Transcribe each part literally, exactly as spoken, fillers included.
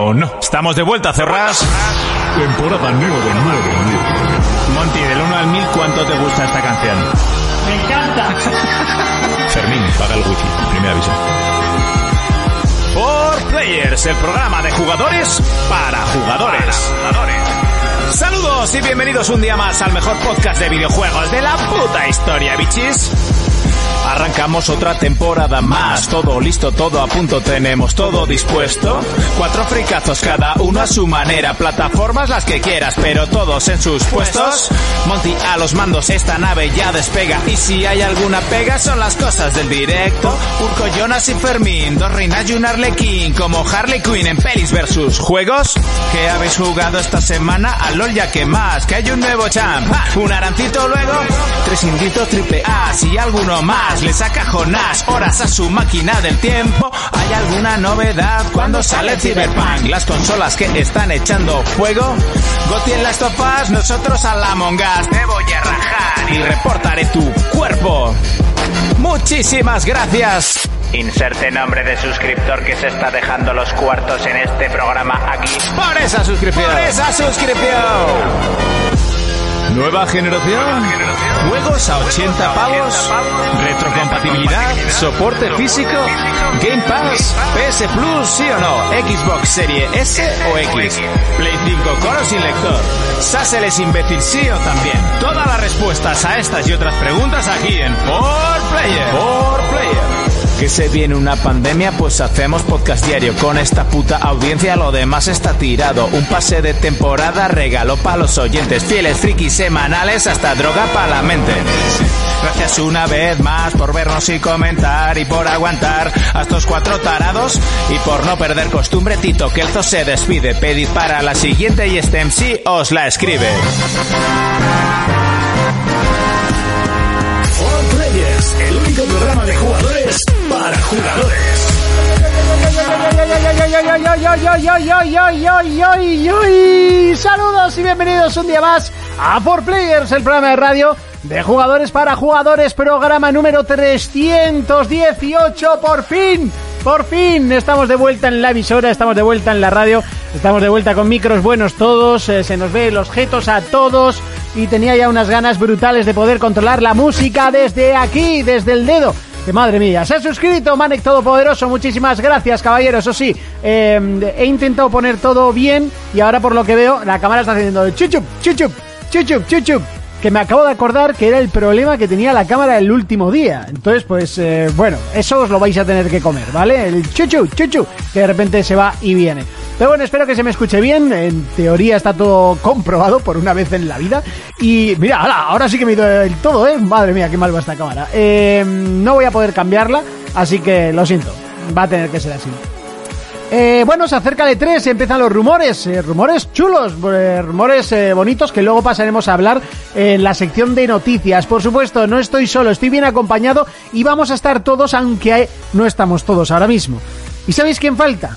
pero no. Estamos de vuelta, Cerrás. Temporada nueve nueve nueve. Monty, del uno al mil, ¿cuánto te gusta esta canción? ¡Me encanta! Fermín, paga el wifi. Primer aviso. For Players, el programa de jugadores para jugadores. Para jugadores. Saludos y bienvenidos un día más al mejor podcast de videojuegos de la puta historia, bichis. Arrancamos otra temporada más, todo listo, todo a punto, tenemos todo dispuesto. Cuatro fricazos, cada uno a su manera, plataformas las que quieras, pero todos en sus puestos. Monty a los mandos, esta nave ya despega, y si hay alguna pega son las cosas del directo. Urco, Jonas y Fermín, dos reinas y un arlequín, como Harley Quinn en pelis versus juegos. ¿Qué habéis jugado esta semana? Al LOL ya que más, que hay un nuevo champ, un arancito luego, tres inditos triple A, si alguno más le saca Jonás horas a su máquina del tiempo. ¿Hay alguna novedad cuando sale Cyberpunk? Las consolas que están echando fuego. Goti en las topas, nosotros a la Among Us. Te voy a rajar y reportaré tu cuerpo. Muchísimas gracias. Inserte nombre de suscriptor que se está dejando los cuartos en este programa aquí. Por esa suscripción. Por esa suscripción. Nueva generación, juegos a ochenta pavos, retrocompatibilidad, soporte físico, Game Pass, P S Plus, sí o no, Xbox Serie S o X, Play cinco con o sin lector, Sáseles imbécil sí o también. Todas las respuestas a estas y otras preguntas aquí en For Player. For Player. Que se viene una pandemia, pues hacemos podcast diario. Con esta puta audiencia lo demás está tirado. Un pase de temporada, regalo para los oyentes. Fieles frikis semanales, hasta droga para la mente. Gracias una vez más por vernos y comentar, y por aguantar a estos cuatro tarados, y por no perder costumbre. Tito Kelzo se despide. Pedid para la siguiente y este M C os la escribe. For Players, el único programa de jugadores para jugadores. Saludos y bienvenidos un día más a For Players, el programa de radio de jugadores para jugadores, programa número trescientos dieciocho. Por fin, por fin estamos de vuelta en la emisora, estamos de vuelta en la radio, estamos de vuelta con micros buenos todos, eh, se nos ve los jetos a todos, y tenía ya unas ganas brutales de poder controlar la música desde aquí, desde el dedo. Que madre mía, se ha suscrito Manek Todopoderoso, muchísimas gracias, caballero. Eso sí, eh, he intentado poner todo bien, y ahora por lo que veo la cámara está haciendo chuchup, chuchup, chuchup, chuchup, que me acabo de acordar que era el problema que tenía la cámara el último día. Entonces pues eh, bueno, eso os lo vais a tener que comer, ¿vale? El chuchu, chuchu, que de repente se va y viene. Pero bueno, espero que se me escuche bien. En teoría está todo comprobado por una vez en la vida. Y mira, ahora, ahora sí que me he ido del todo, ¿eh? Madre mía, qué mal va esta cámara. Eh, no voy a poder cambiarla, así que lo siento, va a tener que ser así. Eh, bueno, se acerca de tres, empiezan los rumores, eh, rumores chulos, eh, rumores eh, bonitos, que luego pasaremos a hablar en la sección de noticias. Por supuesto, no estoy solo, estoy bien acompañado, y vamos a estar todos, aunque hay... no estamos todos ahora mismo. ¿Y sabéis quién falta?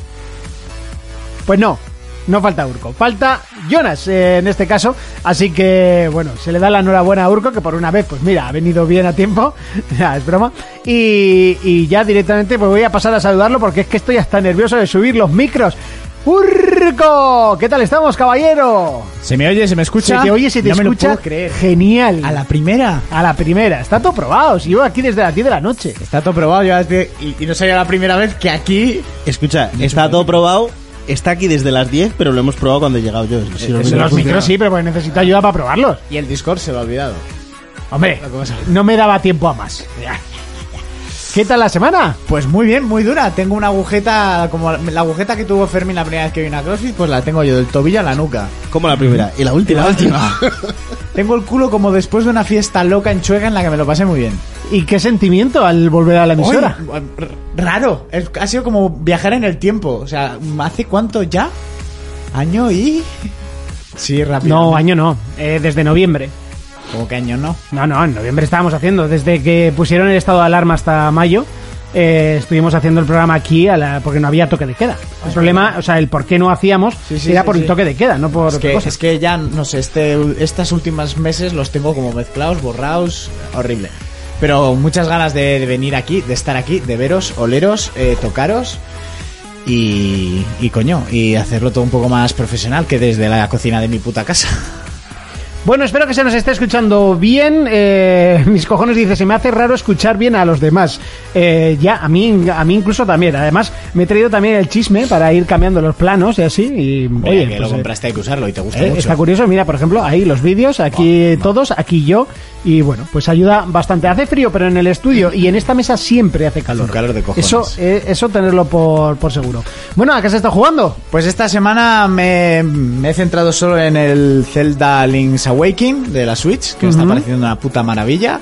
Pues no, no falta Urco, falta Jonas eh, en este caso, así que bueno, se le da la enhorabuena a Urco, que por una vez, pues mira, ha venido bien a tiempo. Ya, es broma, y, y ya directamente pues voy a pasar a saludarlo, porque es que estoy hasta nervioso de subir los micros. ¡Urco! ¿Qué tal estamos, caballero? ¿Se me oye? ¿Se me escucha? Se te oye, se te no escucha. Me lo puedo creer. Genial. ¿A la primera? A la primera. Está todo probado. Si llevo aquí desde las diez de la noche. Está todo probado. Ya desde... y, y no sería la primera vez que aquí... Escucha, está todo probado. Está aquí desde las diez, pero lo hemos probado cuando he llegado yo. Si los los micros sí, pero pues necesito ayuda para probarlos. Y el Discord se lo ha olvidado. Hombre, no me daba tiempo a más. ¿Qué tal la semana? Pues muy bien, muy dura. Tengo una agujeta, como la agujeta que tuvo Fermín la primera vez que vino a CrossFit, pues la tengo yo del tobillo a la nuca. Como la primera. ¿Y la última? Y la última. Tengo el culo como después de una fiesta loca en Chuega en la que me lo pasé muy bien. ¿Y qué sentimiento al volver a la emisora? Oye, raro. Es, ha sido como viajar en el tiempo. O sea, ¿hace cuánto ya? ¿Año y...? Sí, rápido. No, año no. Eh, desde noviembre. ¿Cómo que año no? No, no, en noviembre estábamos haciendo. Desde que pusieron el estado de alarma hasta mayo, eh, estuvimos haciendo el programa aquí a la, porque no había toque de queda. El problema, o sea, el por qué no hacíamos sí, sí, era sí, por sí. el toque de queda, no por es otra que, cosa. Es que ya, no sé, este, estas últimas meses los tengo como mezclados, borrados, horrible. Pero muchas ganas de, de venir aquí, de estar aquí, de veros, oleros, eh, tocaros. y, y coño, y hacerlo todo un poco más profesional que desde la cocina de mi puta casa. Bueno, espero que se nos esté escuchando bien. Eh, mis cojones dice, se me hace raro escuchar bien a los demás. Eh, ya, a mí, a mí incluso también. Además, me he traído también el chisme para ir cambiando los planos y así. Y, Oye, oye, que pues, lo compraste, hay que usarlo y te gusta eh, mucho. está curioso, mira, por ejemplo, ahí los vídeos, aquí oh, todos, aquí yo. Y bueno, pues ayuda bastante. Hace frío, pero en el estudio y en esta mesa siempre hace calor. Hace un calor de cojones. Eso, eh, eso tenerlo por, por seguro. Bueno, ¿a qué se está jugando? Pues esta semana me, me he centrado solo en el Zelda Link's Awakening de la Switch, que me está pareciendo una puta maravilla,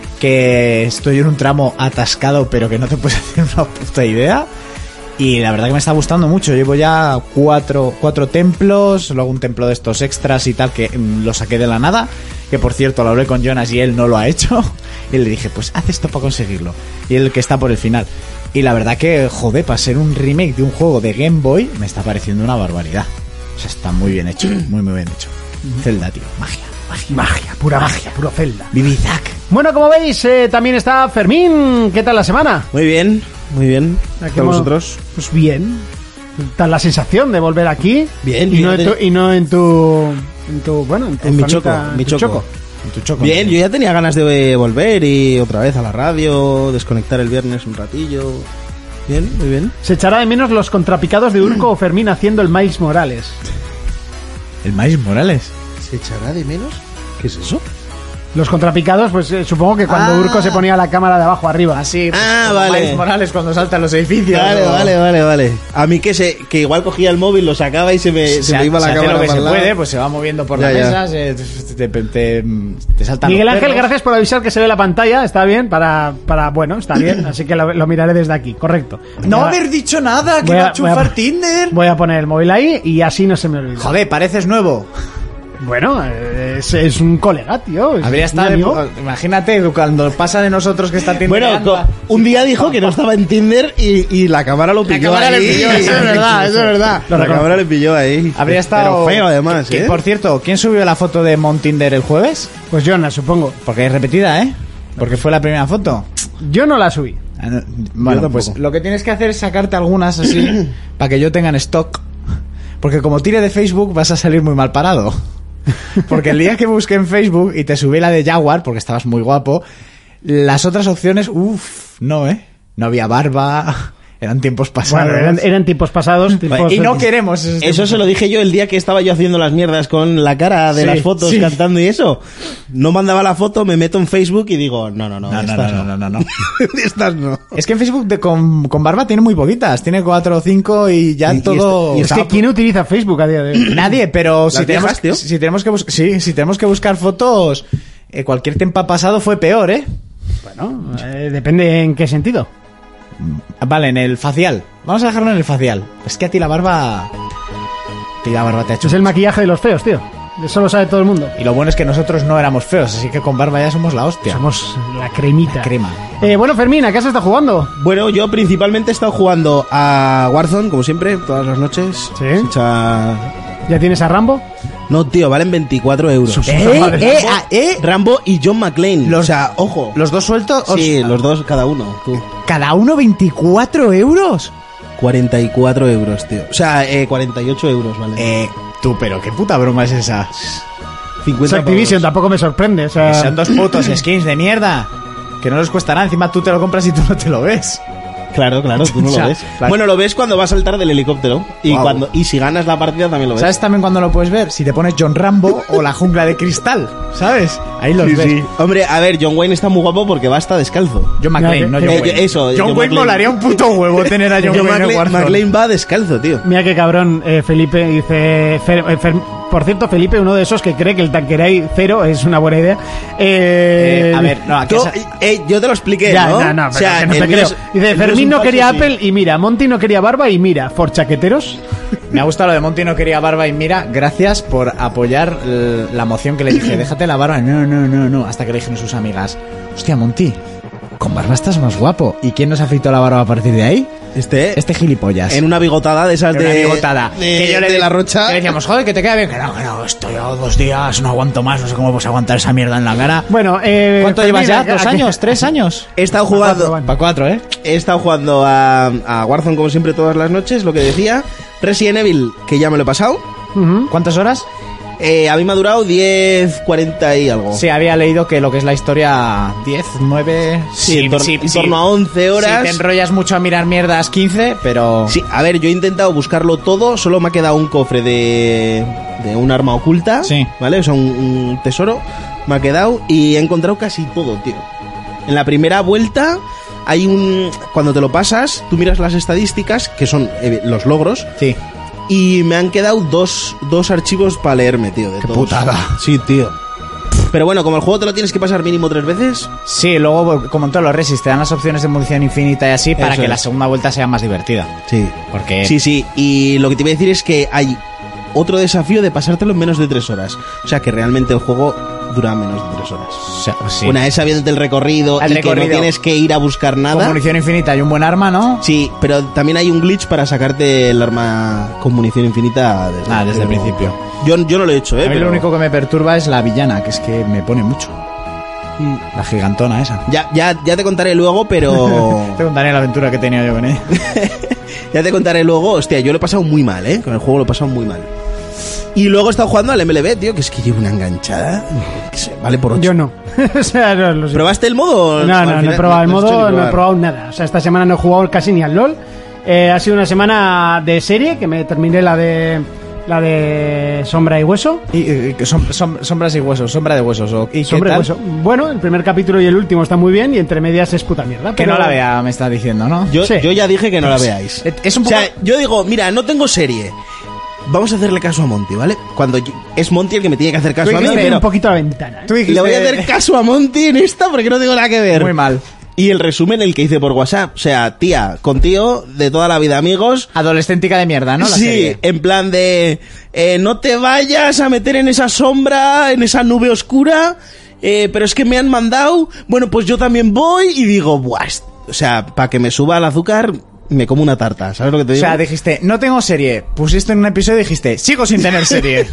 que estoy en un tramo atascado pero que no te puedes hacer una puta idea, y la verdad que me está gustando mucho. Llevo ya cuatro, cuatro templos, luego un templo de estos extras y tal que mm, lo saqué de la nada, que por cierto lo hablé con Jonas y él no lo ha hecho y le dije, pues haz esto para conseguirlo, y él que está por el final. Y la verdad que, joder, para ser un remake de un juego de Game Boy me está pareciendo una barbaridad. O sea, está muy bien hecho, muy muy bien hecho. Zelda, tío, magia. Magia, magia, pura magia, magia puro Zelda. Vivizac. Bueno, como veis, eh, también está Fermín. ¿Qué tal la semana? Muy bien, muy bien. ¿Con vosotros? Pues bien. ¿Tal la sensación de volver aquí? Bien, y bien. No en tu, y no en tu, en tu, bueno, en tu en mi choco, en mi tu choco. choco. En tu choco. Bien, yo ya tenía ganas de volver y otra vez a la radio, desconectar el viernes un ratillo. Bien, muy bien. Se echará de menos los contrapicados de Urco o Fermín haciendo el Miles Morales. ¿El Miles Morales? ¿Se echará de menos? ¿Qué es eso? Los contrapicados, pues eh, supongo que cuando ah. Urco se ponía la cámara de abajo arriba. Así, pues, ah, vale. Miles Morales cuando salta en los edificios. Vale, o... vale, vale, vale. A mí que se que igual cogía el móvil, lo sacaba y se me, se se, me iba se la hace cámara lo que para se el lado. puede, pues se va moviendo por ya, la ya. mesa, se, te, te, te, te saltan Miguel los Ángel, perros. gracias por avisar que se ve la pantalla, está bien, para, para bueno, está bien, así que lo, lo miraré desde aquí, correcto. No Voy a- haber dicho nada, que voy va a- a chufar voy a- Tinder. Voy a poner el móvil ahí y así no se me olvida. Joder, pareces nuevo. Bueno, es, es un colega, tío. es Habría un estado de, amigo. imagínate cuando pasa de nosotros que está Tinder. Bueno, co- un día dijo que no estaba en Tinder y, y la cámara lo pilló cámara le ahí. pilló, eso es verdad, eso es verdad. La cámara le pilló ahí. Habría estado Pero feo además, que, ¿eh? Por cierto, ¿quién subió la foto de Mon Tinder el jueves? Pues Jonas, supongo. Porque es repetida, ¿eh? Porque fue la primera foto. Yo no la subí. Ah, no, Bueno, tampoco. pues lo que tienes que hacer es sacarte algunas así para que yo tenga en stock. Porque como tire de Facebook vas a salir muy mal parado. Porque el día que busqué en Facebook y te subí la de Jaguar, porque estabas muy guapo, las otras opciones, uff, no, ¿eh? No había barba, eran tiempos pasados. Bueno, eran, eran tiempos pasados. tiempos- Y no queremos esos Eso tiempos. se lo dije yo el día que estaba yo haciendo las mierdas con la cara de Sí, las fotos sí. cantando y eso. No mandaba la foto, me meto en Facebook y digo, no, no, no, No, no, estas no, no, no, no. estas no. Es que en Facebook de- con, con barba tiene muy poquitas, tiene cuatro o cinco y ya Y- y todo... Y es que ¿quién utiliza Facebook a día de hoy? Nadie, pero si Las tenemos, viejas, tío. si tenemos que bus- sí, si tenemos que buscar fotos, eh, cualquier tiempo pasado fue peor, ¿eh? Bueno, eh, depende en qué sentido. Vale, en el facial. Vamos a dejarlo en el facial. Es que a ti la barba... A ti la barba te ha hecho... Es el maquillaje de los feos, tío. Eso lo sabe todo el mundo. Y lo bueno es que nosotros no éramos feos, así que con barba ya somos la hostia. Somos la cremita. La crema. Eh, bueno, Fermín, ¿a qué se está jugando? Bueno, yo principalmente he estado jugando a Warzone, como siempre, todas las noches. Sí. Se echa- ¿Ya tienes a Rambo? No, tío, valen veinticuatro euros. ¿Eh? ¿Eh? Ah, ¿eh? Rambo y John McClane. Los- o sea, ojo. ¿Los dos sueltos? Sí, Os- los dos cada uno. Tú. ¿Cada uno veinticuatro euros? cuarenta y cuatro euros, tío. O sea, eh, cuarenta y ocho euros, vale. Eh, tú, pero qué puta broma es esa. Es cincuenta Activision, pavos. tampoco me sorprende. O sea, Son dos putos skins de mierda. Que no les cuesta nada, encima tú te lo compras y tú no te lo ves. Claro, claro, tú no O sea, lo ves. la- Bueno, lo ves cuando va a saltar del helicóptero. Y Guau. cuando y si ganas la partida también lo ves. ¿Sabes también cuando lo puedes ver? Si te pones John Rambo o la jungla de cristal, ¿sabes? Ahí los Sí, ves. sí. Hombre, a ver, John Wayne está muy guapo porque va hasta descalzo. John McClane, Ya, no que- John eh, Wayne. eso, John, John Wayne McClane. molaría un puto huevo tener a John, John Wayne en McClane, Warzone. McClane va descalzo, tío. mira qué cabrón, eh, Felipe dice... Fer- eh, Fer- por cierto, Felipe, uno de esos que cree que el Tanqueray cero es una buena idea. Eh, Eh, a ver, no, aquí Tú- es- eh, yo te lo expliqué, Ya, ¿no? no, no, o sea, pero que no el te mío creo. es- Dice, el mío es Fermín un no falso, quería sí. Apple y mira, Monty no quería barba y mira, forchaqueteros. Me ha gustado lo de Monty no quería barba y mira, gracias por apoyar l- la moción que le dije, déjate la barba. No, no, no, no. Hasta que le dijeron sus amigas, hostia, Monty, con barba estás más guapo. ¿Y quién nos afeitó la barba a partir de ahí? Este, Este gilipollas. en una bigotada de esas Una de, bigotada. de, que yo le de di- la Rocha. que le decíamos, joder, que te queda bien. Que no, que no, estoy a dos días, no aguanto más, no sé cómo vas a aguantar esa mierda en la cara. Bueno, eh, ¿Cuánto Fermín, llevas ya? ¿a qué- ¿Dos a qué- años? ¿Tres años? He estado cuatro, jugando, bueno. Para cuatro, ¿eh? he estado jugando a, a Warzone como siempre todas las noches, lo que decía. Resident Evil, que ya me lo he pasado. Ujú. ¿Cuántas horas? Eh, a mí me ha durado diez, cuarenta y algo. Sí, había leído que lo que es la historia diez, nueve... Sí, en, tor- en torno a once horas. Si te enrollas mucho a mirar mierdas, quince, pero... Sí, a ver, yo he intentado buscarlo todo, solo me ha quedado un cofre de, de un arma oculta, Sí. ¿vale? O sea, un, un tesoro, me ha quedado y he encontrado casi todo, tío. En la primera vuelta hay un... Cuando te lo pasas, tú miras las estadísticas, que son eh, los logros, Sí. y me han quedado dos, dos archivos para leerme, tío, de Qué todos. putada. Sí, tío. Pero bueno, como el juego te lo tienes que pasar mínimo tres veces, Sí, luego, como en todos los Resis, te dan las opciones de munición infinita y así para Eso que es. la segunda vuelta sea más divertida. sí. Porque... Sí, sí, y lo que te iba a decir es que hay otro desafío de pasártelo en menos de tres horas. O sea que realmente el juego dura menos de tres horas. o sea, sí. Una vez sabiéndote el recorrido El y recorrido. que no tienes que ir a buscar Con nada. munición infinita y un buen arma, ¿no? Sí, pero también hay un glitch para sacarte el arma con munición infinita desde, Ah, desde el pero- principio. Yo, yo no lo he hecho, ¿eh? A mí pero- lo único que me perturba es la villana, que es que me pone mucho. La gigantona esa. Ya, ya, ya te contaré luego, pero... Te contaré la aventura que he tenido yo con ella. ya te contaré luego. Hostia, yo lo he pasado muy mal, ¿eh? Con el juego lo he pasado muy mal. Y luego he estado jugando al M L B, tío, que es que llevo una enganchada. Que se- vale por ocho. Yo no. O sea, no lo sé. ¿Probaste el modo? No, Al no, no he final- probado el no has hecho modo, ni no he probar. probado nada. O sea, esta semana no he jugado casi ni al LOL. Eh, ha sido una semana de serie, que me terminé la de la de Sombra y Hueso. Y, y que son, son- sombras y huesos, sombra de huesos. o- ¿Y qué Sombra y tal? Hueso. Bueno, el primer capítulo y el último están muy bien y entre medias es puta mierda. Que pero- no la vea, me está diciendo, ¿no? Yo, Sí. yo ya dije que no la veáis. Es un O poco... sea, yo digo, mira, no tengo serie. Vamos a hacerle caso a Monty, ¿vale? Cuando yo- es Monty el que me tiene que hacer caso Tú a mí, dijiste pero un poquito a la ventana. ¿eh? Tú dijiste... le voy a hacer caso a Monty en esta porque no tengo nada que ver. Muy mal. Y el resumen el que hice por WhatsApp. O sea, tía, con tío de toda la vida, amigos. Adolescéntica de mierda, ¿no? La sí, serie. en plan de... eh, no te vayas a meter en esa sombra, en esa nube oscura. eh, pero es que me han mandado. Bueno, pues yo también voy y digo, buah. est- O sea, para que me suba el azúcar, me como una tarta. ¿Sabes lo que te O digo? sea, dijiste, no tengo serie. Pusiste en un episodio y dijiste, sigo sin tener serie.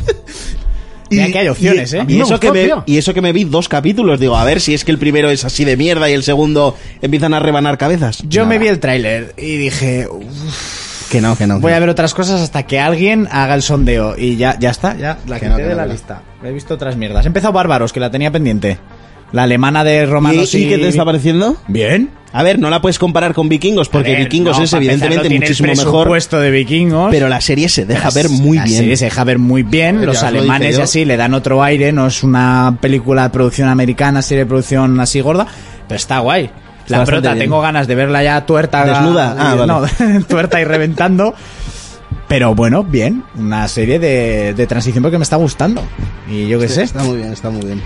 Mira que hay opciones, y, ¿eh? Y me eso, gustó, que me, tío. y eso que me vi dos capítulos. Digo, a ver si es que el primero es así de mierda y el segundo empiezan a rebanar cabezas. Yo Nada. me vi el tráiler y dije, "Uf, Que no, que no. voy a ver otras cosas hasta que alguien haga el sondeo. Y ya, ya está, ya la Que quité no, que de no, la que no. lista. He visto otras mierdas. He empezado Bárbaros, que la tenía pendiente. La alemana de ¿Y, romanos y... y qué te está pareciendo? Bien. A ver, no la puedes comparar con Vikingos porque A ver, Vikingos no, es para empezar, evidentemente no tiene muchísimo el mejor. presupuesto de Vikingos. Pero la serie se deja ver muy La bien. serie se deja ver muy bien. Ya Los os lo alemanes dije y yo. así le dan otro aire. No es una película de producción americana, serie de producción así gorda. Pero está guay. La bastante prota, bien. tengo ganas de verla ya tuerta. Desnuda. Ah, vale. No, tuerta y reventando. Pero bueno, bien. Una serie de, de transición porque me está gustando. Y yo qué sé. Está muy bien, está muy bien.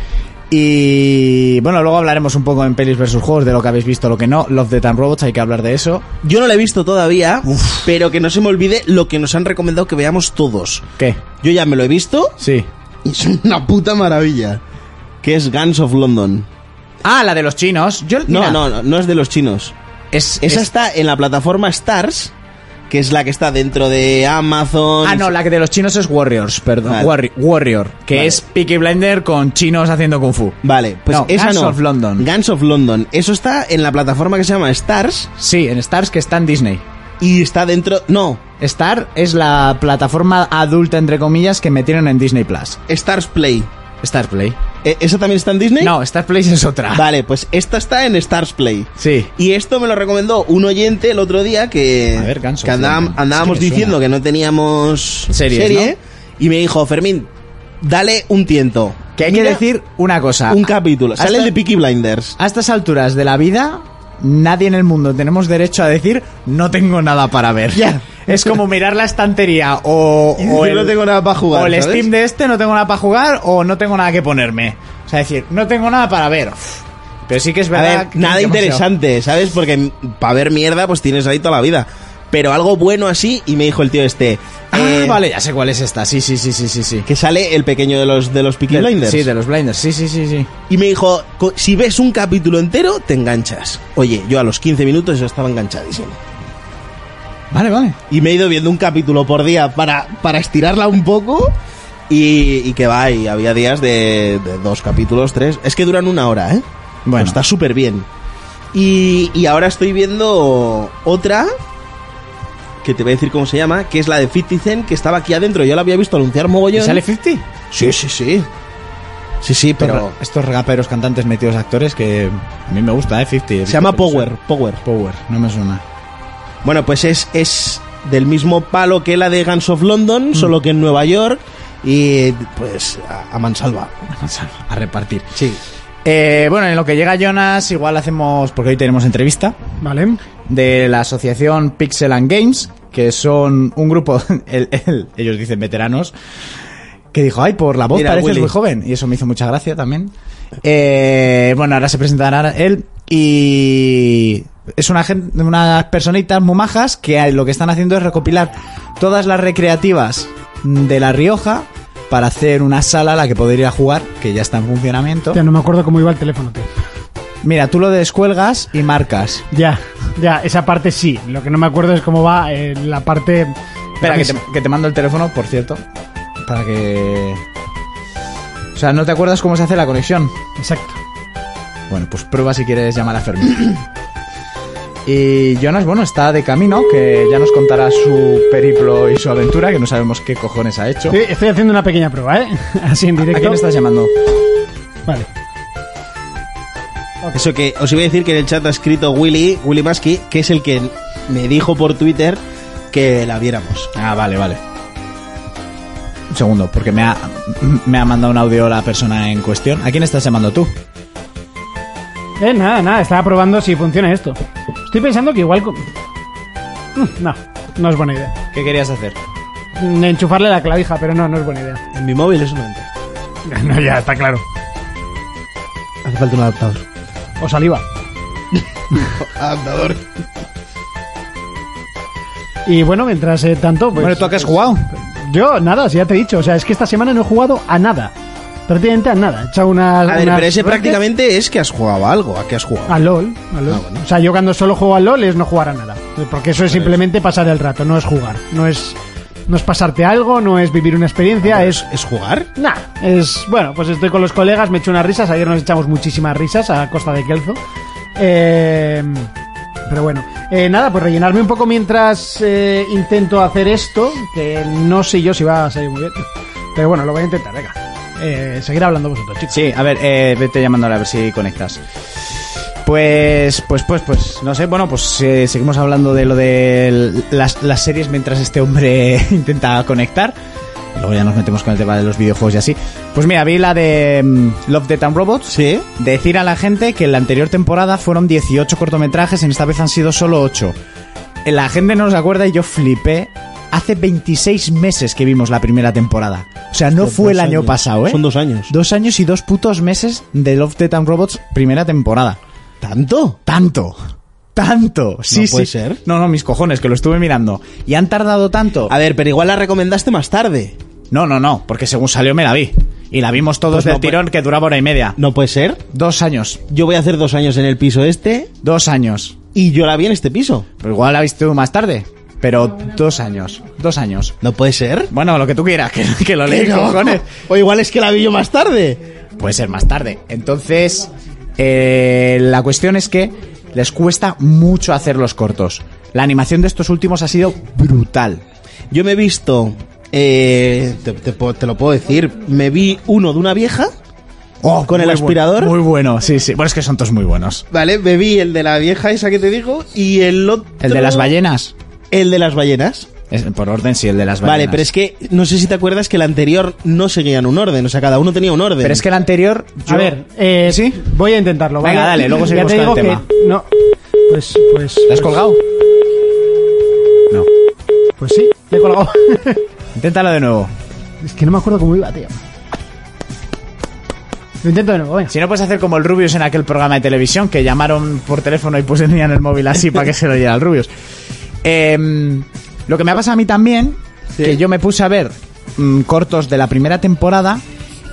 Y bueno, luego hablaremos un poco en pelis versus juegos de lo que habéis visto, lo que no. Love, Death and Robots, hay que hablar de eso. Yo no la he visto todavía, pero que no se me olvide lo que nos han recomendado que veamos todos. ¿Qué? Yo ya me lo he visto Sí. y es una puta maravilla. Que es Guns of London. Ah, la de los chinos. Yo, No, mira, no, no, no es de los chinos. Es, Esa es- está en la plataforma Stars, que es la que está dentro de Amazon. Ah, no, la que de los chinos es Warriors, perdón. Vale. Warri- Warrior, que Vale. es Peaky Blinder con chinos haciendo kung fu. Vale, pues No, esa Guns no. of London. Guns of London. Eso está en la plataforma que se llama Stars Sí, en Stars, que está en Disney. y está dentro... No, Star es la plataforma adulta, entre comillas, que metieron en Disney Plus. Stars Play. Stars Play. ¿E- ¿Esa también está en Disney? No, Stars Play es otra. Vale, pues esta está en Stars Play. Sí. Y esto me lo recomendó un oyente el otro día que, A ver, Guns of que andábam- London. andábamos Sí que me diciendo suena. que no teníamos Series, serie y me dijo, Fermín, dale un tiento. Que hay Mira que decir una cosa. un capítulo. Sale Hasta- el de Peaky Blinders. A estas alturas de la vida, nadie en el mundo tenemos derecho a decir no tengo nada para ver. Ya. Es como mirar la estantería o, Y o decir, "No tengo nada para jugar", o el ¿sabes? Steam de este no tengo nada para jugar o no tengo nada que ponerme. O sea, decir, no tengo nada para ver. Uf. Pero sí que es A verdad ver, que nada que hemos sido- interesante, ¿sabes? Porque para ver mierda pues tienes ahí toda la vida. Pero algo bueno así y me dijo el tío este... Ah, eh, vale, ya sé cuál es esta. Sí, sí, sí, sí, sí, sí. Que sale el pequeño de los, de los Peaky De- Blinders. Sí, de los Blinders. Sí, sí, sí, sí. Y me dijo, co- si ves un capítulo entero, te enganchas. Oye, yo a los quince minutos ya estaba enganchadísimo. Vale, vale. Y me he ido viendo un capítulo por día para, para estirarla un poco. Y, y que va, y había días de, de dos capítulos, tres. Es que duran una hora, ¿eh? Bueno. Pues está súper bien. Y, y ahora estoy viendo otra, que te voy a decir cómo se llama, que es la de cincuenta Cent, que estaba aquí adentro. Yo la había visto anunciar mogollón. ¿Y sale cincuenta? Sí, sí, sí. Sí, sí, pero... Estos raperos, cantantes, metidos actores que a mí me gusta, ¿eh? cincuenta. Se llama Power, Power. Power, no me suena. Bueno, pues es, es del mismo palo que la de Guns of London, mm. solo que en Nueva York. Y pues a, a mansalva. A mansalva, a repartir. Sí. Eh, bueno, en lo que llega Jonas, igual hacemos, porque hoy tenemos entrevista. Vale. De la asociación Pixel and Games, que son un grupo, el, el, ellos dicen veteranos, que dijo, ay, por la voz Mira, pareces Willy. muy joven. Y eso me hizo mucha gracia también. Eh, bueno, ahora se presentará él y... Es una gente, unas personitas muy majas que lo que están haciendo es recopilar todas las recreativas de La Rioja para hacer una sala a la que poder ir a jugar, que ya está en funcionamiento. Ya no me acuerdo cómo iba el teléfono, tío. Mira, tú lo descuelgas y marcas. Ya, ya, esa parte sí. Lo que no me acuerdo es cómo va eh, la parte... Espera, que te, que te mando el teléfono, por cierto, para que... O sea, ¿no te acuerdas cómo se hace la conexión? Exacto. Bueno, pues prueba si quieres llamar a Fermín. Y Jonas, bueno, está de camino, que ya nos contará su periplo y su aventura, que no sabemos qué cojones ha hecho. Sí, estoy haciendo una pequeña prueba, ¿eh? Así en directo. ¿A quién estás llamando? Vale. Okay. Eso que os iba a decir que en el chat ha escrito Willy, Willy Masky, que es el que me dijo por Twitter que la viéramos. Ah, vale, vale. Un segundo, porque me ha, me ha mandado un audio la persona en cuestión. ¿A quién estás llamando tú? Eh, nada, nada, estaba probando si funciona esto. Estoy pensando que igual... con- No, no es buena idea. ¿Qué querías hacer? Enchufarle la clavija, pero no, no es buena idea. En mi móvil es una mente. No, ya, está claro. Hace falta un adaptador. O saliva. Adaptador. Y bueno, mientras eh, tanto... Pues, Bueno, ¿tú a qué has pues, jugado? Yo, nada, si ya te he dicho. O sea, es que esta semana no he jugado a nada. Prácticamente a nada. He echado unas... A ver, unas pero ese ranked prácticamente es que has jugado a algo. ¿A qué has jugado? A LOL, a LOL. Ah, bueno. O sea, yo cuando solo juego al LOL es no jugar a nada. Porque eso es simplemente pasar el rato, no es jugar. No es, no es pasarte algo, no es vivir una experiencia, es... ¿Es jugar? Nah, es... Bueno, pues estoy con los colegas, me echo unas risas. Ayer nos echamos muchísimas risas a costa de Kelzo. Eh... Pero bueno, eh, nada, pues rellenarme un poco mientras eh, intento hacer esto, que no sé yo si va a salir muy bien. Pero bueno, lo voy a intentar, venga. Eh, seguir hablando vosotros, chicos. Sí, a ver, eh, vete llamándole a ver si conectas. Pues, pues, pues, pues, no sé, bueno, pues eh, seguimos hablando de lo de las, las series mientras este hombre intenta conectar. Y luego ya nos metemos con el tema de los videojuegos y así. Pues mira, vi la de um, Love, Death and Robots. Sí. Decir a la gente que en la anterior temporada fueron dieciocho cortometrajes, en esta vez han sido solo ocho. La gente no se acuerda y yo flipé. Hace veintiséis meses que vimos la primera temporada. O sea, no Son fue el dos año años. pasado, ¿eh? Son dos años. Dos años y dos putos meses de Love, Death and Robots primera temporada. ¿Tanto? ¡Tanto! ¡Tanto! Sí, No puede sí. ser. No, no, mis cojones, que lo estuve mirando. ¿Y han tardado tanto? A ver, pero igual la recomendaste más tarde. No, no, no, porque según salió me la vi. Y la vimos todos Pues del no puede- tirón, que duraba hora y media. ¿No puede ser? Dos años. Yo voy a hacer dos años en el piso este Dos años. y yo la vi en este piso. Pero igual la viste tú más tarde. Pero dos años. Dos años. ¿No puede ser? Bueno, lo que tú quieras, que, que lo leí, ¿Qué no? cojones. O igual es que la vi yo más tarde. Puede ser más tarde. Entonces, eh, la cuestión es que les cuesta mucho hacer los cortos. La animación de estos últimos ha sido brutal. Yo me he visto... Eh, te, te puedo- te lo puedo decir. Me vi uno de una vieja. Oh, ¿Con el muy aspirador? Bueno, muy bueno, sí, sí. Bueno, es que son todos muy buenos. Vale, me vi el de la vieja esa que te digo y el otro... El de las ballenas. El de las ballenas. Es- por orden, sí, el de las ballenas. Vale, pero es que no sé si te acuerdas que el anterior no seguían un orden. O sea, cada uno tenía un orden. Pero es que el anterior... A yo- ver, eh, ¿Sí? voy a intentarlo, ¿vale? Venga, dale, luego Ya seguimos te con el digo tema. que no. Pues, pues... ¿La has pues- colgado? No. Pues sí, le he colgado. Inténtalo de nuevo. Es que no me acuerdo cómo iba, tío. Lo intento de nuevo, venga. Si no, puedes hacer como el Rubius en aquel programa de televisión, que llamaron por teléfono y pues tenían el móvil así para que se lo diera al Rubius. Eh, lo que me ha pasado a mí también, Sí. que yo me puse a ver mm, cortos de la primera temporada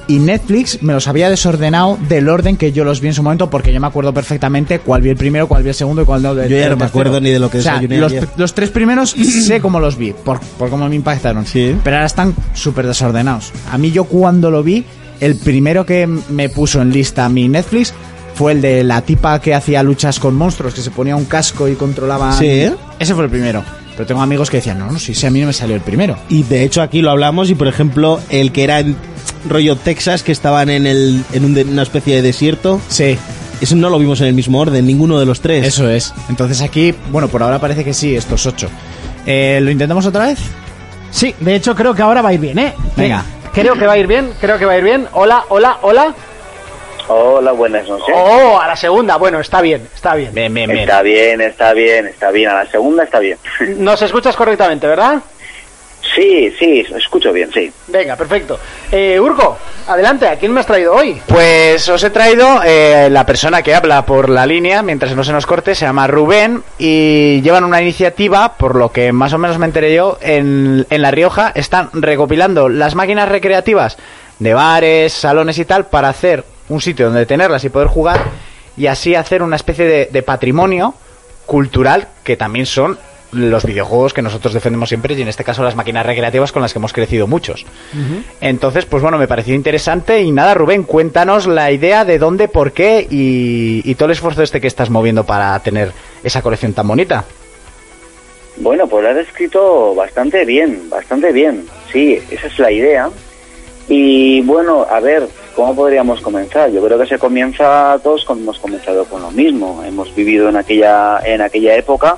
y Netflix me los había desordenado del orden que yo los vi en su momento, porque yo me acuerdo perfectamente cuál vi el primero, cuál vi el segundo y cuál no. Yo ya no me acuerdo ni de lo que o sea, desayuné los, ayer. los tres primeros sé cómo los vi, por, por cómo me impactaron. Sí. Pero ahora están súper desordenados. A mí, yo cuando lo vi, el primero que me puso en lista mi Netflix fue el de la tipa que hacía luchas con monstruos, que se ponía un casco y controlaba. Sí. Ese fue el primero. Pero tengo amigos que decían, no, no, si ese a mí no me salió el primero. Y de hecho aquí lo hablamos y por ejemplo el que era en rollo Texas, que estaban en, el, en un de, una especie de desierto. Sí. Eso no lo vimos en el mismo orden, ninguno de los tres. Eso es. Entonces aquí, bueno, por ahora parece que sí, estos ocho. Eh, ¿Lo intentamos otra vez? Sí, de hecho creo que ahora va a ir bien, ¿eh? Venga. Creo que va a ir bien, creo que va a ir bien. Hola, hola, hola. Hola, buenas noches. Oh, a la segunda. Bueno, está bien, está bien. Bien, bien, bien. Está bien, está bien, está bien. A la segunda está bien. Nos escuchas correctamente, ¿verdad? Sí, sí, escucho bien, sí. Venga, perfecto. Eh, Urco, adelante, ¿a quién me has traído hoy? Pues os he traído eh, la persona que habla por la línea, mientras no se nos corte, se llama Rubén y llevan una iniciativa, por lo que más o menos me enteré yo, en, en La Rioja están recopilando las máquinas recreativas de bares, salones y tal para hacer un sitio donde tenerlas y poder jugar y así hacer una especie de, de patrimonio cultural que también son los videojuegos que nosotros defendemos siempre y en este caso las máquinas recreativas con las que hemos crecido muchos. Uh-huh. Entonces, pues bueno, me pareció interesante y nada, Rubén, cuéntanos la idea de dónde, por qué y, y todo el esfuerzo este que estás moviendo para tener esa colección tan bonita. Bueno, pues lo has descrito bastante bien, bastante bien. Sí, esa es la idea. Y bueno, a ver, ¿cómo podríamos comenzar? Yo creo que se comienza, todos hemos comenzado con lo mismo. Hemos vivido en aquella, en aquella época.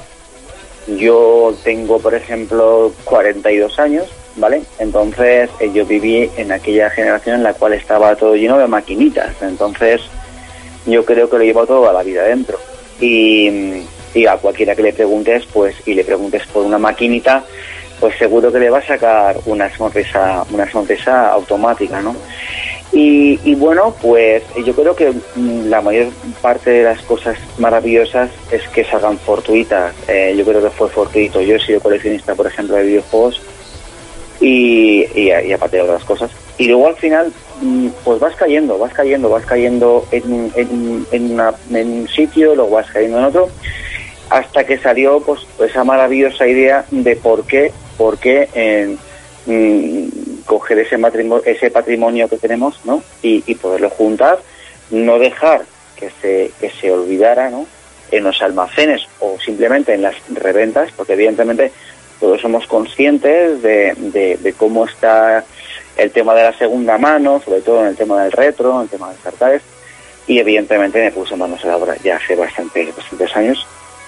Yo tengo, por ejemplo, cuarenta y dos años, ¿vale? Entonces eh, yo viví en aquella generación en la cual estaba todo lleno de maquinitas. Entonces yo creo que lo llevo toda la vida dentro. Y, y a cualquiera que le preguntes, pues, y le preguntes por una maquinita, pues seguro que le va a sacar una sonrisa, una sonrisa automática, ¿no? Y, y bueno, pues yo creo que la mayor parte de las cosas maravillosas es que salgan fortuitas. Eh, yo creo que fue fortuito. Yo he sido coleccionista, por ejemplo, de videojuegos y, y, y aparte de otras cosas. Y luego al final, pues vas cayendo, vas cayendo, vas cayendo en, en, en, una, en un sitio, luego vas cayendo en otro, hasta que salió pues esa maravillosa idea de por qué, por qué en, mmm, coger ese matrimonio, ese patrimonio que tenemos, ¿no? Y, y poderlo juntar, no dejar que se que se olvidara, ¿no? En los almacenes o simplemente en las reventas, porque evidentemente todos somos conscientes de, de, de cómo está el tema de la segunda mano, sobre todo en el tema del retro, en el tema de los cartales, y evidentemente me puse manos a la obra ya hace bastante, bastantes años.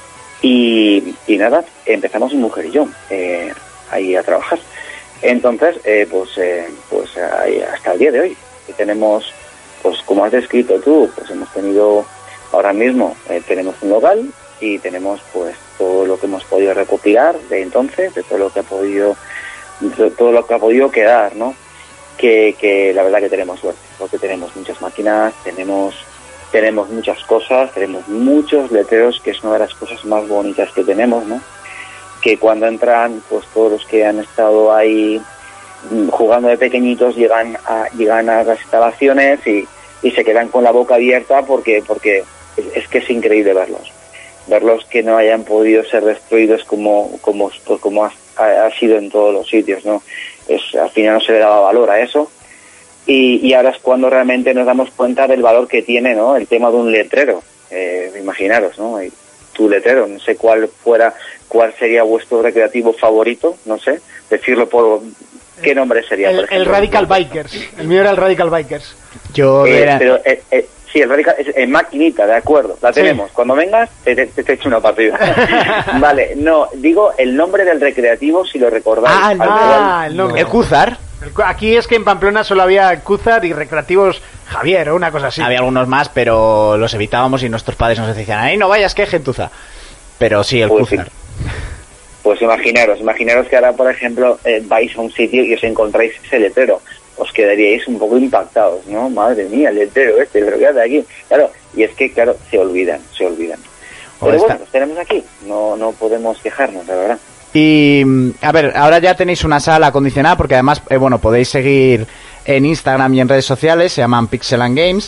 Y, y nada, empezamos mi mujer y yo eh, ahí a trabajar. Entonces, eh, pues, eh, pues ahí hasta el día de hoy. Y tenemos, pues como has descrito tú, pues hemos tenido, ahora mismo eh, tenemos un local y tenemos pues todo lo que hemos podido recopilar de entonces, de todo lo que ha podido, de todo lo que ha podido quedar, ¿no? Que, que la verdad que tenemos suerte, porque tenemos muchas máquinas, tenemos tenemos muchas cosas, tenemos muchos letreros, que es una de las cosas más bonitas que tenemos, ¿no? Que cuando entran, pues todos los que han estado ahí jugando de pequeñitos llegan a llegan a las instalaciones y, y se quedan con la boca abierta porque porque es, es que es increíble verlos. Verlos que no hayan podido ser destruidos como como pues como ha, ha sido en todos los sitios, ¿no? Es, al final no se le daba valor a eso. Y, y ahora es cuando realmente nos damos cuenta del valor que tiene, ¿no? El tema de un letrero. Eh, imaginaros, ¿no? Y tu letrero, no sé cuál fuera, cuál sería vuestro recreativo favorito, no sé, decirlo por qué nombre sería. El, por ejemplo, el Radical Bikers. El mío era el Radical Bikers. Yo eh, era... pero eh, eh, sí, el Radical es en maquinita, de acuerdo, la tenemos. Sí. Cuando vengas te, te, te echo una partida. Vale, no, digo el nombre del recreativo si lo recordáis. Ah, no, ah el nombre. El Cúzar. Aquí es que en Pamplona solo había Cúzar y recreativos Javier o una cosa así. Había algunos más, pero los evitábamos y nuestros padres nos decían, ahí no vayas, que gentuza. Pero sí, el pues Cúzar. Sí. Pues imaginaros, imaginaros que ahora, por ejemplo, eh, vais a un sitio y os encontráis ese letrero. Os quedaríais un poco impactados, ¿no? Madre mía, el letrero este, pero ¿qué hace aquí? Claro, y es que, claro, se olvidan, se olvidan. O pero está. bueno, los tenemos aquí, no, no podemos quejarnos, la verdad. Y, a ver, ahora ya tenéis una sala acondicionada porque además, eh, bueno, podéis seguir en Instagram y en redes sociales, se llaman Pixel and Games,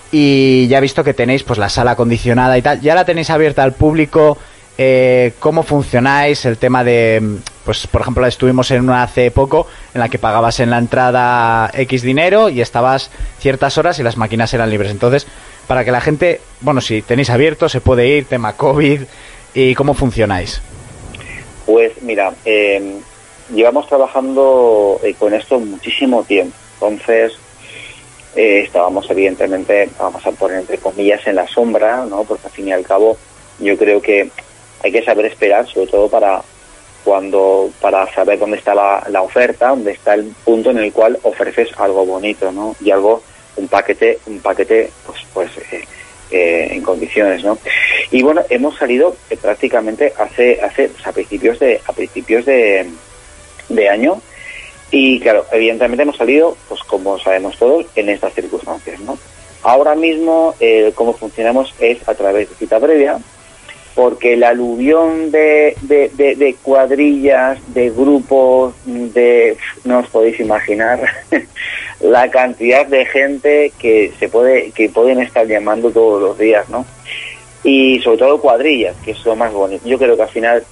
y ya he visto que tenéis pues la sala acondicionada y tal. ¿Ya la tenéis abierta al público? Eh, ¿Cómo funcionáis? El tema de, pues por ejemplo, estuvimos en una hace poco en la que pagabas en la entrada X dinero y estabas ciertas horas y las máquinas eran libres. Entonces, para que la gente, bueno, si tenéis abierto, se puede ir, tema COVID, ¿y cómo funcionáis? Pues mira, eh, llevamos trabajando eh, con esto muchísimo tiempo. Entonces, eh, estábamos evidentemente, vamos a poner entre comillas, en la sombra, ¿no? Porque al fin y al cabo, yo creo que hay que saber esperar, sobre todo para cuando para saber dónde está la, la oferta, dónde está el punto en el cual ofreces algo bonito, ¿no? Y algo, un paquete, un paquete, pues, pues eh, eh, en condiciones, ¿no? Y bueno, hemos salido eh, prácticamente hace, hace, pues, a principios de, a principios de, de año, y claro, evidentemente hemos salido, pues como sabemos todos, en estas circunstancias, ¿no? Ahora mismo, eh, cómo funcionamos es a través de cita previa, porque el aluvión de, de, de, de cuadrillas, de grupos, de no os podéis imaginar la cantidad de gente que se puede que pueden estar llamando todos los días, ¿no? Y sobre todo cuadrillas, que es lo más bonito. Yo creo que al final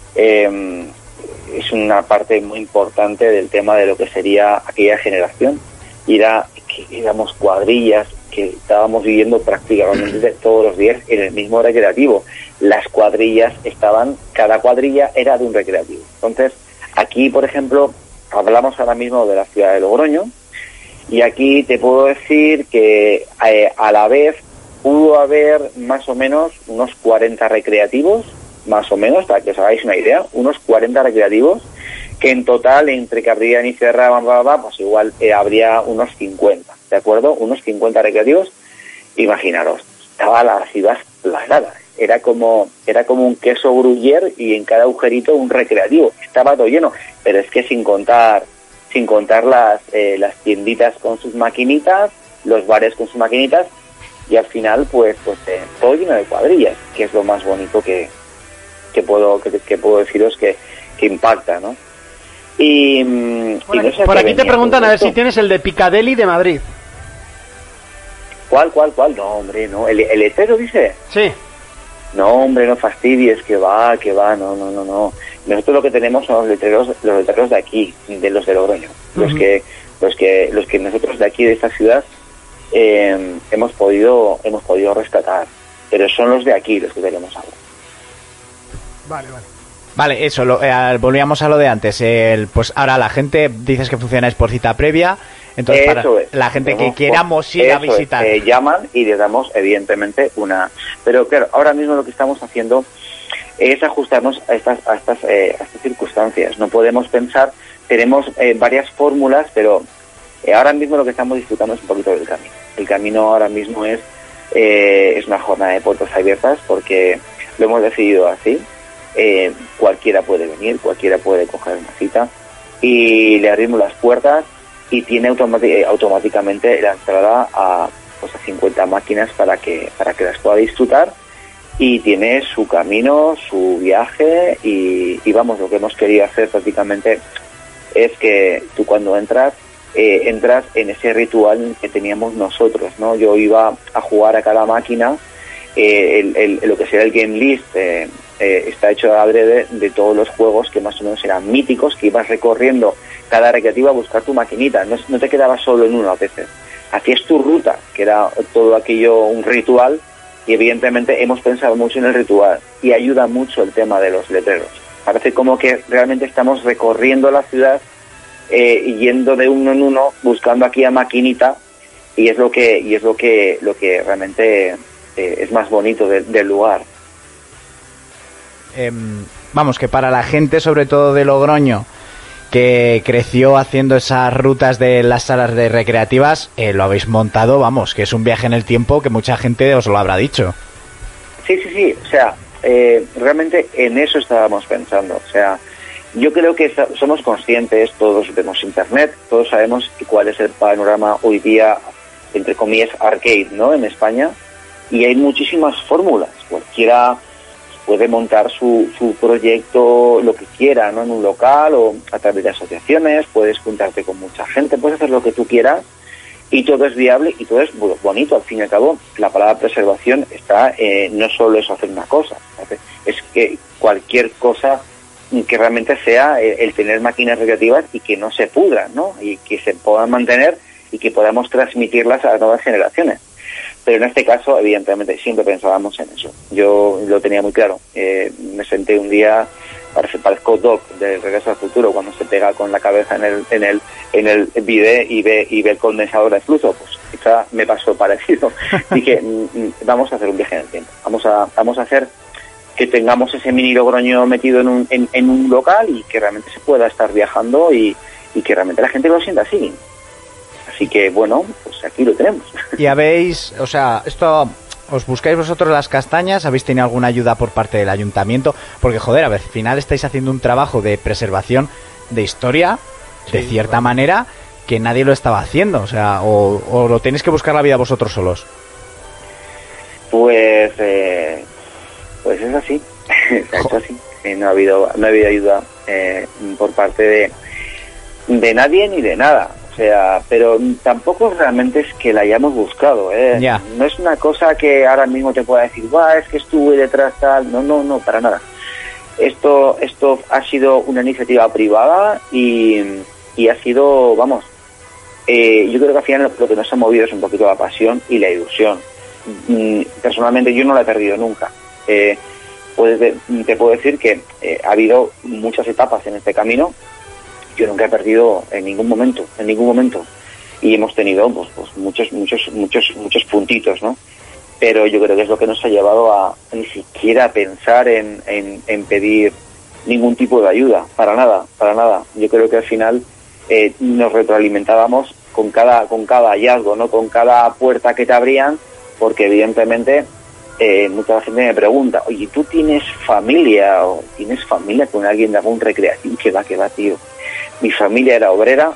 eh, es una parte muy importante del tema de lo que sería aquella generación, y era que éramos cuadrillas que estábamos viviendo prácticamente todos los días en el mismo recreativo. Las cuadrillas estaban, cada cuadrilla era de un recreativo. Entonces, aquí, por ejemplo, hablamos ahora mismo de la ciudad de Logroño, y aquí te puedo decir que eh, a la vez pudo haber más o menos unos cuarenta recreativos, más o menos, para que os hagáis una idea, unos cuarenta recreativos, que en total, entre que abrían y cerraban, bla, bla, bla, pues igual eh, habría unos cincuenta, ¿de acuerdo? Unos cincuenta recreativos. Imaginaros, estaba la ciudad plagada, era como era como un queso gruyère, y en cada agujerito un recreativo, estaba todo lleno, pero es que sin contar sin contar las eh, las tienditas con sus maquinitas, los bares con sus maquinitas, y al final pues pues eh, todo lleno de cuadrillas, que es lo más bonito que que puedo que, que puedo deciros que, que impacta, ¿no? Y, por y aquí, no sé por aquí te preguntan a ver esto. si tienes el de Piccadilly de Madrid. ¿Cuál, cuál, cuál? No, hombre, no. ¿El, el hetero dice? Sí. No, hombre, no fastidies, que va, que va, no, no, no, no. Nosotros lo que tenemos son los letreros, los letreros de aquí, de los de Logroño. Uh-huh. Los que, los que, los que nosotros de aquí, de esta ciudad, eh, hemos podido, hemos podido rescatar. Pero son los de aquí los que tenemos ahora. Vale, vale. Vale, eso, lo, eh, volvíamos a lo de antes. El, pues ahora la gente, dices que funcionáis por cita previa, entonces eso para es. la gente Tenemos, que queramos ir a visitar. Es, eh, llaman y les damos, evidentemente, una... Pero claro, ahora mismo lo que estamos haciendo es ajustarnos a estas, a estas, eh, a estas circunstancias. No podemos pensar, tenemos eh, varias fórmulas, pero eh, ahora mismo lo que estamos disfrutando es un poquito del camino. El camino ahora mismo es, eh, es una jornada de puertas abiertas, porque lo hemos decidido así. Eh, cualquiera puede venir, cualquiera puede coger una cita, y le abrimos las puertas, y tiene automati- automáticamente la entrada a, pues a cincuenta máquinas para que para que las pueda disfrutar, y tiene su camino, su viaje, y, y vamos, lo que hemos querido hacer prácticamente es que tú cuando entras eh, entras en ese ritual que teníamos nosotros, ¿no? Yo iba a jugar a cada máquina, eh, el, el, lo que será el game list eh, eh, está hecho de adrede de todos los juegos que más o menos eran míticos, que ibas recorriendo cada recreativa a buscar tu maquinita, no, no te quedabas solo en uno a veces, hacías tu ruta, que era todo aquello un ritual, y evidentemente hemos pensado mucho en el ritual, y ayuda mucho el tema de los letreros. Parece como que realmente estamos recorriendo la ciudad eh, y yendo de uno en uno buscando aquí a maquinita, y es lo que y es lo que lo que realmente eh, es más bonito de, del lugar. Eh, vamos, que para la gente, sobre todo de Logroño, que creció haciendo esas rutas de las salas de recreativas, eh, lo habéis montado, vamos, que es un viaje en el tiempo que mucha gente os lo habrá dicho. Sí, sí, sí, o sea, eh, realmente en eso estábamos pensando, o sea, yo creo que somos conscientes, todos vemos internet, todos sabemos cuál es el panorama hoy día, entre comillas, arcade, ¿no?, en España, y hay muchísimas fórmulas, cualquiera puede montar su, su proyecto, lo que quiera, ¿no? En un local o a través de asociaciones, puedes juntarte con mucha gente, puedes hacer lo que tú quieras y todo es viable y todo es bonito. Al fin y al cabo, la palabra preservación está, eh, no solo es hacer una cosa, es que cualquier cosa que realmente sea el, el tener máquinas recreativas y que no se pudran, ¿no? Y que se puedan mantener y que podamos transmitirlas a las nuevas generaciones. Pero en este caso, evidentemente, siempre pensábamos en eso. Yo lo tenía muy claro. Eh, me senté un día, parece, parezco Doc de Regreso al Futuro, cuando se pega con la cabeza en el en el en el bidet y ve y ve el condensador de flujo. Pues quizá me pasó parecido. Dije, vamos a hacer un viaje en el tiempo. Vamos a vamos a hacer que tengamos ese mini Logroño metido en un en, en un local y que realmente se pueda estar viajando y, y que realmente la gente lo sienta así. Así que, bueno, pues aquí lo tenemos. Y habéis, o sea, esto, ¿os buscáis vosotros las castañas? ¿Habéis tenido alguna ayuda por parte del ayuntamiento? Porque, joder, a ver, al final estáis haciendo un trabajo de preservación de historia, sí, de cierta claro. manera, que nadie lo estaba haciendo. O sea, o, o lo tenéis que buscar la vida vosotros solos. Pues, eh, pues es así. es así. Eh, no ha habido, no ha habido ayuda eh, por parte de, de nadie ni de nada. O sea, pero tampoco realmente es que la hayamos buscado, ¿eh? Yeah. No es una cosa que ahora mismo te pueda decir, guau, es que estuve detrás tal. No, no, no, para nada. Esto esto ha sido una iniciativa privada y, y ha sido, vamos, eh, yo creo que al final lo que nos ha movido es un poquito la pasión y la ilusión. Personalmente yo no la he perdido nunca. Eh, pues te, te puedo decir que eh, ha habido muchas etapas en este camino. Yo nunca he perdido en ningún momento, en ningún momento. Y hemos tenido pues, pues muchos, muchos, muchos, muchos puntitos, ¿no? Pero yo creo que es lo que nos ha llevado a ni siquiera pensar en, en, en pedir ningún tipo de ayuda, para nada, para nada. Yo creo que al final eh, nos retroalimentábamos con cada, con cada hallazgo, ¿no? Con cada puerta que te abrían, porque evidentemente eh, mucha gente me pregunta, oye, ¿tú tienes familia o tienes familia con alguien de algún recreativo? Que va, que va, tío. Mi familia era obrera,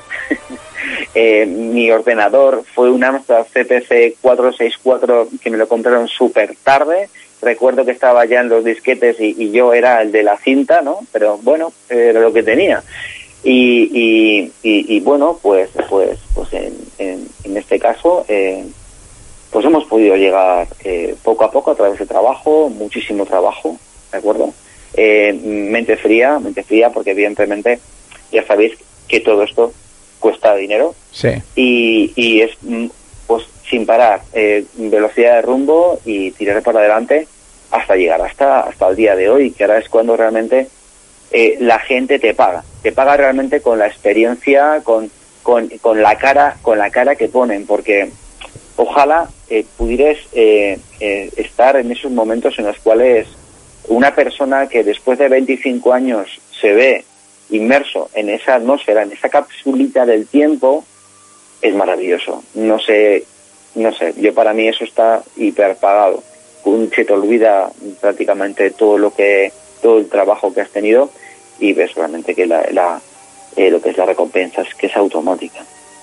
eh, mi ordenador fue un Amstrad C P C cuatrocientos sesenta y cuatro que me lo compraron súper tarde. Recuerdo que estaba ya en los disquetes y, y yo era el de la cinta, ¿no? Pero bueno, era lo que tenía. Y, y, y, y bueno, pues pues pues en, en, en este caso, eh, pues hemos podido llegar eh, poco a poco a través de trabajo, muchísimo trabajo, ¿de acuerdo? Eh, mente fría, mente fría, porque evidentemente ya sabéis que todo esto cuesta dinero. Sí. Y, y es pues sin parar, eh, velocidad de rumbo y tirar para adelante hasta llegar hasta hasta el día de hoy, que ahora es cuando realmente eh, la gente te paga, te paga realmente con la experiencia, con con con la cara, con la cara que ponen, porque ojalá eh, pudieras eh, eh, estar en esos momentos en los cuales una persona que después de veinticinco años se ve inmerso en esa atmósfera, en esa capsulita del tiempo, es maravilloso. No sé, no sé, yo para mí eso está hiperpagado. Se te olvida prácticamente todo lo que, todo el trabajo que has tenido y ves realmente que la, la eh, lo que es la recompensa es que es automática.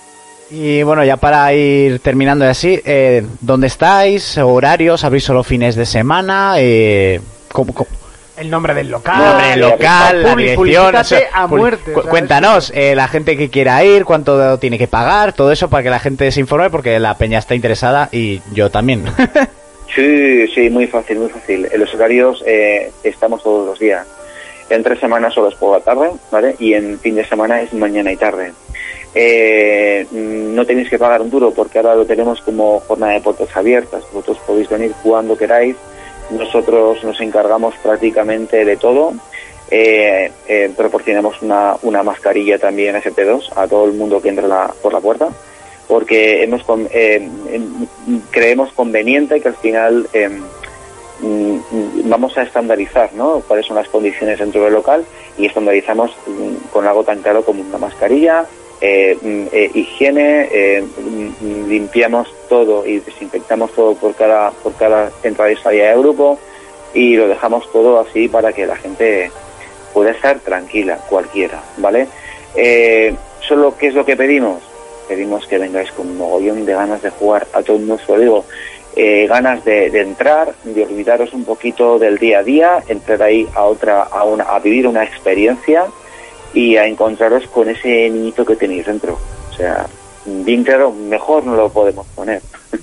Y bueno, ya para ir terminando y así, eh, ¿dónde estáis? ¿Horarios? ¿Abrís solo fines de semana? Eh, ¿cómo, cómo? El nombre del local, el nombre del local, la dirección, eso, a muerte, cu- cuéntanos, eh, la gente que quiera ir, cuánto tiene que pagar, todo eso para que la gente se informe, porque la peña está interesada y yo también. Sí, sí, muy fácil, muy fácil. En los horarios eh, estamos todos los días. En tres semanas solo es por la tarde, ¿vale? Y en fin de semana es mañana y tarde. Eh, no tenéis que pagar un duro porque ahora lo tenemos como jornada de puertas abiertas. Vosotros podéis venir cuando queráis. Nosotros nos encargamos prácticamente de todo. Eh, eh, proporcionamos una, una mascarilla también F P dos a todo el mundo que entre la, por la puerta, porque hemos con, eh, creemos conveniente que al final eh, vamos a estandarizar, ¿no?, cuáles son las condiciones dentro del local, y estandarizamos con algo tan claro como una mascarilla, eh, eh, higiene, eh, limpiamos todo y desinfectamos todo por cada por cada entrada y salida de grupo, y lo dejamos todo así para que la gente pueda estar tranquila, cualquiera, ¿vale? Eh, solo, ¿qué es lo que pedimos? Pedimos que vengáis con un mogollón de ganas de jugar a todo nuestro digo. eh, ganas de, de entrar, de olvidaros un poquito del día a día, entrar ahí a otra, a una, a vivir una experiencia y a encontraros con ese niñito que tenéis dentro. O sea, bien claro, mejor no lo podemos poner.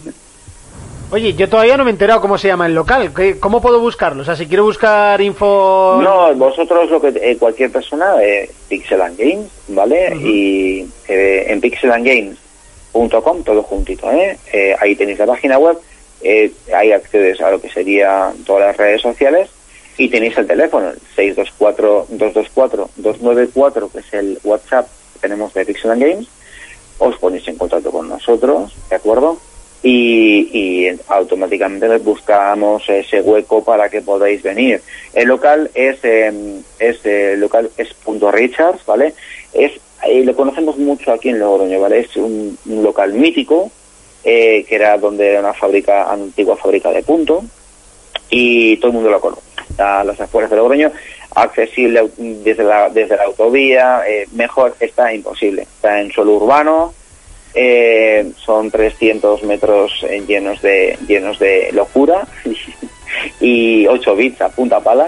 Oye, yo todavía no me he enterado cómo se llama el local. ¿Cómo puedo buscarlo? O sea, si quiero buscar info... No, vosotros, lo que eh, cualquier persona, eh, Pixel and Games, ¿vale? Uh-huh. Y eh, en pixel and games punto com, todo juntito, ¿eh? eh ahí tenéis la página web, eh, ahí accedes a lo que serían todas las redes sociales y tenéis el teléfono, el seis dos cuatro, dos dos cuatro, dos nueve cuatro, que es el WhatsApp que tenemos de Pixel and Games. Os ponéis en contacto con nosotros, ¿de acuerdo? Y, y automáticamente buscamos ese hueco para que podáis venir. El local es eh, es eh, local es punto Richards, ¿vale? Es eh, lo conocemos mucho aquí en Logroño, ¿vale? Es un, un local mítico eh, que era donde era una fábrica, antigua fábrica de punto, y todo el mundo lo conoce. A las afueras de Logroño, accesible desde la desde la autovía, eh, mejor está imposible. Está en suelo urbano. Eh, son trescientos metros eh, llenos de llenos de locura y ocho bits a punta pala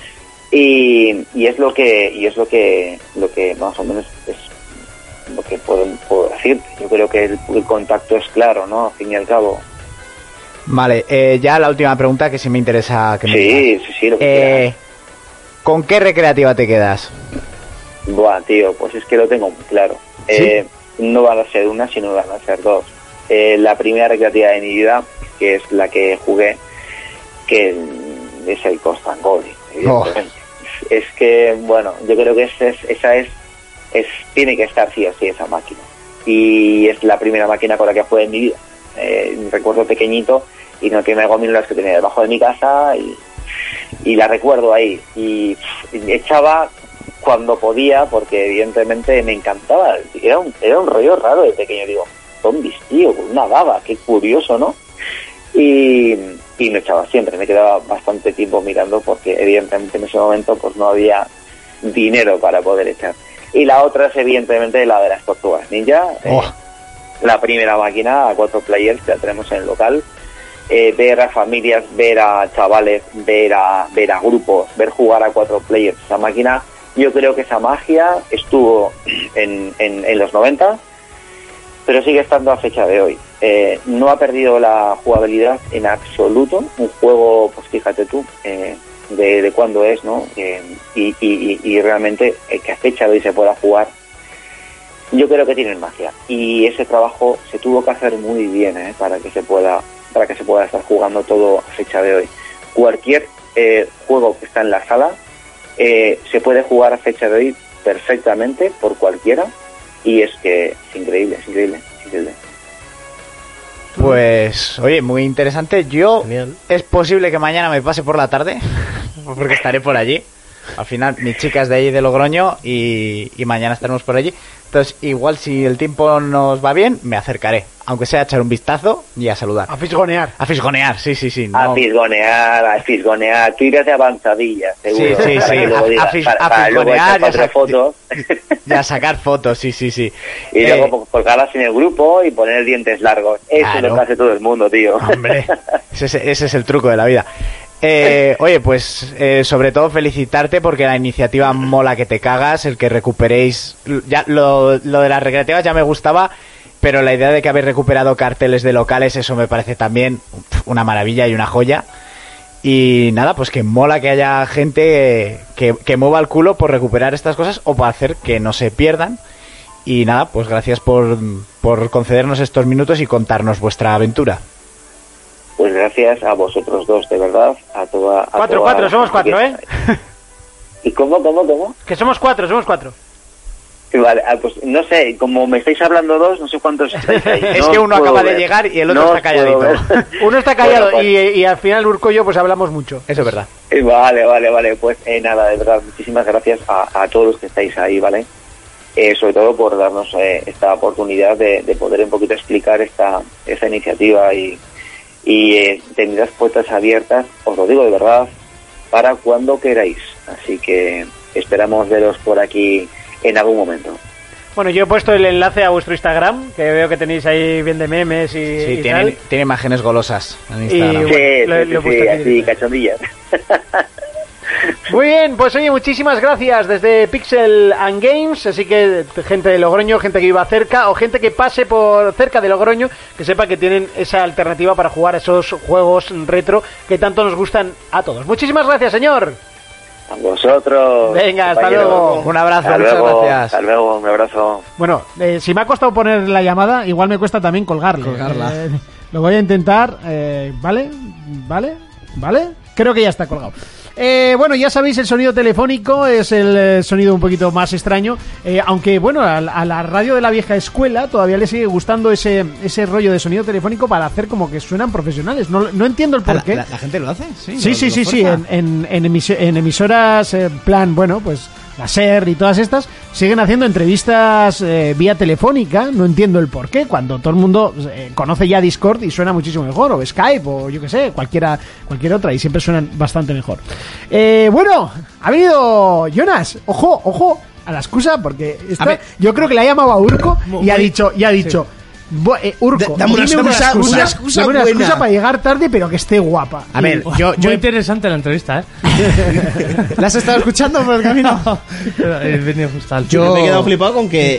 y, y es lo que y es lo que lo que más o menos es lo que puedo, puedo decir. Yo creo que el, el contacto es claro, ¿no? Al fin y al cabo. Vale, eh, ya la última pregunta que sí me interesa que me sí digas. sí sí lo que eh, ¿Con qué recreativa te quedas? Buah, tío, pues es que lo tengo muy claro. ¿Sí? Eh, no van a ser una, sino van a ser dos. Eh, la primera recreativa de mi vida, que es la que jugué, que es el Ghost and Goblin, evidentemente. Oh. Es que, bueno, yo creo que es, es, esa es, es, tiene que estar sí o sí esa máquina. Y es la primera máquina con la que jugué en mi vida. Eh, recuerdo pequeñito y no tiene gominolas que tenía debajo de mi casa y, y la recuerdo ahí. Y pff, echaba cuando podía, porque evidentemente me encantaba. Era un, era un rollo raro de pequeño, digo, zombies, tío, con una baba, qué curioso, ¿no? Y, y me echaba siempre, me quedaba bastante tiempo mirando porque evidentemente en ese momento pues no había dinero para poder echar. Y la otra es evidentemente la de las Tortugas Ninja, oh. eh, la primera máquina a cuatro players que la tenemos en el local. Eh, ver a familias, ver a chavales, ver a, ver a grupos, ver jugar a cuatro players esa máquina. Yo creo que esa magia estuvo en, en, en los noventa, pero sigue estando a fecha de hoy. Eh, no ha perdido la jugabilidad en absoluto. Un juego, pues fíjate tú, eh, de, de cuándo es, ¿no? Eh, y, y, y realmente eh, que a fecha de hoy se pueda jugar, yo creo que tienen magia. Y ese trabajo se tuvo que hacer muy bien, ¿eh? para que se pueda para que se pueda estar jugando todo a fecha de hoy. Cualquier eh, juego que está en la sala Eh, se puede jugar a fecha de hoy perfectamente por cualquiera y es que es increíble, es increíble, es increíble. Pues, oye, muy interesante. Yo, Genial. Es posible que mañana me pase por la tarde porque estaré por allí. Al final, mi chica es de allí de Logroño y, y mañana estaremos por allí. Entonces, igual si el tiempo nos va bien, me acercaré. Aunque sea a echar un vistazo y a saludar. A fisgonear. A fisgonear, sí, sí, sí. No. A fisgonear, a fisgonear. Tú irás de avanzadilla, seguro. Sí, sí, para sí. Que luego a, digas, a, fis, para, a para luego echar cuatro sac, fotos. Y a sacar fotos, sí, sí, sí. Y eh, luego colgarlas en el grupo y poner dientes largos. Eso claro. es lo que hace todo el mundo, tío. Hombre, ese, ese es el truco de la vida. Eh, oye, pues eh, sobre todo felicitarte porque la iniciativa mola que te cagas, el que recuperéis, ya lo, lo de las recreativas ya me gustaba, pero la idea de que habéis recuperado carteles de locales, eso me parece también una maravilla y una joya. Y nada, pues que mola que haya gente que, que mueva el culo por recuperar estas cosas o para hacer que no se pierdan. Y nada, pues gracias por, por concedernos estos minutos y contarnos vuestra aventura. Pues gracias a vosotros dos, de verdad, a toda... A cuatro, toda cuatro, somos cuatro, ¿eh? ¿Y cómo, cómo, cómo? Que somos cuatro, somos cuatro. Vale, pues no sé, como me estáis hablando dos, no sé cuántos estáis ahí. Es no que uno acaba ver. de llegar y el otro no está calladito. Uno está callado bueno, pues, y, y al final Urco y yo pues hablamos mucho. Eso es verdad. Vale, vale, vale, pues eh, nada, de verdad, muchísimas gracias a, a todos los que estáis ahí, ¿vale? Eh, sobre todo por darnos eh, esta oportunidad de, de poder un poquito explicar esta, esta iniciativa y, y eh, tener las puertas abiertas, os lo digo de verdad, para cuando queráis. Así que esperamos veros por aquí en algún momento. Bueno, yo he puesto el enlace a vuestro Instagram, que veo que tenéis ahí bien de memes y, Sí, y tiene, tal. tiene imágenes golosas en Y- Instagram. Sí, Lo- sí, lo he sí, puesto sí, aquí así, directo. cachondillas. Muy bien, pues oye, muchísimas gracias desde Pixel and Games, así que gente de Logroño, gente que viva cerca o gente que pase por cerca de Logroño, que sepa que tienen esa alternativa para jugar a esos juegos retro que tanto nos gustan a todos. Muchísimas gracias, señor. A vosotros. Venga, hasta compañeros. luego. Un abrazo, Hasta muchas luego, gracias. Hasta luego, un abrazo. Bueno, eh, si me ha costado poner la llamada, igual me cuesta también colgarle. Colgarla. Eh, lo voy a intentar, eh, ¿vale? ¿Vale? ¿Vale? Creo que ya está colgado. Eh, bueno, ya sabéis, el sonido telefónico es el eh, sonido un poquito más extraño, eh, aunque bueno, a, a la radio de la vieja escuela todavía le sigue gustando ese, ese rollo de sonido telefónico para hacer como que suenan profesionales. No, no entiendo el Ah, la, porqué. la- la gente lo hace, sí. Sí, lo- sí, lo sí, sí, fuerza. en, en, en, emiso- en emisoras, en plan, bueno, pues la SER y todas estas, siguen haciendo entrevistas eh, vía telefónica, no entiendo el por qué, cuando todo el mundo eh, conoce ya Discord y suena muchísimo mejor, o Skype, o yo que sé, cualquiera, cualquier otra, y siempre suenan bastante mejor. Eh, bueno, ha venido Jonas, ojo, ojo, a la excusa, porque esta- A ver. yo creo que le ha llamado a Urco y ha dicho, y ha dicho... "Bu- eh, Urco, Da- dame una dime excusa, una excusa dame una buena". excusa para llegar tarde, pero que esté guapa. A ver, Y- yo, yo Muy interesante la entrevista, ¿eh? ¿la has estado escuchando por el camino? He venido justo al Yo- Me he quedado flipado con que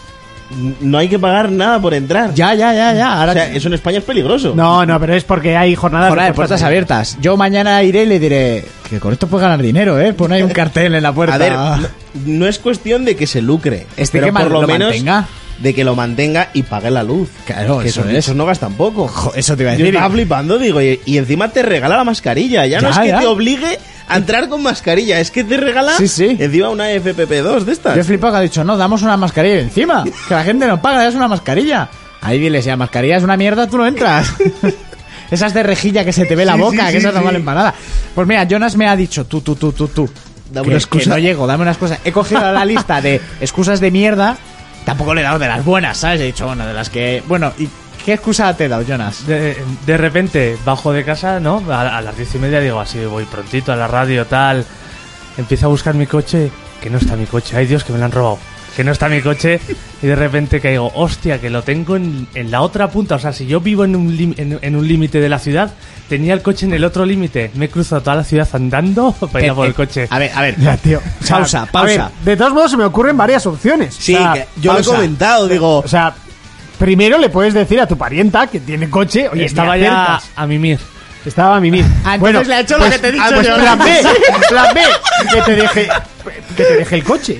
no hay que pagar nada por entrar. Ya, ya, ya, ya. Ahora O sea, eso en España es peligroso. No, no, pero es porque hay jornadas Jornada de puertas abiertas. Yo mañana iré y le diré que con esto puedes ganar dinero, ¿eh? Pon ahí un cartel en la puerta. A ver, no, no es cuestión de que se lucre, Este pero que man- por lo, lo menos mantenga. de que lo mantenga y pague la luz. Claro, que eso esos es. bichos no gastan poco. Jo, eso te iba a Yo decir. estaba flipando, digo, y, y encima te regala la mascarilla. Ya, no Ya, es que ya. te obligue a entrar con mascarilla, es que te regala Sí, sí. encima una F P P dos de estas. Yo he flipado que ha dicho, no, damos una mascarilla encima. Que la gente no paga, das una mascarilla. Ahí dile, si la mascarilla es una mierda, tú no entras. Esas de rejilla que se te ve la Sí, boca, sí, que sí, esas no sí. valen para nada. Pues mira, Jonas me ha dicho, tú, tú, tú, tú, tú. Dame que, una excusa. que no llego, dame una excusa. He cogido la lista de excusas de mierda. Tampoco le he dado de las buenas, ¿sabes? He dicho, bueno, de las que... Bueno, ¿y qué excusa te he dado, Jonas? De, de repente bajo de casa, ¿no? A, a las diez y media digo así, voy prontito a la radio, tal. Empiezo a buscar mi coche, que no está mi coche. Ay Dios, que me lo han robado. Que no está mi coche. Y de repente caigo, hostia, que lo tengo en, en la otra punta. O sea, si yo vivo en un lim- en, en un límite de la ciudad, tenía el coche en el otro límite. Me he cruzado toda la ciudad andando para ir a por Eh, el eh, coche. A ver, a ver. Ya, tío. O sea, Pausa, a pausa. ver, de todos modos, se me ocurren varias opciones. Sí, O sea, que yo lo he pausa. comentado, digo, O sea, primero le puedes decir a tu parienta que tiene coche, oye, Estaba me ya acercas. a mimir. Estaba a mimir. Ah, entonces le ha hecho lo que te he dicho ah, pues yo. plan B, plan B, que te deje, que te deje el coche.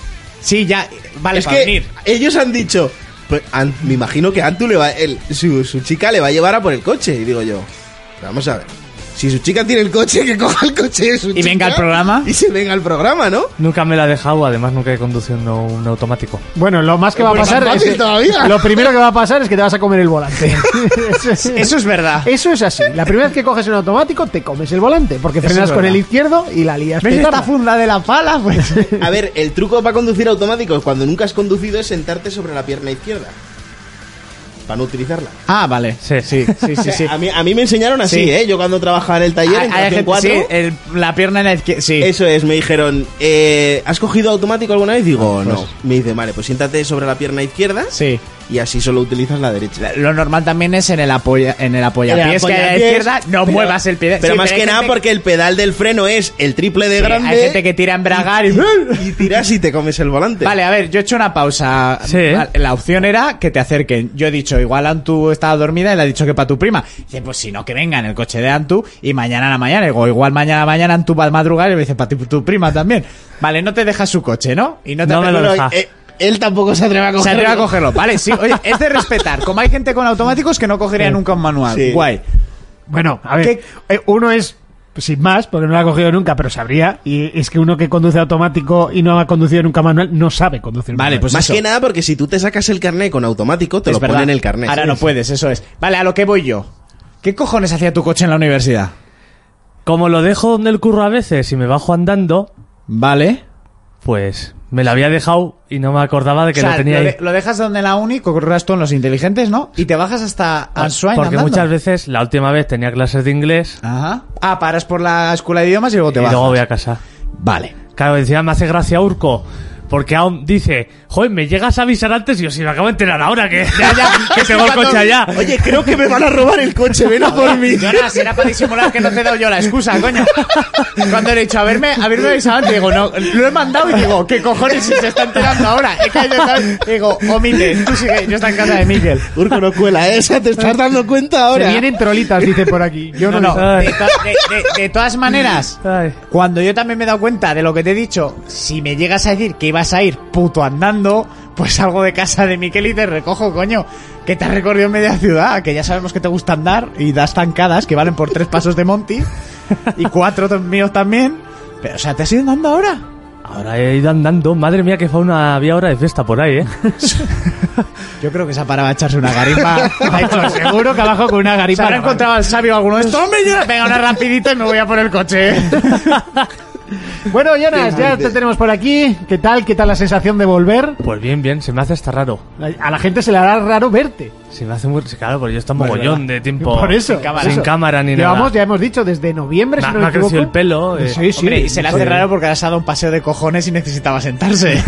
Sí, ya... Vale, es para que venir. ellos han dicho, pues, An- me imagino que Antu le va, él- su, su chica le va a llevar a por el coche. Y digo yo, vamos a ver, si su chica tiene el coche, que coja el coche de su Y chica venga al programa. y se venga al programa, ¿no? Nunca me la he dejado, además nunca he conducido un, un automático. Bueno, lo más que va a Pues pasar más es fácil que, todavía. lo primero que va a pasar es que te vas a comer el volante. eso, es, Eso es verdad. eso es así. La primera vez que coges un automático te comes el volante porque Eso frenas es con verdad. el izquierdo y la lías. ¿Ves petarda. esta funda de la pala? Pues... A ver, el truco para conducir automático cuando nunca has conducido es sentarte sobre la pierna izquierda. Para no utilizarla. Ah, vale. Sí. sí, sí, sí. sí. A, mí, a mí me enseñaron así, Sí. ¿eh? Yo cuando trabajaba en el taller, en Hay- hay Tracción gente- cuatro, sí, el- la pierna en la izquierda. Sí. eso es, me dijeron, eh, ¿has cogido automático alguna vez? Digo, Pues- no. Me dice, vale, pues siéntate sobre la pierna izquierda Sí. y así solo utilizas la derecha. Lo normal también es en el apoya, en el apoyapiés En el que hay a la apoyapiés, izquierda, no pero- muevas el pie. Pero Sí, más hay que nada gente- porque el pedal del freno es el triple de sí, grande. hay gente que tira en bragar y... y tiras y te comes el volante. Vale, a ver, yo he hecho una pausa. Sí. Vale, la opción era que te acerquen. Yo he dicho, igual Antu estaba dormida y le ha dicho que para tu prima. Dice, pues si no, que venga en el coche de Antu y mañana a la mañana. Digo, igual mañana a la mañana Antu va a madrugar y me dice, para tu, tu prima también. Vale, no te dejas su coche, ¿no? Y no te No me lo Bueno, deja. Eh, él tampoco se atreve a se cogerlo. atreve a cogerlo. Vale, sí, oye, es de respetar. Como hay gente con automáticos que no cogería nunca un manual. Sí. Guay. Bueno, a ver, ¿Qué? eh, uno es pues, sin más, porque no lo ha cogido nunca, pero sabría. Y es que uno que conduce automático y no ha conducido nunca manual no sabe conducir Vale, manual. pues Más eso. que nada porque si tú te sacas el carnet con automático, te Es lo verdad. ponen en el carnet. Ahora Sí, no sí. puedes, eso es. Vale, a lo que voy yo. ¿Qué cojones hacía tu coche en la universidad? Como lo dejo donde el curro a veces y me bajo andando, Vale. pues me lo había dejado y no me acordaba de que o sea, lo tenía lo, ahí. de- lo dejas donde la uni, corras tú en los inteligentes, ¿no? Y te bajas hasta Answine Porque andando. muchas veces, la última vez tenía clases de inglés Ajá. Ah, paras por la escuela de idiomas y luego te y bajas. luego voy a casa. Vale. Claro, encima me hace gracia Urco, Porque aún dice, joder, me llegas a avisar antes y yo, si me acabo de enterar ahora que, ya, ya, que tengo el coche allá. Oye, creo que me van a robar el coche, ven a por mí. Jonas, era para disimular que no te he dado yo la excusa, coño. Cuando le he dicho, a verme, a verme avisado antes, digo, no, lo he mandado y digo, ¿qué cojones si se está enterando ahora? He caído, ¿sabes? Digo, omite, tú sigue, yo estoy en casa de Miguel. Urco, no cuela esa, te estás dando cuenta ahora. Se vienen trolitas, dice por aquí. Yo no, No, no, Ay. de, to- de- de- de todas maneras, Ay. cuando yo también me he dado cuenta de lo que te he dicho, si me llegas a decir que ibas a ir puto andando, pues salgo de casa de Miquel y te recojo, coño. Que te has recorrido media ciudad, que ya sabemos que te gusta andar y das tancadas que valen por tres pasos de Monty y cuatro t- míos también. Pero, o sea, ¿te has ido andando ahora? Ahora he ido andando. Madre mía, que fue una había hora de fiesta por ahí, ¿eh? Yo creo que se ha parado a echarse una garipa. Ha hecho, seguro que abajo con una se garipa. habrá encontrado al sabio alguno de estos. ¡Hombre, yo venga una rapidita y me voy a por el coche! Bueno, Jonas, ya te tenemos por aquí. ¿Qué tal? ¿Qué tal la sensación de volver? Pues bien, bien, se me hace hasta raro. A la gente se le hará raro verte. Se me hace muy... Claro, porque yo estoy mogollón de tiempo Por eso. sin cámara, por eso. sin cámara ni Llevamos, nada. ya hemos dicho, desde noviembre, Me, si no me me ha crecido equivoco. el pelo. eh. Sí, sí. Hombre, y se le hace Sí. raro porque has dado un paseo de cojones y necesitaba sentarse.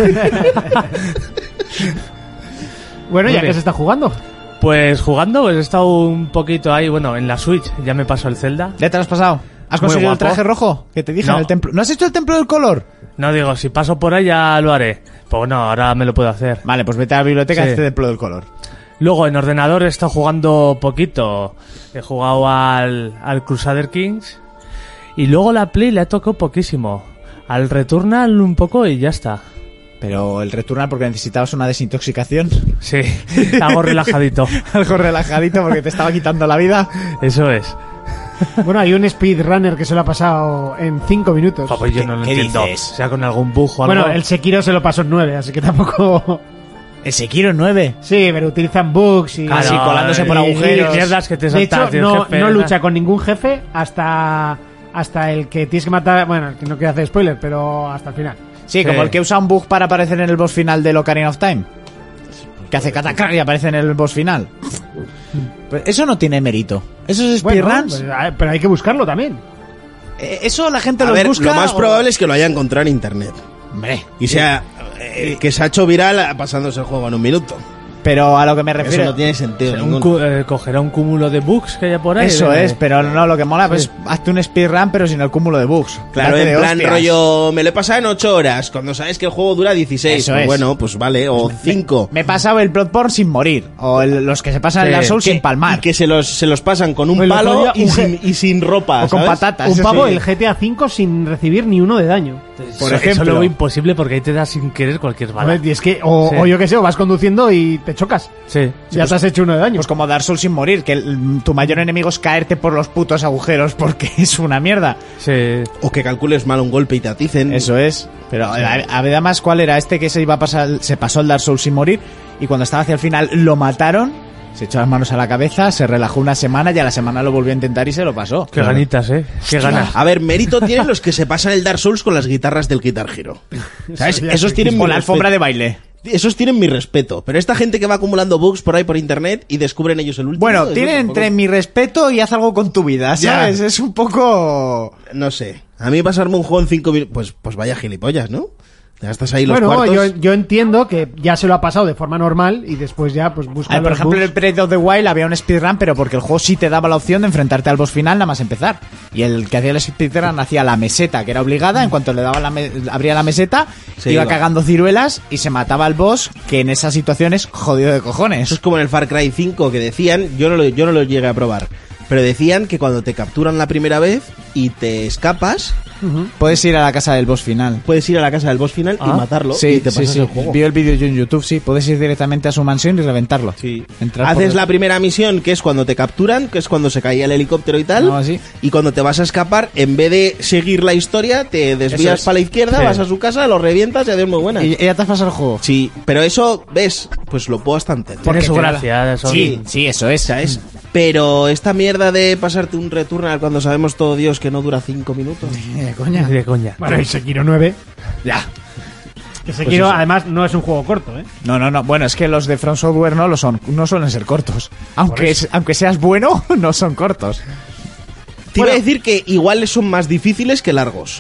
Bueno, Muy ya bien. que se está jugando. Pues jugando, pues he estado un poquito ahí, bueno, en la Switch, ya me pasó el Zelda. ¿Ya te lo has pasado? ¿Has Muy conseguido el guapo. traje rojo? Que te dije No. en el templo. ¿No has hecho el templo del color? No digo, si paso por ahí ya lo haré. Pues bueno, ahora me lo puedo hacer. Vale, pues vete a la biblioteca Sí. y hazte el templo del color. Luego en ordenador he estado jugando poquito. He jugado al, al Crusader Kings. Y luego la Play le ha tocado poquísimo. Al Returnal un poco y ya está. Pero el Returnal porque necesitabas una desintoxicación. Sí, algo relajadito. Algo relajadito porque te estaba quitando la vida. Eso es. Bueno, hay un speedrunner que se lo ha pasado en cinco minutos. Joder, yo ¿Qué- no lo qué entiendo. dices? Sea con algún bug o algo. Bueno, el Sekiro se lo pasó en nueve, así que tampoco... El Sekiro nueve. Sí, pero utilizan bugs y... Claro, Así colándose por y- agujeros. y mierdas que te De hecho, saltas y el no, jefe, no ¿no? lucha con ningún jefe hasta hasta el que tienes que matar... Bueno, que no quiero hacer spoiler, pero hasta el final. Sí, Sí. como el que usa un bug para aparecer en el boss final de Ocarina of Time. Que hace catacrack y aparece en el boss final. Pues eso no tiene mérito. Eso es Bueno, speedruns. pues, a- pero hay que buscarlo también. Eh, Eso la gente A lo ver, busca. lo más o- probable es que lo haya encontrado en internet. Hombre. Y sea, eh, que se ha hecho viral pasándose el juego en un minuto. Pero a lo que me Eso refiero. no tiene sentido Un ninguno. cu- eh, cogerá un cúmulo de bugs que haya por ahí. Eso de- es, pero no, lo que mola pues hazte un speedrun pero sin el cúmulo de bugs. Claro, Date en de plan hostias. rollo, me lo he pasado en ocho horas, cuando sabes que el juego dura dieciséis. Eso Pues es. bueno, pues vale, o cinco. Me he pasado el Bloodborne sin morir. O el- los que se pasan Sí. el Dark Souls Que- sin palmar. Y que se los, se los pasan con un O el otro palo día, y un sin, ge- y sin ropa, O con ¿sabes? patatas. Un eso pavo, sí. el G T A cinco sin recibir ni uno de daño. Por Eso- ejemplo, eso lo lo veo imposible porque ahí te da sin querer cualquier bala. Joder, y es que, o, Sí. o yo que sé, o vas conduciendo y te chocas. Sí. ya te has hecho uno de daño. Pues como Dark Souls sin morir, que el- tu mayor enemigo es caerte por los putos agujeros porque es una mierda. Sí. O que calcules mal un golpe y te aticen. Eso es. Pero a, a ver, además, ¿cuál era? Este que se iba a pasar, se pasó el Dark Souls sin morir y cuando estaba hacia el final lo mataron, se echó las manos a la cabeza, se relajó una semana y a la semana lo volvió a intentar y se lo pasó. Qué ganitas, ¿eh? Qué ganas. A ver, mérito tienen los que se pasan el Dark Souls con las guitarras del Guitar Hero. ¿Sabes? Eso ya Esos sí. tienen O mi la alfombra de respeto. baile. Esos tienen mi respeto. Pero esta gente que va acumulando bugs por ahí por internet y descubren ellos el último. Bueno, eso tiene tampoco- entre mi respeto y haz algo con tu vida, ¿sabes? Es un poco... No sé. A mí pasarme un juego en cinco minutos. Pues, pues vaya gilipollas, ¿no? Te gastas ahí los Bueno, cuartos. yo, yo entiendo que ya se lo ha pasado de forma normal y después ya pues busca A ver, por los ejemplo, en bugs. el Breath of the Wild había un speedrun, pero porque el juego sí te daba la opción de enfrentarte al boss final nada más empezar. Y el que hacía el speedrun hacía la meseta, que era obligada, en cuanto le daba la me- abría la meseta, Se iba iba. cagando ciruelas y se mataba al boss, que en esas situaciones jodido de cojones. Eso es como en el Far Cry cinco que decían, yo no lo, yo no lo llegué a probar, pero decían que cuando te capturan la primera vez y te escapas, Puedes ir a la casa del boss final. puedes ir a la casa del boss final y Ah, matarlo Sí, y te sí, pasas sí. el juego. Vi el vídeo yo en YouTube, sí. Puedes ir directamente a su mansión y reventarlo. Sí. Entrar por Haces el- la primera misión, que es cuando te capturan, que es cuando se caía el helicóptero y tal. No, así. Y cuando te vas a escapar, en vez de seguir la historia, te desvías Eso es. para la izquierda, Sí. vas a su casa, lo revientas y adiós muy buena. Y y ya te has pasado el juego. Sí, pero eso, ¿ves? Pues lo puedo hasta entender. Tiene su te da la- gracia. Son... Sí, sí, eso es. ¿Sabes? Pero esta mierda de pasarte un Returnal cuando sabemos todo Dios que no dura cinco minutos. Eh, coña. De coña. Bueno, el Sekiro nueve. Ya. Que Sekiro además no es un juego corto, ¿eh? No, no, no. Bueno, es que los de From Software no lo son. No suelen ser cortos. Aunque, es- aunque seas bueno, no son cortos. Te iba a decir que igual son más difíciles que largos.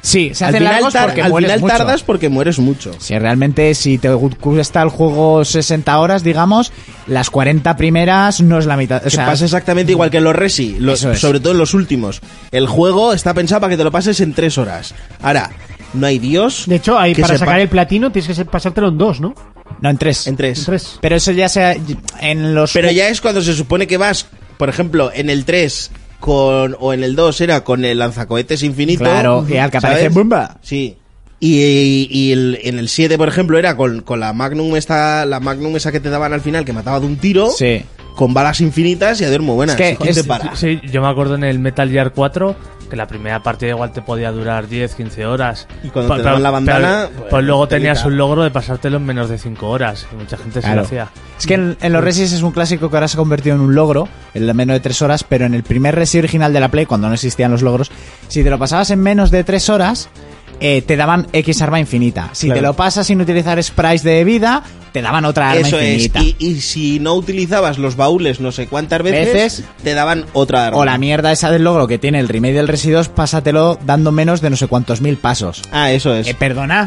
Sí, se al hacen final, largos tar- porque al mueres final mucho. tardas porque mueres mucho. Si realmente, si te cuesta el juego sesenta horas, digamos, las cuarenta primeras no es la mitad. O Que sea, pasa exactamente igual que en los Resi, los- Eso es. sobre todo en los últimos. El juego está pensado para que te lo pases en tres horas. Ahora, no hay Dios. De hecho, hay, que para sepa- sacar el platino tienes que se- pasártelo en dos, ¿no? no, en tres. En tres. En tres. Pero eso ya sea en los... Pero ya es cuando se supone que vas, por ejemplo, en el tres con, o en el dos era con el lanzacohetes infinito. Claro, y al que aparece ¿sabes? ¡bumba! Sí. Y, y- y el- en el siete, por ejemplo, era con, con la Magnum esta, la Magnum esa que te daban al final, que mataba de un tiro, Sí. con balas infinitas y a ver muy buenas. Es que ¿Quién te es- para? Sí, yo me acuerdo en el Metal Gear cuatro que la primera partida igual te podía durar diez, quince horas. Y cuando Pa- te pero- daban la bandana, pero- pues, pues luego tenías telita. un logro de pasártelo en menos de cinco horas. Y mucha gente se Claro. lo hacía. Es que en, en los Resis es un clásico que ahora se ha convertido en un logro, en la menos de tres horas, pero en el primer Resi original de la Play, cuando no existían los logros, si te lo pasabas en menos de tres horas, eh, te daban X arma infinita. Si Claro. te lo pasas sin utilizar sprites de vida, te daban otra arma Eso es. infinita. Y, y si no utilizabas los baúles no sé cuántas veces, Veces. te daban otra arma. O la mierda esa del logro que tiene el remake del Resi dos, pásatelo dando menos de no sé cuántos mil pasos. Ah, eso es. Eh, perdona.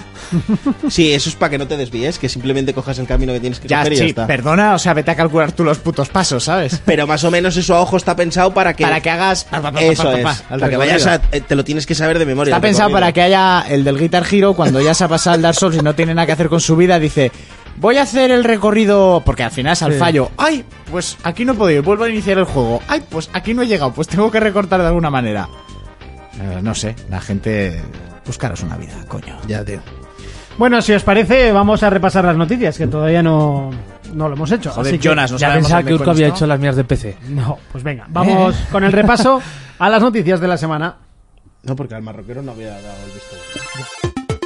Sí, eso es para que no te desvíes, que simplemente cojas el camino que tienes que Ya, coger y ya sí, está. perdona, o sea, vete a calcular tú los putos pasos, ¿sabes? Pero más o menos eso a ojo está pensado para que... Para que hagas... Eso es. Para que vayas a... eh, Te lo tienes que saber de memoria. Está el pensado recorrido. para que haya el del Guitar Hero, cuando ya se ha pasado el Dark Souls y no tiene nada que hacer con su vida, dice, voy a hacer el recorrido, porque al final es al Sí. fallo. Ay, pues aquí no he podido, vuelvo a iniciar el juego. Ay, pues aquí no he llegado, pues tengo que recortar de alguna manera. Eh, no sé, la gente... Buscaros una vida, coño. Ya, tío. Bueno, si os parece, vamos a repasar las noticias, que todavía no, no lo hemos hecho. Joder, así que- Jonas, no Ya sabemos pensaba dónde que Urco con había esto. hecho las mías de P C. No, pues venga, vamos con el repaso a las noticias de la semana. No, porque al marroquero no había dado el visto.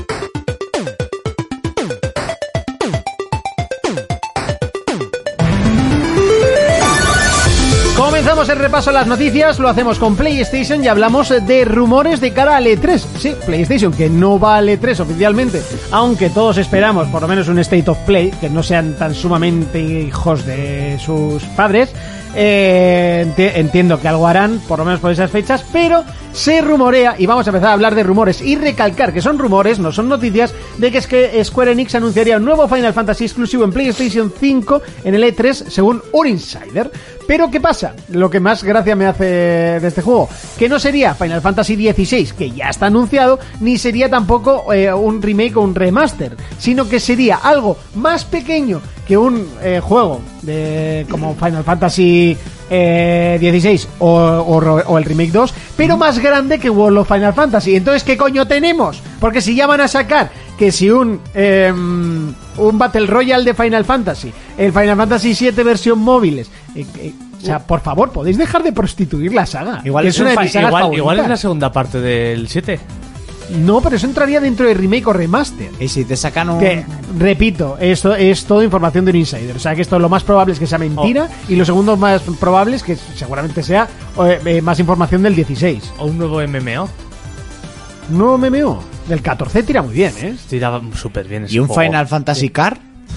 Comenzamos el repaso a las noticias, lo hacemos con PlayStation y hablamos de rumores de cara al E tres. Sí, PlayStation, que no va al E tres oficialmente, aunque todos esperamos por lo menos un State of Play, que no sean tan sumamente hijos de sus padres. Eh, enti- entiendo que algo harán, por lo menos por esas fechas, pero se rumorea, y vamos a empezar a hablar de rumores y recalcar que son rumores, no son noticias, de que es que Square Enix anunciaría un nuevo Final Fantasy exclusivo en PlayStation cinco en el E tres, según un insider. Pero ¿qué pasa? Lo que más gracia me hace de este juego, que no sería Final Fantasy dieciséis, que ya está anunciado, ni sería tampoco eh, un remake o un remaster, sino que sería algo más pequeño que un eh, juego de como Final Fantasy eh, dieciséis o, o, o el remake dos, pero más grande que World of Final Fantasy. Entonces, ¿qué coño tenemos? Porque si ya van a sacar que si un eh, un Battle Royale de Final Fantasy, el Final Fantasy siete versión móviles, eh, eh, o sea, por favor, podéis dejar de prostituir la saga. Igual que es, es una de un fa- mis sagas igual, favoritas. igual es la segunda parte del siete. No, pero eso entraría dentro de remake o remaster. Y si te sacan un... Que, repito, esto es todo información de un insider. O sea, que esto lo más probable es que sea mentira. Y lo segundo más probable es que seguramente sea eh, eh, más información del dieciséis. O un nuevo M M O. Nuevo M M O. Del catorce tira muy bien, ¿eh? Tiraba súper bien ese ¿Y un juego. Final Fantasy Car?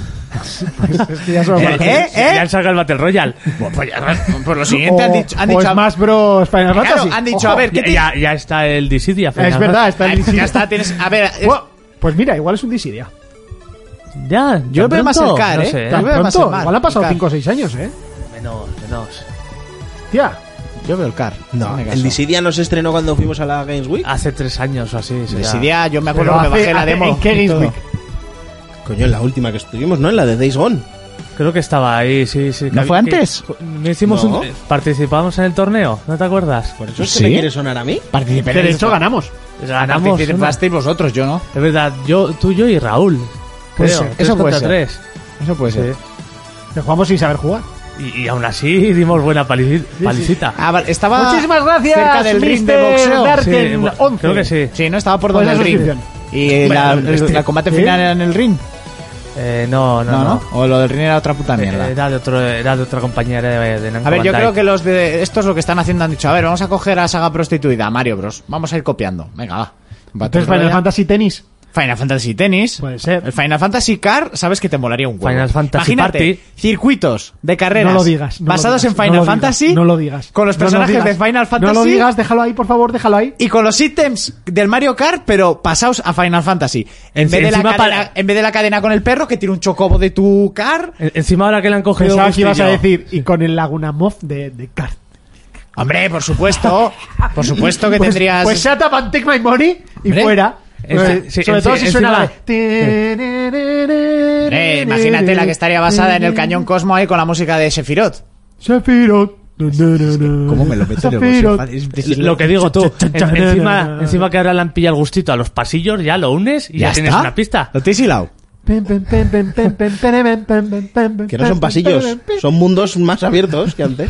Es que ya son ¿Eh? más- ¿Eh? Sí, ya han sacado el Battle Royale. Por lo siguiente han O- dicho... Han o dicho Smash Bros. Final Claro, Fantasy. han dicho, Ojo. a ver, ¿qué Ya, te- ya, ya está el Dissidia. Es verdad, está el Ay, Dissidia. ya está, tienes... A ver... es- Bueno, pues mira, igual es un Dissidia. Ya, Yo ¿tan veo más pronto? el Car, No ¿eh? sé, Yo Tan veo más pronto, el Mar, igual han pasado el Car. cinco o seis años, ¿eh? Menos, menos. Tía. Yo veo el Car. No, hazme el caso. Dissidia no se estrenó cuando fuimos a la Games Week. Hace tres años o así. sí, ya. Dissidia, yo me acuerdo Pero que me hace- bajé la hace- demo. ¿en qué y Games todo. Week? Coño, en la última que estuvimos, ¿no? En la de Days Gone. Creo que estaba ahí, sí, sí. ¿No que- fue que- antes? No hicimos No. un, participamos en el torneo, ¿no te acuerdas? Por eso es Sí. que me quiere sonar a mí. Participé en De el- hecho, ganamos. Ganamos. una. Participasteis vosotros, yo no. Es verdad, yo, tú, yo y Raúl. Puede Creo. ser. Tres Eso puede contra ser. tres. Eso puede ser. Sí. Que jugamos sin saber jugar. Y, y aún así dimos buena palici- palicita. Ah, vale, estaba Muchísimas gracias, cerca del ring de mister boxeo. Dark. Sí, Darken bueno, once. creo que sí. Sí, no estaba por Pues donde el esa ring. suscripción. Y la, Bueno, el, este- la combate ¿sí? final era en el ring. Eh, no, no, No, no. no. O lo del ring era otra puta Eh, mierda. Era de, otro, era de otra compañía de, de Namco A ver, yo Bandai. creo que los de estos lo que están haciendo han dicho, a ver, vamos a coger a Saga Prostituida, Mario Bros. Vamos a ir copiando. Venga, va. Battle Entonces, Final Royale. Fantasy Tennis. Final Fantasy Tennis. Puede ser. El Final Fantasy Car, sabes que te molaría un huevo. Final Fantasy Imagínate, Party. circuitos de carreras. No lo digas. no basados lo digas, en Final no lo Fantasy. digas, no lo digas. Con los No lo personajes digas. de Final Fantasy. No lo digas, déjalo ahí, por favor, déjalo ahí. Y con los ítems del Mario Kart, pero pasados a Final Fantasy. En, En- vez de la encima cadena, para- en vez de la cadena con el perro, que tiene un chocobo de tu car. En- Encima ahora que le han cogido Pensaba que ibas a gustillo. decir, y con el Laguna Moth de, de Kart. Hombre, por supuesto. Por supuesto que Pues, tendrías. pues shut up and take my money y Hombre. fuera. En- Pues, sí, sobre en- todo sí, si suena la encima- de... Hombre, imagínate la que estaría basada en el cañón Cosmo ahí con la música de Sephiroth. Sephiroth. ¿Cómo me lo meto en el bolsillo? Sephiroth. Es decir, Lo que digo tú, Chan, chan, en- chan, encima, chan, encima que ahora le han pillado el gustito a los pasillos, ya lo unes y ya, tienes está. una pista. Lo tienes hilado. Que Que no son pasillos, son mundos más abiertos que antes.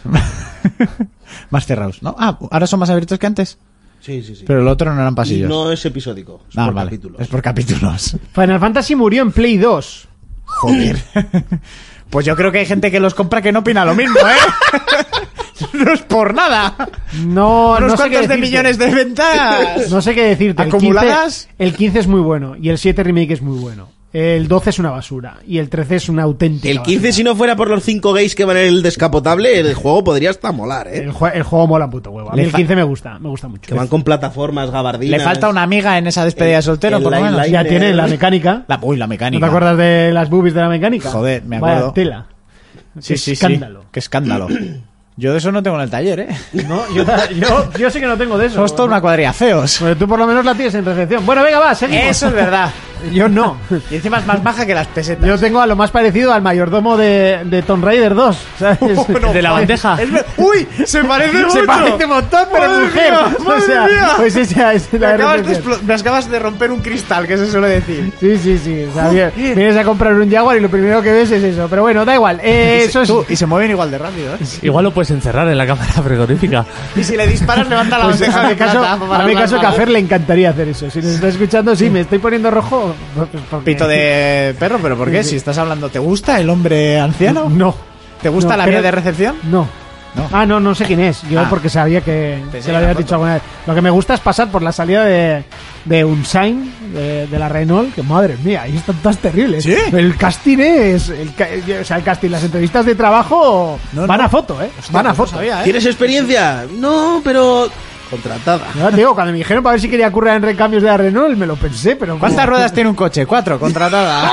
Más cerrados, ¿no? Ah, ahora son más abiertos que antes. Sí, sí, sí. Pero el otro no eran Y pasillos. no es episódico, es Ah, por vale. capítulos. Es por capítulos. Final Fantasy murió en Play dos. Joder. Pues yo creo que hay gente que los compra que no opina lo mismo, ¿eh? No es por nada. No, Unos no sé qué cuantos de decirte. millones de ventas. No sé qué decirte. El ¿Acumuladas? quince, el quince es muy bueno y el siete Remake es muy bueno. El doce es una basura y el trece es una auténtica El quince, basura. si no fuera por los cinco gays que van en el descapotable, el juego podría hasta molar, ¿eh? El, jue- el juego mola un puto huevo. A mí Le el fa- quince me gusta, me gusta mucho. Que van con plataformas, gabardinas. Le falta una amiga en esa despedida de soltero, el por lo menos. eyeliner. Ya tiene la mecánica. La, uy, la ¿No mecánica. te acuerdas de las boobies de la mecánica? Joder, me Vaya acuerdo. tela. Sí, Qué sí, escándalo. sí. Qué escándalo. Yo de eso no tengo en el taller, ¿eh? No, yo, yo, yo sé que no tengo de eso. Somos toda una cuadrilla feos. Pues tú por lo menos la tienes en recepción. Bueno, venga, va, seguimos. Eso es verdad. Yo no. Y encima es más baja que las pesetas. Yo tengo a lo más parecido al mayordomo de, de Tomb Raider dos, ¿sabes? El de la bandeja. Es ver- ¡Uy! Se parece mucho. Se parece un montón, pero Madre mujer. mía, o madre sea, mía. pues esa es Me la acabas, de recepción. explo- me acabas de romper un cristal, que se suele decir. Sí, sí, sí. O sea, bien, vienes a comprar un Jaguar y lo primero que ves es eso. Pero bueno, da igual. Eh, eso es. Tú, y se mueven igual de rápido, ¿eh? Igual lo puedes encerrar en la cámara frigorífica. Y si le disparas, levanta la Pues bandeja a de mi caso, plata para a mi las caso que a manos. Fer le encantaría hacer eso. Si nos está escuchando, sí, me estoy poniendo rojo. Pues porque- Pito de perro, ¿pero por qué? Sí, sí. Si estás hablando, ¿te gusta el hombre anciano? No. ¿Te gusta No, la pero- vía de recepción? No. No. Ah, no, no sé quién es. Yo Ah. porque sabía que Pensé se lo que había era dicho foto. alguna vez. Lo que me gusta es pasar por la salida de, de Unsign, de, de la Renault, que madre mía, ahí están todas terribles. ¿Sí? El casting es... El, ca- o sea, el casting, las entrevistas de trabajo No, van no. a foto, ¿eh? Hostia, van a pues no foto. sabía, ¿eh? ¿Tienes experiencia? No, pero... Contratada. Ya te digo, cuando me dijeron para ver si quería currar en recambios de la Renault, me lo pensé, pero... ¿Cuántas ruedas tiene un coche? Cuatro, contratada.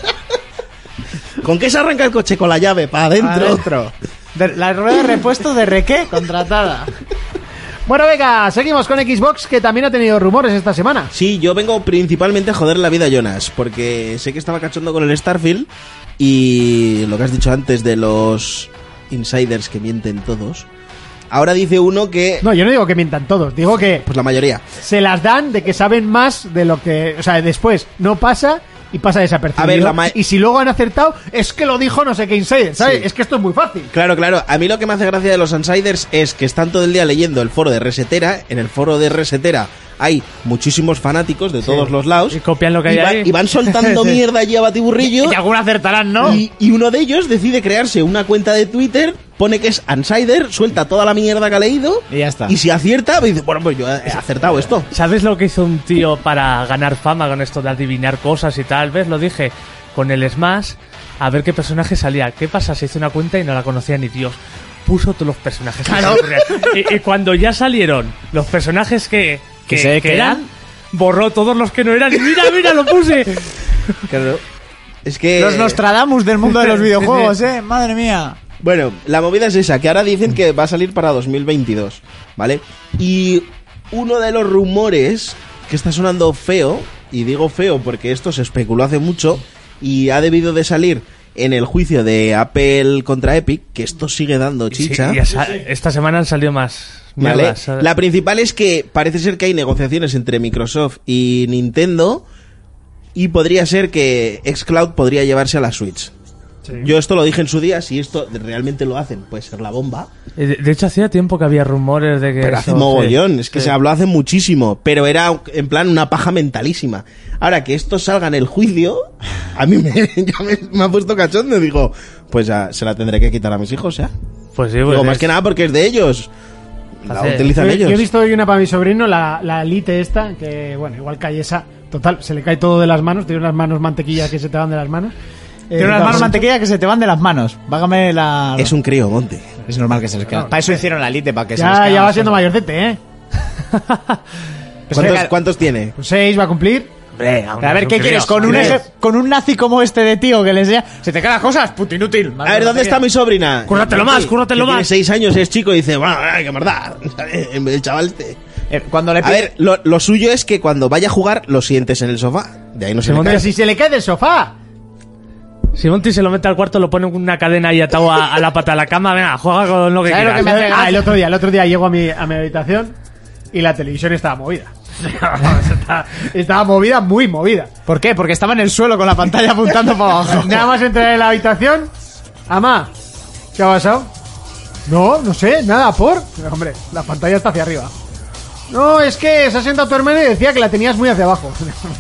¿Con qué se arranca el coche? Con la llave, para adentro. Adentro. De- la rueda de repuesto de requé, contratada. Bueno, venga, seguimos con Xbox, que también ha tenido rumores esta semana. Sí, yo vengo principalmente a joder la vida a Jonas, porque sé que estaba cachondo con el Starfield y lo que has dicho antes de los insiders que mienten todos. Ahora dice uno que... No, yo no digo que mientan todos, digo que Pues la mayoría. se las dan de que saben más de lo que... O sea, después no pasa y pasa desapercibido. A ver, la ma- Y si luego han acertado, es que lo dijo no sé qué insider, ¿sabes? Sí. Es que esto es muy fácil. Claro, claro. A mí lo que me hace gracia de los insiders es que están todo el día leyendo el foro de Resetera. En el foro de Resetera hay muchísimos fanáticos de todos los lados. Y copian lo que hay y, va- ahí. y van soltando mierda allí a batiburrillo. Y alguna acertarán, ¿no? Y, y uno de ellos decide crearse una cuenta de Twitter, pone que es Insider, suelta toda la mierda que ha leído. Y ya está. Y si acierta, dice, bueno, pues yo he acertado esto. ¿Sabes lo que hizo un tío para ganar fama con esto de adivinar cosas y tal? ¿Ves? Lo dije con el Smash, a ver qué personaje salía. ¿Qué pasa? Se hizo una cuenta y no la conocía ni Dios. Puso todos los personajes. que se le ocurrían. y, y cuando ya salieron los personajes que, que, Que se- que que eran, eran. borró todos los que no eran. Y mira, mira, lo puse. Claro. Es que... Los Nostradamus del mundo de los videojuegos, ¿eh? Madre mía. Bueno, la movida es esa, que ahora dicen que va a salir para dos mil veintidós, ¿vale? Y uno de los rumores que está sonando feo, y digo feo porque esto se especuló hace mucho, y ha debido de salir en el juicio de Apple contra Epic, que esto sigue dando chicha. Sí, y esa- esta semana han salido más. ¿Vale? mierdas. La principal es que parece ser que hay negociaciones entre Microsoft y Nintendo, y podría ser que xCloud podría llevarse a la Switch. Yo esto lo dije en su día, si esto realmente lo hacen, puede ser la bomba. Eh, De, de hecho, hacía tiempo que había rumores de que. Pero hace eso- mogollón, sí, es que sí. se habló hace muchísimo, pero era en plan una paja mentalísima. Ahora que esto salga en el juicio, a mí me, ya me, me ha puesto cachondo, digo, pues ya, se la tendré que quitar a mis hijos, ¿ya? Pues sí, pues Digo, es- más que nada porque es de ellos. La Hace- utilizan Yo, ellos. yo he visto hoy una para mi sobrino, la, la Elite esta, que bueno, igual que hay esa, total, se le cae todo de las manos, tiene unas manos mantequillas que se te van de las manos. Eh, Tiene unas claro, manos sí. mantequilla que se te van de las manos. Vágame la... Es un crío, Monty. Es normal que se les caiga. Para eso hicieron la elite, para que se les Ya, caigan ya va las siendo cosas. mayorcete, ¿eh? ¿Cuántos, ¿Cuántos tiene? Pues seis va a cumplir. A ver, ¿qué quieres? Con un, eje- con un nazi como este de tío que le enseña... ¿Se te caen las cosas? Puto inútil. A ver, ¿dónde está mi sobrina? Cúrratelo más, cúrratelo Que tiene más. seis años, es chico y dice, bueno, ay, qué verdad. El chaval este. Eh, cuando le A pide- ver, lo, lo suyo es que cuando vaya a jugar lo sientes en el sofá. De ahí no se le Pero cae. si se le cae del sofá. Si Monty se lo mete al cuarto, lo pone con una cadena ahí atado a, a la pata de la cama, venga, juega con lo que ¿Sabes lo quieras. que me hace Ah, el otro día, el otro día llego a mi, a mi habitación y la televisión estaba movida. estaba, estaba movida, muy movida. ¿Por qué? Porque estaba en el suelo con la pantalla apuntando para abajo. Nada más entrar en la habitación. Amá, ¿qué ha pasado? No, no sé, nada, por. Hombre, la pantalla está hacia arriba. No, es que se ha sentado tu hermano y decía que la tenías muy hacia abajo.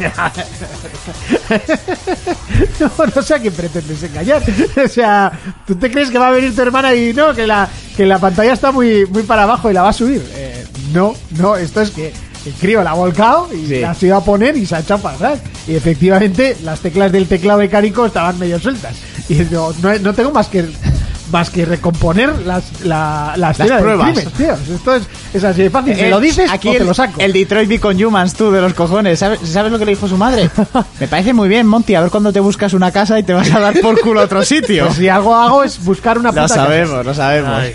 No, no sé a quién pretendes engañar. O sea, ¿tú te crees que va a venir tu hermana y no, que la, que la pantalla está muy, muy para abajo y la va a subir? Eh, no, no, esto es que el crío la ha volcado y Sí. la ha ido a poner y se ha echado para atrás. Y efectivamente las teclas del teclado mecánico estaban medio sueltas. Y no, no, no tengo más que más que recomponer las, la, la escena del pruebas. crimen, tío. Esto es, es así de fácil. ¿Se Eh, lo dices aquí o te el, lo saco? el Detroit Become Humans, tú, de los cojones. ¿Sabes, ¿Sabes lo que le dijo su madre? Me parece muy bien, Monty. A ver cuándo te buscas una casa y te vas a dar por culo a otro sitio. Pues si algo hago es buscar una puta Lo casa. sabemos, lo sabemos. Ay.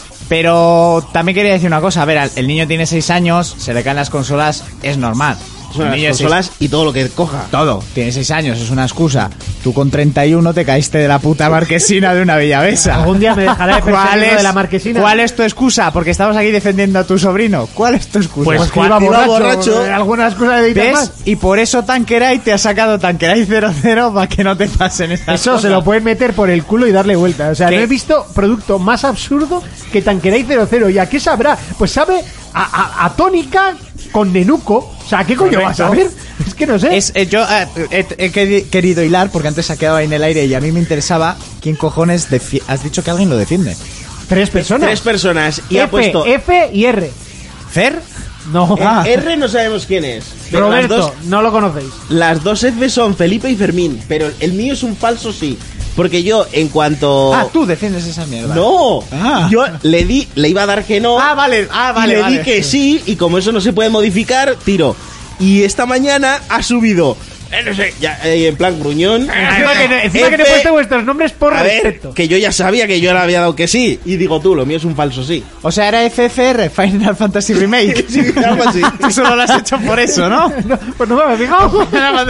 Pero también quería decir una cosa. A ver, al- el niño tiene seis años, se le caen las consolas, es normal. Son Un las niño de seis- consolas y todo lo que coja. Todo. Tiene seis años, es una excusa. Tú con treinta y uno te caíste de la puta marquesina de una Bellavesa. Algún día me dejará de ¿Cuál perseguir lo es, de la marquesina. ¿Cuál es tu excusa? Porque estamos aquí defendiendo a tu sobrino. ¿Cuál es tu excusa? Pues, Pues que iba Iba borracho. borracho. eh, Algunas cosas de ¿Ves? más. Y por eso Tanqueray te ha sacado Tanqueray cero cero para que no te pasen esas Eso cosas. se lo pueden meter por el culo y darle vuelta. O sea, ¿Qué? no he visto producto más absurdo que Tanqueray cero cero. ¿Y a qué sabrá? Pues sabe a, a, a tónica con nenuco. O sea, ¿qué coño Correcto. vas a ver? Es que no sé. Es, eh, yo eh, he, he queri- querido hilar porque antes se ha quedado ahí en el aire y a mí me interesaba quién cojones defi- has dicho que alguien lo defiende. Tres personas. Tres personas. Y F, ha puesto... F y R. ¿Fer? No. Ah. R no sabemos quién es. Pero las Roberto, dos, no lo conocéis. las dos F son Felipe y Fermín. Pero el mío es un falso sí. Porque yo, en cuanto... Ah, tú defiendes esa mierda. No, Ah. yo le di, le iba a dar que no. Ah, vale, ah, vale, y le vale. di que sí, y como eso no se puede modificar, tiro. Y esta mañana ha subido, eh, no sé, ya, eh, en plan gruñón. Encima que, no- encima que no he F, puesto vuestros nombres por a ver, respeto. que yo ya sabía que yo le había dado que sí. Y digo tú, lo mío es un falso sí. O sea, era F F R, Final Fantasy Remake. Sí, algo así. Tú solo lo has hecho por eso, ¿no? No, pues no me había fijado.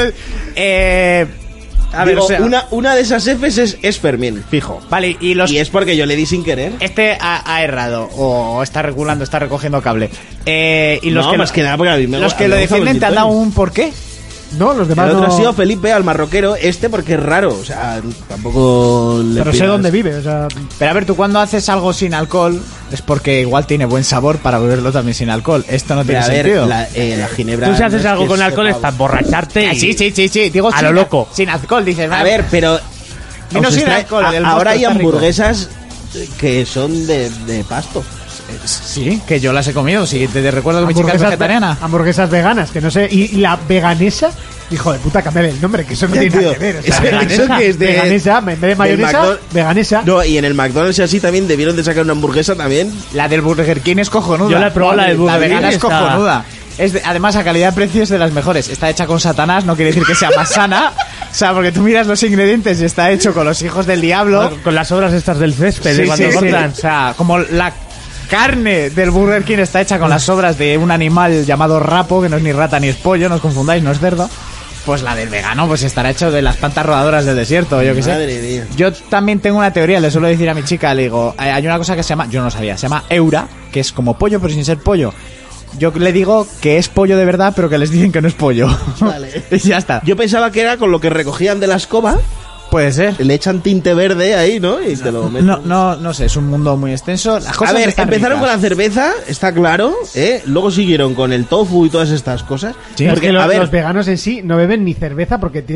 eh, a ver, Digo, o sea, una, una de esas Fs es, es Fermín, fijo. vale, y los Y es porque yo le di sin querer. este ha, ha errado o está regulando, está recogiendo cable. Eh, y los No, que más que nada porque a mí me los a que mí lo me gustan los defienden te han dado Gin un porqué. No, los Tonic. demás El otro no. ha sido Felipe al marroquero, este porque es raro. O sea, tampoco le Pero sé pidas. dónde vive, o sea. Pero a ver, tú cuando haces algo sin alcohol es porque igual tiene buen sabor para beberlo también sin alcohol. Esto no Pero tiene a ver, sentido. la, eh, la ginebra. Tú si haces no es algo que con sepa- alcohol es para emborracharte Ah, y... sí, sí, sí, sí. Digo, A sin, lo loco. Sin alcohol, dices. A ver, pero. Vino os sin extrae- alcohol, a- el ahora mosto hay está rico. hamburguesas que son de, de pasto. Sí, que yo las he comido. Sí, te, te recuerdo que mi chica es Hamburguesas, vegetariana. hamburguesas veganas, que no sé. Y, y la veganesa, hijo de puta, cambiar el nombre, que eso no tiene nada que ver. O sea, Eso- veganesa, eso que es de- veganesa, en vez de del mayonesa, McDonald's. veganesa. No, y en el McDonald's y así también debieron de sacar una hamburguesa también. La del Burger King es cojonuda. Yo la he probado, la del La Burger vegana King es está- cojonuda. Es de- además, a calidad-precio es de las mejores. Está hecha con Satanás, no quiere decir que sea más sana. O sea, porque tú miras los ingredientes y está hecho con los hijos del diablo. Con las obras estas del césped, de Sí, cuando sí, sí. cortan. O sea, como la carne del Burger King está hecha con las sobras de un animal llamado rapo, que no es ni rata ni es pollo, no os confundáis, no es cerdo. Pues la del vegano pues estará hecho de las plantas rodadoras del desierto, yo qué sé. Madre mía. Yo también tengo una teoría, le suelo decir a mi chica, le digo, eh, hay una cosa que se llama, yo no sabía, se llama Eura, que es como pollo pero sin ser pollo. Yo le digo que es pollo de verdad, pero que les dicen que no es pollo. Vale. Y ya está. Yo pensaba que era con lo que recogían de la escoba, Puede ser. le echan tinte verde ahí, ¿no? Y te lo meten. No, no, no sé, es un mundo muy extenso. Las cosas A ver, están empezaron ricas. con la cerveza, está claro, ¿eh? Luego siguieron con el tofu y todas estas cosas. Sí, porque, es que los, a ver, los veganos en sí no beben ni cerveza porque tiene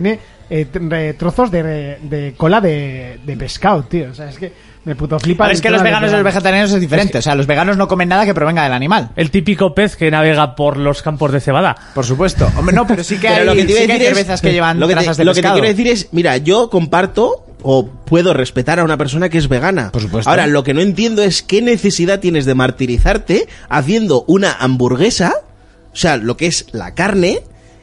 eh, t- trozos de, de cola de, de pescado, tío. O sea, es que me puto flipa. Pero es que los veganos y los vegetarianos es diferente. O sea, los veganos no comen nada que provenga del animal. El típico pez que navega por los campos de cebada. Por supuesto. Hombre, no, pero sí que Pero hay, lo que te iba a sí que hay decir es- cervezas que llevan lo que te, trazas de lo que te pescado. quiero decir es, mira, yo comparto o puedo respetar a una persona que es vegana. Por supuesto. Ahora, lo que no entiendo es qué necesidad tienes de martirizarte haciendo una hamburguesa, o sea, lo que es la carne,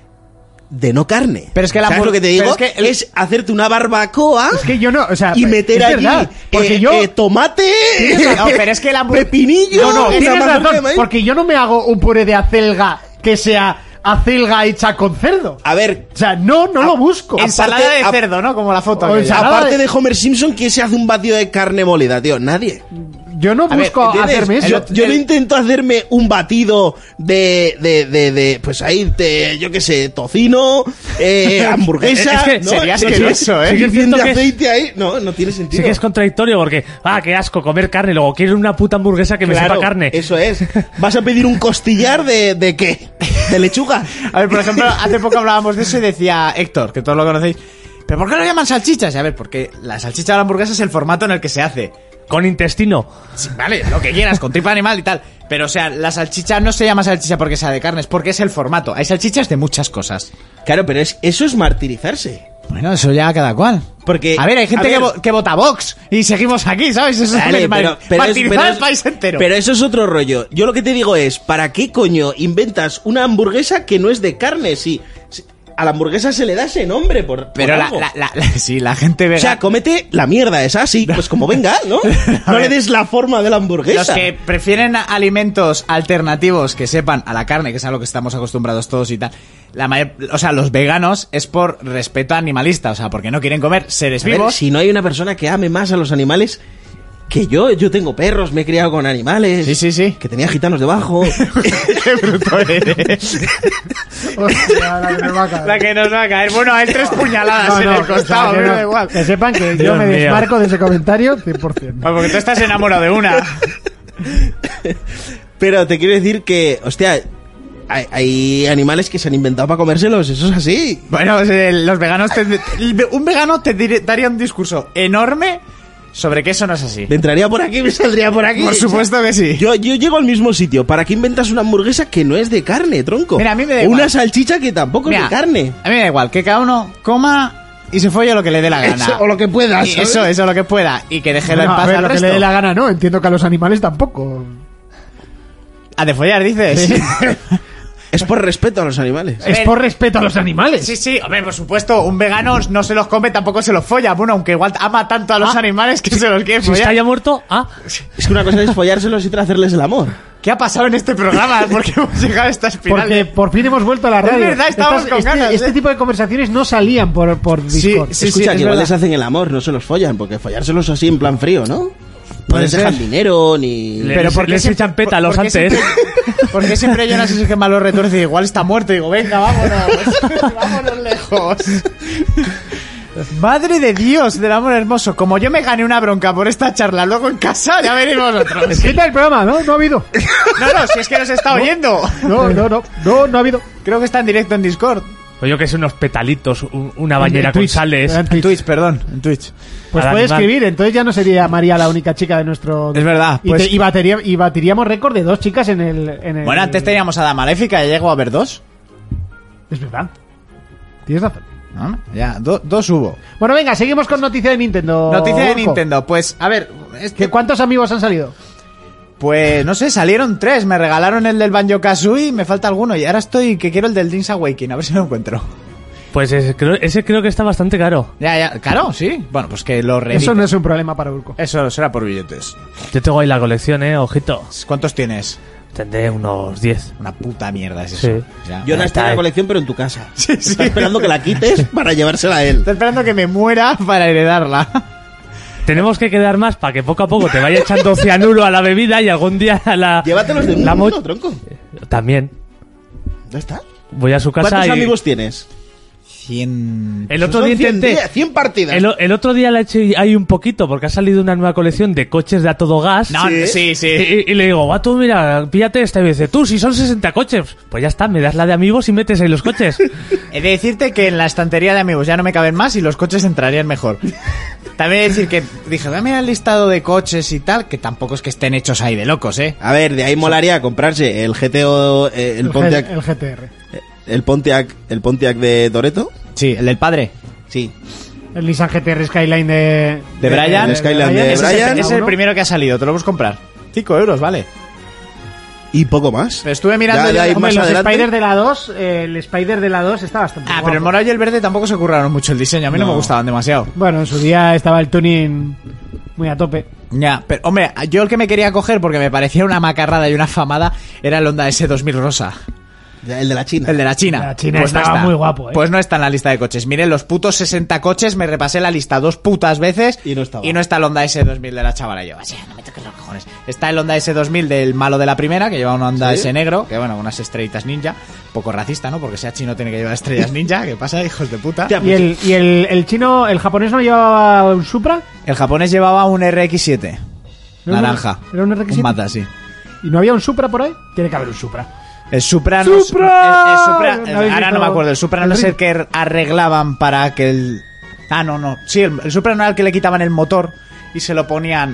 de no carne. Pero es que la ¿Sabes hambur- lo que te digo? pero es que el- Es hacerte una barbacoa Es que yo no, o sea, y meter es allí verdad, porque eh, yo eh, tomate, No, pero es que la hambur- pepinillo, no, no, esa tienes mazorca razón, de maíz. porque yo no me hago un puré de acelga que sea acelga hecha con cerdo. A ver, O sea, no, no lo busco. Ensalada Aparte- de ap- cerdo, ¿no? Como la foto. O aquella. ensalada- aparte de Homer Simpson, ¿quién se hace un batido de carne molida, tío? Nadie. Yo no A ver, busco ¿Entiendes? hacerme eso. Yo, yo no intento hacerme un batido de, de, de, de pues ahí, de, yo qué sé, tocino, eh, hamburguesa. Es que ¿no? sería No asqueroso, tiene- ¿eh? Sí que es bien cierto de que es- aceite ahí. No, no tiene sentido. Sí que es contradictorio porque, ah, qué asco comer carne, y luego quiero una puta hamburguesa que me Claro, sepa carne. Eso es. ¿Vas a pedir un costillar de, de qué? ¿De lechuga? A ver, por ejemplo, hace poco hablábamos de eso y decía Héctor, que todos lo conocéis, ¿pero por qué lo llaman salchichas? Y a ver, porque la salchicha de la hamburguesa es el formato en el que se hace. Con intestino. Sí, vale, lo que quieras, con tripa animal y tal. Pero, o sea, la salchicha no se llama salchicha porque sea de carne, es porque es el formato. Hay salchichas de muchas cosas. Claro, pero es, eso es martirizarse. Bueno, eso ya cada cual. Porque, A ver, hay gente a que, ver- vo- que vota Vox y seguimos aquí, ¿sabes? Eso Vale, es mar- pero, pero es- martirizar pero al es- país entero. pero eso es otro rollo. Yo lo que te digo es, ¿para qué coño inventas una hamburguesa que no es de carne? Si, si- a la hamburguesa se le da ese nombre por, por Pero la, algo. la, la, la- sí, la gente O vegana... sea, cómete la mierda esa, sí, pues como venga, ¿no? No le des la forma de la hamburguesa. Los que prefieren alimentos alternativos que sepan a la carne, que es a lo que estamos acostumbrados todos y tal, la mayor, o sea, los veganos es por respeto animalista, o sea, porque no quieren comer seres A ver, vivos. si no hay una persona que ame más a los animales que yo, yo tengo perros, me he criado con animales. Sí, sí, sí. Que tenía gitanos debajo. Qué bruto eres. Hostia, la que me va a caer. La que nos va a caer. Bueno, hay tres puñaladas No, en no, el o sea, costado, que me no. da igual. Que sepan que yo Dios me mío. desmarco de ese comentario cien por ciento. Bueno, porque tú estás enamorado de una. Pero te quiero decir que, hostia, hay, hay animales que se han inventado para comérselos, eso es así. Bueno, pues, eh, los veganos... te- un vegano te dir- daría un discurso enorme sobre que eso no es así. Me entraría por aquí, me saldría por aquí. Por supuesto que sí. Yo, yo llego al mismo sitio. ¿Para qué inventas una hamburguesa que no es de carne, tronco? Mira, a mí me da O igual. una salchicha que tampoco Mira, es de carne. A mí me da igual, que cada uno coma y se folle lo que le dé la gana. Eso, o lo que puedas. Y ¿sabes? eso, eso lo que pueda. Y que deje No, en a paz ver, al lo que resto. le dé la gana, no. Entiendo que a los animales tampoco. A de follar, dices. Es por respeto a los animales. Es ver. por respeto a los animales. Sí, sí, hombre, por supuesto, un vegano no se los come, tampoco se los folla. Bueno, aunque igual ama tanto a los Ah. animales que se los quiere Si está follar. ya muerto, ah, Es que una cosa es follárselos y otra hacerles el amor. ¿Qué ha pasado en este programa? ¿Por qué hemos llegado a esta espiral? Porque de- por fin hemos vuelto a la Es radio. verdad, estábamos con este, ganas, este ¿eh? tipo de conversaciones no salían por, por Sí, Discord. sí, Escucha, es que igual verdad. les hacen el amor, no se los follan, porque follárselos así en plan frío, ¿no? No Puede les ser. dejan dinero ni... Le- Pero les- ¿por qué les siempre- echan pétalos por- por qué antes. siempre- ¿Por qué siempre Jonas es el que más lo retuerce? Igual está muerto. Digo, venga, vámonos. Vámonos lejos. Madre de Dios, del amor hermoso. Como yo me gané una bronca por esta charla luego en casa, ya veréis vosotros. Quita el programa, ¿no? No ha habido. No, no, si es que nos está oyendo. No, no, no. No, no ha habido. Creo que está en directo en Discord. pues yo que sé, unos petalitos, un- una bañera En con Twitch. sales. En En Twitch, perdón, en Twitch. Pues Al puede animal. escribir, entonces ya no sería María la única chica de nuestro... Es verdad, Y, pues- te- y, batería- y batiríamos récord de dos chicas en el... En el Bueno, antes teníamos a la Maléfica y llegó a haber dos. Es verdad. Tienes razón. ¿No? Ya, do- dos hubo. Bueno, venga, seguimos con noticia de Nintendo. Noticia de Urco. Nintendo. Pues, a ver, es ¿Que que, ¿Cuántos amigos han salido? pues no sé, salieron tres. Me regalaron el del Banjo-Kazooie y me falta alguno. Y ahora estoy que quiero el del Link's Awakening. A ver si lo encuentro. Pues ese creo, ese creo que está bastante caro. Ya, ya, claro, sí. Bueno, pues que lo reediten. Eso no es un problema para Urco. Eso será por billetes. Yo tengo ahí la colección, eh, ojito. ¿Cuántos tienes? Tendré unos diez. Una puta mierda es eso. Sí. Ya. Yo no está está en la ahí. colección, pero en tu casa. Sí, sí. Está esperando que la quites para llevársela a él. Estoy esperando que me muera para heredarla. Tenemos que quedar más para que poco a poco te vaya echando cianuro a la bebida y algún día a la... Llévatelos de la un mo- mundo, tronco. También. ¿Ya está? Voy a su casa ¿Cuántos y... amigos tienes? cien... El otro Son día cien intenté... días, cien partidas. El, el otro día le eché ahí un poquito porque ha salido una nueva colección de coches de a todo gas. No, sí, sí. sí. Y, y le digo, va tú, mira, píllate esta. Y me dice, tú, si son sesenta coches. Pues ya está, me das la de amigos y metes ahí los coches. He de decirte que en la estantería de amigos ya no me caben más y los coches entrarían mejor. También he de decir que dije, dame el listado de coches y tal, que tampoco es que estén hechos ahí de locos, ¿eh? A ver, de ahí molaría comprarse el G T O, eh, el, El, Pontiac, G- el G T R. el Pontiac, el Pontiac de Toretto. Sí, el del padre. Sí. El Nissan G T R Skyline de... De Brian. El Skyline de Ese es el- Brian. ese es el primero que ha salido, te lo puedes comprar. cinco euros, vale. Y poco más. Pero estuve mirando... Ya, yo- ya hay Hombre, más los adelante. Spider de la dos, eh, el Spider de la dos está bastante Ah, guapo. pero el morado y el verde tampoco se curraron mucho el diseño. A mí no, No. me gustaban demasiado. Bueno, en su día estaba el tuning muy a tope. Ya, pero hombre, yo el que me quería coger porque me parecía una macarrada y una famada era el Honda S dos mil rosa. El de la China. El de la China. El de la China no estaba está. muy guapo, ¿eh? Pues no está en la lista de coches. Miren, los putos sesenta coches, me repasé la lista dos putas veces Y no estaba. y no está el Honda S dos mil de la chavala. Y yo, así, no me toques los cojones. Está el Honda S dos mil del malo de la primera, que lleva un Honda ¿Sí? S negro, que bueno, unas estrellitas ninja. Poco racista, ¿no? Porque sea chino tiene que llevar estrellas ninja. ¿Qué pasa, hijos de puta? Hostia, ¿Y el, y el, el chino, el japonés no llevaba un Supra? El japonés llevaba un R X siete. ¿Era un- Naranja. ¿Era un R X siete? Un Mazda, sí. ¿Y no había un Supra por ahí? Tiene que haber un Supra. El Supra no... ¡Supra! El, el Supra... ¿No habéis ahora visto no me acuerdo. El Supra el no sé ring? qué arreglaban para que el... Ah, no, no. Sí, el, el Supra no era el que le quitaban el motor y se lo ponían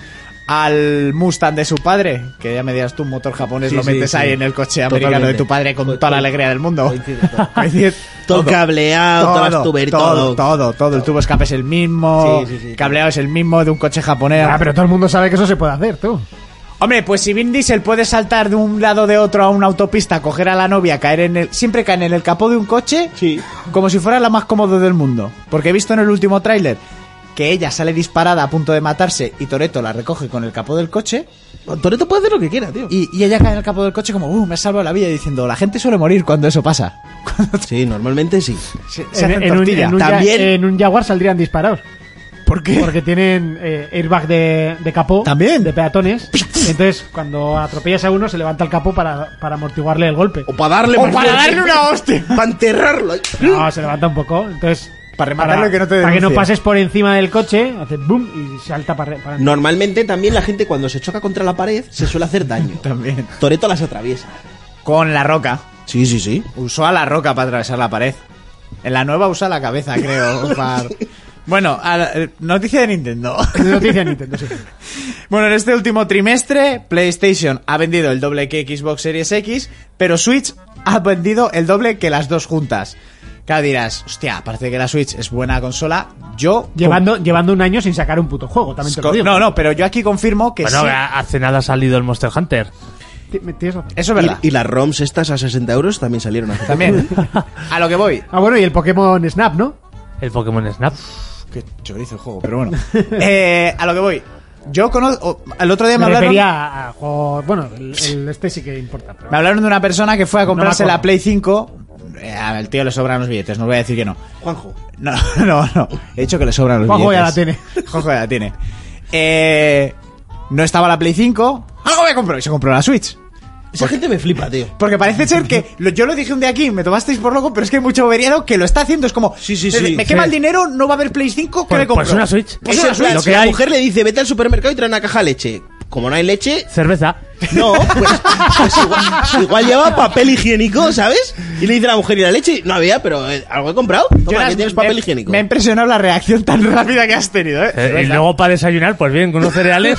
al Mustang de su padre. Que ya me dirás tú, un motor japonés Sí, lo sí, metes sí. ahí en el coche americano Totalmente. de tu padre con Pues toda la todo- alegría del mundo. coincide todo. Coincide Todo cableado, todas las tuberías, todo, todo. todo, todo. El tubo escape es el mismo, Sí, sí, sí. el cableado es el mismo de un coche japonés. Ah, pero todo el mundo sabe que eso se puede hacer, tú. Hombre, pues si Vin Diesel puede saltar de un lado de otro a una autopista, coger a la novia, caer en el... Siempre caen en el capó de un coche, Sí. como si fuera la más cómoda del mundo. Porque he visto en el último tráiler que ella sale disparada a punto de matarse y Toretto la recoge con el capó del coche Toretto puede hacer lo que quiera, tío. y, y ella cae en el capó del coche como, uh, me ha salvado la vida, diciendo, la gente suele morir cuando eso pasa. Cuando Sí, normalmente sí. se, se En, hacen en un, tortilla. en un ya- También- en un Jaguar saldrían disparados. ¿Por qué? Porque tienen eh, airbag de, de capó. ¿También? De peatones. Entonces, cuando atropellas a uno, se levanta el capó para, para amortiguarle el golpe. O para darle... O para darle una hostia. Para enterrarlo. No, se levanta un poco. Entonces, Para rematarlo y que no te para que no denuncie. pases por encima del coche, hace boom y salta para, para Normalmente también la gente cuando se choca contra la pared se suele hacer daño. También. Toretto las atraviesa. Con la roca. Sí, sí, sí. Usó a la roca para atravesar la pared. En la nueva usa la cabeza, creo. para- Bueno, a la- eh, noticia de Nintendo. Noticia de Nintendo, sí. Bueno, en este último trimestre, PlayStation ha vendido el doble que Xbox Series X, pero Switch ha vendido el doble que las dos juntas. Claro, dirás, hostia, parece que la Switch es buena consola. Yo... Llevando, llevando un año sin sacar un puto juego, también te lo con- digo. No, no, pero yo aquí confirmo que Bueno, sí. hace nada ha salido el Monster Hunter. Ti- Tienes razón. Eso es verdad. Y, y las ROMs estas a sesenta euros también salieron hace También. A lo que voy. Ah, bueno, y el Pokémon Snap, ¿no? El Pokémon Snap. Qué chorizo el juego, pero bueno. eh, a lo que voy. Yo conozco... El otro día me, Me hablaron... refería a, a juegos... Bueno, el, el este sí que importa. pero- Me hablaron de una persona que fue a comprarse No me la acuerdo. Play cinco. Eh, al tío le sobran los billetes, no os voy a decir que no. Juanjo. No, no, no. He dicho que le sobran los Juanjo ya billetes. la tiene. Juanjo ya la tiene. Eh, no estaba la Play cinco. Algo me compró y se compró la Switch. Esa gente me flipa, tío. Porque parece ser que lo- yo lo dije un día aquí, me tomasteis por loco, pero es que hay mucho veriano que lo está haciendo. Es como, Sí, sí, eh, sí. me quema Sí. el dinero, no va a haber Play cinco, ¿qué Pues- me compro? pues una Switch. Pues Es una en plan, Switch. lo si que la hay. mujer le dice, vete al supermercado y trae una caja de leche. Como no hay leche, Cerveza. no, pues, pues igual, igual lleva papel higiénico, ¿sabes? Y le dice a la mujer, ¿y la leche? No había, pero eh, ¿algo he comprado? Toma, Jonas, que tienes me- papel higiénico. Me ha impresionado la reacción tan rápida que has tenido, ¿eh? Eh, y Cerveza. luego para desayunar, pues bien, con unos cereales.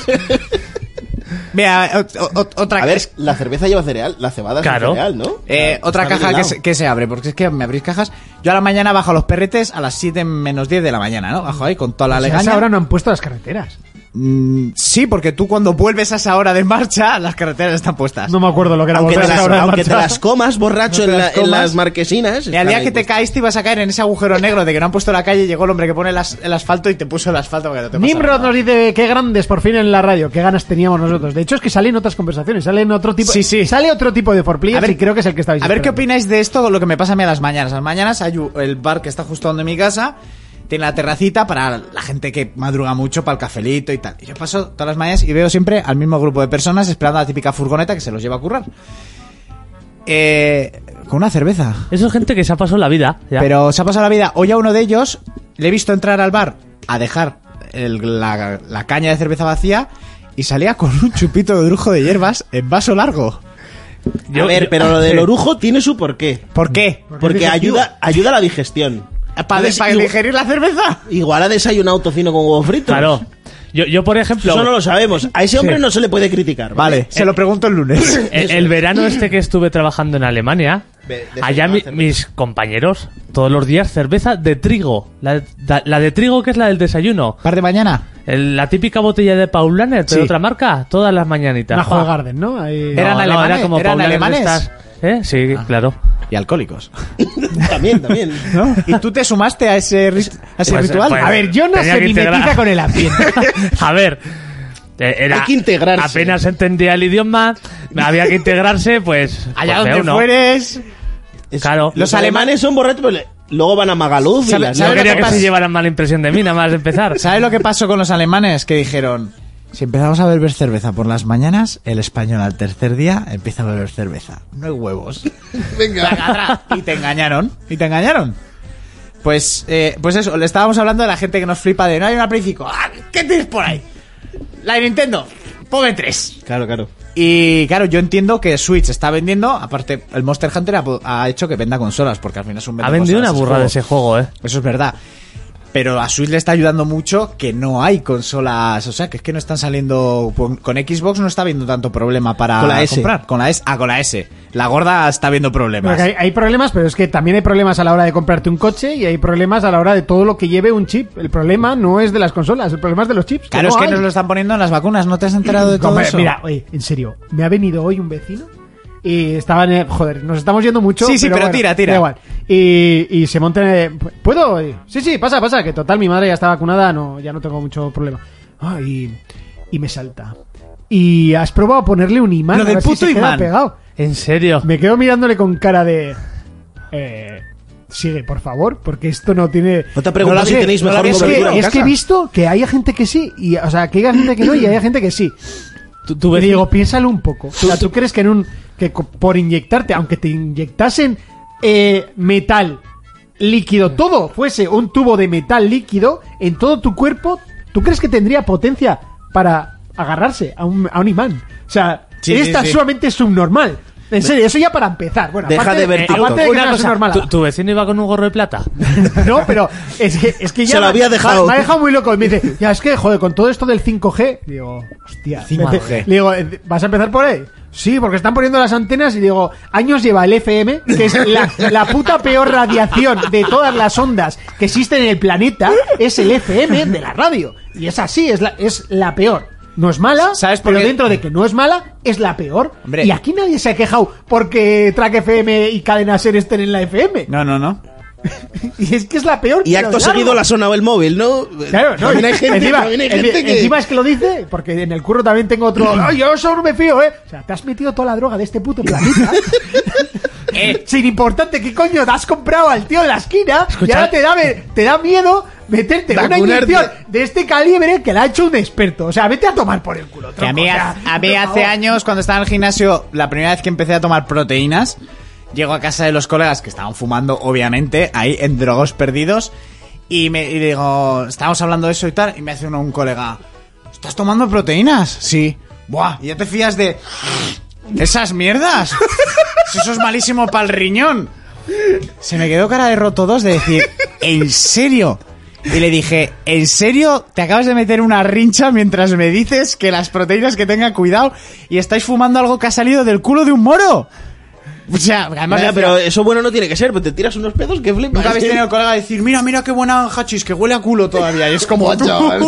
Mira, o- o- otra A ver, la cerveza lleva cereal, la cebada Claro. es cereal, ¿no? Eh, Está otra bien caja que hilado. se, que se abre, porque es que me abrís cajas. Yo a la mañana bajo los perretes a las siete menos diez de la mañana, ¿no? Bajo ahí con toda la O sea, a legaña. esa hora no han puesto las carreteras. Mm, sí, porque tú cuando vuelves a esa hora de marcha, las carreteras están puestas. No me acuerdo lo que era Aunque, volver te a las, esa hora de aunque te marcha. las comas borracho No te en, la- las en comas. las marquesinas. Y al están día ahí que te puestas. caíste ibas a caer en ese agujero negro de que no han puesto la calle, llegó el hombre que pone las- el asfalto y te puso el asfalto para que no te pasara Nimrod nada. nos dice qué grandes por fin en la radio, qué ganas teníamos nosotros. De hecho es que salen otras conversaciones, salen otro tipo, Sí, sí. sale otro tipo de for players A ver- y creo que es el que estabais A ver qué esperando. opináis de esto, lo que me pasa a mí a las mañanas. A las mañanas hay u- el bar que está justo donde mi casa, tiene la terracita para la gente que madruga mucho, para el cafelito y tal. Y yo paso todas las mañanas y veo siempre al mismo grupo de personas esperando a la típica furgoneta que se los lleva a currar. Eh, con una cerveza. Eso es gente que se ha pasado la vida. Ya. Pero se ha pasado la vida. Hoy a uno de ellos le he visto entrar al bar a dejar el- la, la caña de cerveza vacía y salía con un chupito de orujo de hierbas en vaso largo. Yo- a ver, yo- pero lo del orujo tiene su porqué. ¿Por qué? Porque ayuda, ayuda a la digestión. ¿Para Entonces, igual- digerir la cerveza? Igual ha desayunado tocino con huevo frito. Claro. Yo, yo, por ejemplo... Eso no lo sabemos. A ese hombre Sí. no se le puede criticar. Vale, se lo pregunto el lunes. El, el verano este que estuve trabajando en Alemania, Ve- de allá mi- cerveza. mis compañeros, todos los días cerveza de trigo. La, da- la de trigo que es la del desayuno. ¿Par de mañana? El- la típica botella de Paulaner, pero Sí. otra marca, todas las mañanitas. Una Pa. Garden, ¿no? Ahí... No, ¿Eran no, alemanes? era como ¿Eran Paulaner de alemanes? estas- ¿Eh? Sí, claro. Y alcohólicos. También, también. ¿No? ¿Y tú te sumaste a ese, ri- a ese Pues, ritual? pues, A ver, Jonas Tenía se que mimetiza integrar. con el ambiente. A ver, eh, era, Hay que integrarse. apenas entendía el idioma, había que integrarse, pues... Allá pues, donde uno. fueres... Es- Claro. Los alemanes son borrachos, pero le- luego van a Magaluf. y ¿Sabe- las- No sabe lo quería que que, pasa? se llevaran mala impresión de mí, nada más empezar. ¿Sabes lo que pasó con los alemanes? Que dijeron, si empezamos a beber cerveza por las mañanas, el español al tercer día empieza a beber cerveza. No hay huevos. Venga. Y te engañaron. Y te engañaron. Pues, eh, pues eso, le estábamos hablando de la gente que nos flipa de no hay una Play cinco. ¡Ah! ¿Qué tienes por ahí? La de Nintendo. Ponme tres. Claro, claro. Y claro, yo entiendo que Switch está vendiendo, aparte el Monster Hunter ha, ha hecho que venda consolas, porque al final es un Ha vendido una burrada ese juego, eh. Eso es verdad. Pero a Switch le está ayudando mucho que no hay consolas, o sea, que es que no están saliendo con, con Xbox, no está habiendo tanto problema para Con la S. comprar. Con la S. Ah, con la S. La gorda está viendo problemas. Porque hay, hay problemas, pero es que también hay problemas a la hora de comprarte un coche y hay problemas a la hora de todo lo que lleve un chip. El problema no es de las consolas, el problema es de los chips. Claro, no es que hay. nos lo están poniendo en las vacunas, ¿no te has enterado de todo Hombre, eso? Mira, oye, en serio, me ha venido hoy un vecino y estaban, eh, joder, nos estamos yendo mucho. Sí, sí, pero bueno, tira, tira. da igual. Y, y se monta, eh, ¿puedo? Sí, sí, pasa, pasa, que total, mi madre ya está vacunada, no, ya no tengo mucho problema. Ah, y, y me salta. Y has probado a ponerle un imán. Lo a del ver si puto se queda imán. pegado. En serio. Me quedo mirándole con cara de... Eh, sigue, por favor, porque esto no tiene... No te pregunto lo si sé, tenéis no lo mejor sé. Es cobertura que, en es que he casa. visto que hay gente que sí, y, o sea, que hay gente que no y hay gente que sí. Tu, tu Y vecino- digo, piénsalo un poco. O sea, ¿tú crees que en un que co- por inyectarte, aunque te inyectasen eh, metal líquido, todo fuese un tubo de metal líquido en todo tu cuerpo, ¿tú crees que tendría potencia para agarrarse a un, a un imán? O sea, Sí, es sí, tan sí. sumamente subnormal. En serio, eso ya para empezar. Bueno, Deja aparte de ver TikTok. aparte de que Una no es cosa, normal. ¿tu, tu vecino iba con un gorro de plata? No, pero es que, es que ya Se lo me- había dejado. Me ha dejado muy loco. Y me dice, ya es que, joder, con todo esto del cinco G, digo, hostia. cinco G. Le digo, ¿vas a empezar por ahí? Sí, porque están poniendo las antenas y digo, años lleva el F M, que es la, la puta peor radiación de todas las ondas que existen en el planeta, es el F M de la radio. Y es así, es la, es la peor. No es mala, ¿Sabes por pero qué? dentro de que no es mala, es la peor. Hombre. Y aquí nadie se ha quejado porque Track F M y Cadena Ser estén en la F M. No, no, no. Y es que es la peor. Y pero acto de largo. seguido la sonado el móvil, ¿no? Claro, no, También hay gente, encima, también hay enci- gente que... encima es que lo dice, porque en el curro también tengo otro. ¡Ay, yo solo me fío, eh! O sea, te has metido toda la droga de este puto planeta. eh, sin importante, ¿qué coño te has comprado al tío de la esquina? Y ahora te da, te da miedo meterte una Vacunarte. inyección de este calibre que la ha hecho un experto. O sea, vete a tomar por el culo. Que a mí, tronco, o sea, a mí por hace favor. años, cuando estaba en el gimnasio, la primera vez que empecé a tomar proteínas, llego a casa de los colegas que estaban fumando, obviamente, ahí en drogos perdidos, y me y digo, estábamos hablando de eso y tal, y me hace uno un colega, ¿estás tomando proteínas? Sí. Buah, y ya te fías de esas mierdas. Si eso es malísimo para el riñón. Se me quedó cara de roto dos de decir, ¿en serio? Y le dije, ¿en serio te acabas de meter una rincha mientras me dices que las proteínas que tenga cuidado y estáis fumando algo que ha salido del culo de un moro? O sea, además Vaya, decía, pero eso bueno no tiene que ser, pues te tiras unos pedos que flipas. nunca habéis tenido el colega decir, mira, mira qué buena hachís, que huele a culo todavía. Y es como, Buah, chaval.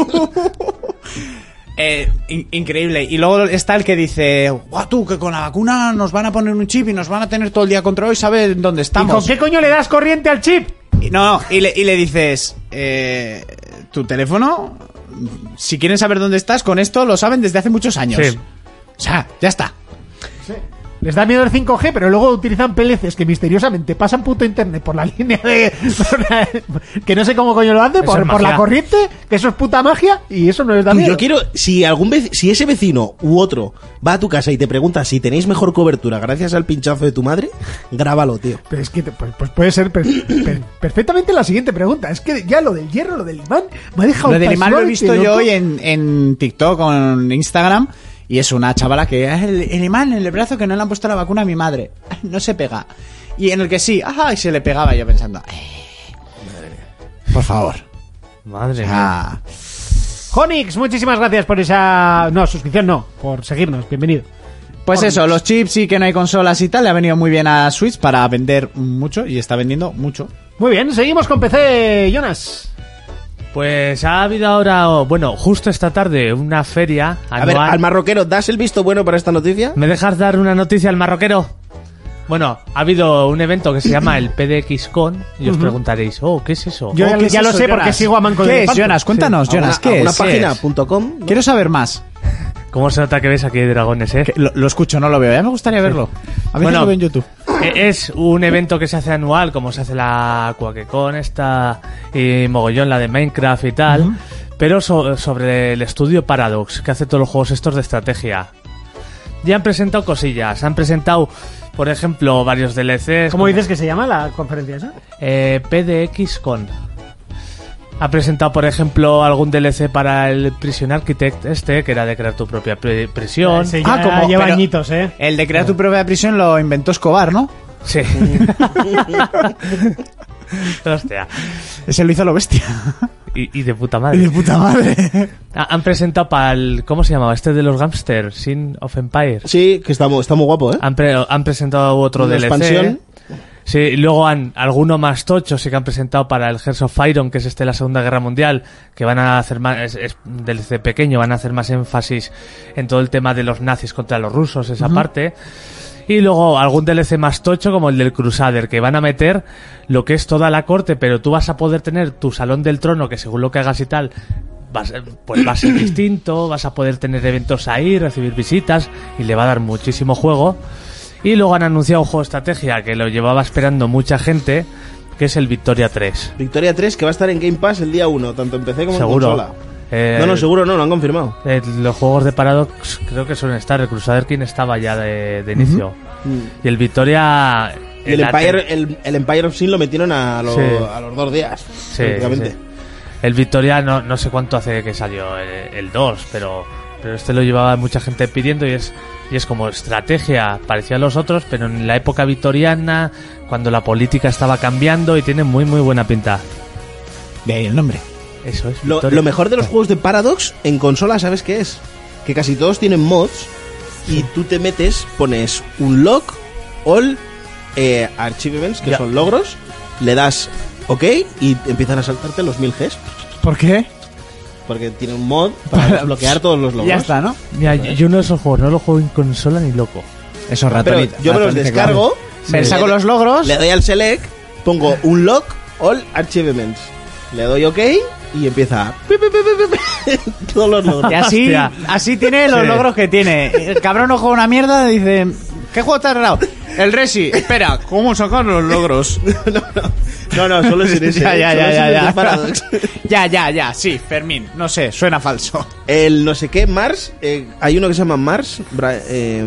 Eh, in- increíble. Y luego está el que dice, guau, tú, que con la vacuna nos van a poner un chip y nos van a tener todo el día controlado y saben dónde ¿Y estamos. con qué coño le das corriente al chip? Y no, y le, y le dices, eh, tu teléfono, si quieren saber dónde estás, con esto lo saben desde hace muchos años. Sí. O sea, ya está. Les da miedo el cinco G, pero luego utilizan P L Cs que misteriosamente pasan puto internet por la línea de... que no sé cómo coño lo hace, por, por la corriente, que eso es puta magia, y eso no les da miedo. Yo quiero, si algún vec- si ese vecino u otro va a tu casa y te pregunta si tenéis mejor cobertura gracias al pinchazo de tu madre, grábalo, tío. Pero es que pues, pues puede ser per- per- perfectamente la siguiente pregunta. Es que ya lo del hierro, lo del imán, me ha dejado... Lo del imán lo he visto loco. yo hoy en, en TikTok o en Instagram. Y es una chavala que el, el imán en el brazo que no le han puesto la vacuna a mi madre. No se pega. Y en el que sí, ajá, y se le pegaba yo pensando. Eh, por favor. Madre mía. Ah, Jonix, muchísimas gracias por esa... No, suscripción no, por seguirnos, bienvenido. pues Jonix. eso, los chips y que no hay consolas y tal, le ha venido muy bien a Switch para vender mucho y está vendiendo mucho. Muy bien, seguimos con P C, Jonas. Pues ha habido ahora, bueno, justo esta tarde, una feria A ver, anual. al marroquero, ¿das el visto bueno para esta noticia? ¿Me dejas dar una noticia al marroquero? Bueno, ha habido un evento que se llama el P D X Con y os preguntaréis, oh, ¿qué es eso? Yo Oh, ya, ¿qué es ya lo eso, sé Jonas? porque sigo a Manco de ¿Qué es, Lepanto. Jonas? Cuéntanos, Jonas, ¿qué ¿Una es? página ¿Qué es? punto com? ¿no? Quiero saber más. ¿Cómo se nota que ves aquí hay dragones, eh? Que lo, lo escucho, no lo veo. Ya me gustaría verlo. A veces Bueno, lo veo en YouTube. Eh, Es un evento que se hace anual, como se hace la QuakeCon esta y mogollón, la de Minecraft y tal, pero so- sobre el estudio Paradox, que hace todos los juegos estos de estrategia. Ya han presentado cosillas, han presentado, por ejemplo, varios D L Cs. ¿Cómo dices que se llama la conferencia esa? Eh, P D X Con. Ha presentado, por ejemplo, algún D L C para el Prison Architect este, que era de crear tu propia pri- prisión. Ese Ah, ya como- lleva pero- añitos, ¿eh? El de crear tu propia prisión lo inventó Escobar, ¿no? Sí. Hostia. Ese lo hizo lo bestia. Y, y de puta Y madre. de puta madre. Ha- Han presentado para el... ¿Cómo se llamaba? Este de los Gangsters, Sin of Empire. Sí, que está muy, está muy guapo, ¿eh? Han, pre- han presentado otro Una D L C. expansión. Sí, y luego han alguno más tocho sí que han presentado para el Hearts of Iron, que es este de la Segunda Guerra Mundial, que van a hacer más, es, es D L C pequeño, van a hacer más énfasis en todo el tema de los nazis contra los rusos, esa parte. Y luego algún D L C más tocho como el del Crusader, que van a meter lo que es toda la corte, pero tú vas a poder tener tu salón del trono, que según lo que hagas y tal, vas, pues va a ser distinto, vas a poder tener eventos ahí, recibir visitas, y le va a dar muchísimo juego. Y luego han anunciado un juego de estrategia que lo llevaba esperando mucha gente, que es el Victoria tres. Victoria tres, que va a estar en Game Pass el día uno, tanto en P C como Seguro. en consola. Eh, No, no, seguro no, lo han confirmado. eh, los juegos de Paradox creo que suelen estar. El Crusader King estaba ya de, de inicio. Y el Victoria... Y el la- Empire, el, el Empire of Sin lo metieron a, lo- Sí. a los dos días, Sí, prácticamente. sí. El Victoria no, no sé cuánto hace que salió el, el dos, pero, pero este lo llevaba mucha gente pidiendo y es, y es como estrategia, parecía a los otros, pero en la época victoriana, cuando la política estaba cambiando y tiene muy muy buena pinta. De ahí el nombre. Eso es. Lo, Victoria. lo mejor de los juegos de Paradox en consola, ¿sabes qué es? Que casi todos tienen mods y tú te metes, pones un log, all, eh, achievements, que Ya. son logros, le das OK y empiezan a saltarte los mil Gs. ¿Por qué? Porque tiene un mod para desbloquear todos los logros. Ya está, ¿no? Mira, yo, yo uno de esos juegos no lo juego en consola ni loco. Eso, Pero ratonita. yo me los ratonita, descargo, claro. Me saco le- los logros. le doy al select, pongo un log, all achievements, le doy OK y empieza pi, pi, pi, pi, pi, pi, todos los logros. Y así, Hostia. así tiene los Sí. logros que tiene. El cabrón no juega una mierda, dice... ¿Qué juego te has regalado? El Resi. Espera, ¿cómo sacar los logros? No, no, solo es en ese. ya, ya, solo ya, es en ya, el de ya. Paradox. ya, ya, ya, sí, Fermín. No sé, suena falso. El no sé qué, Mars, eh, hay uno que se llama Mars, Bra- eh,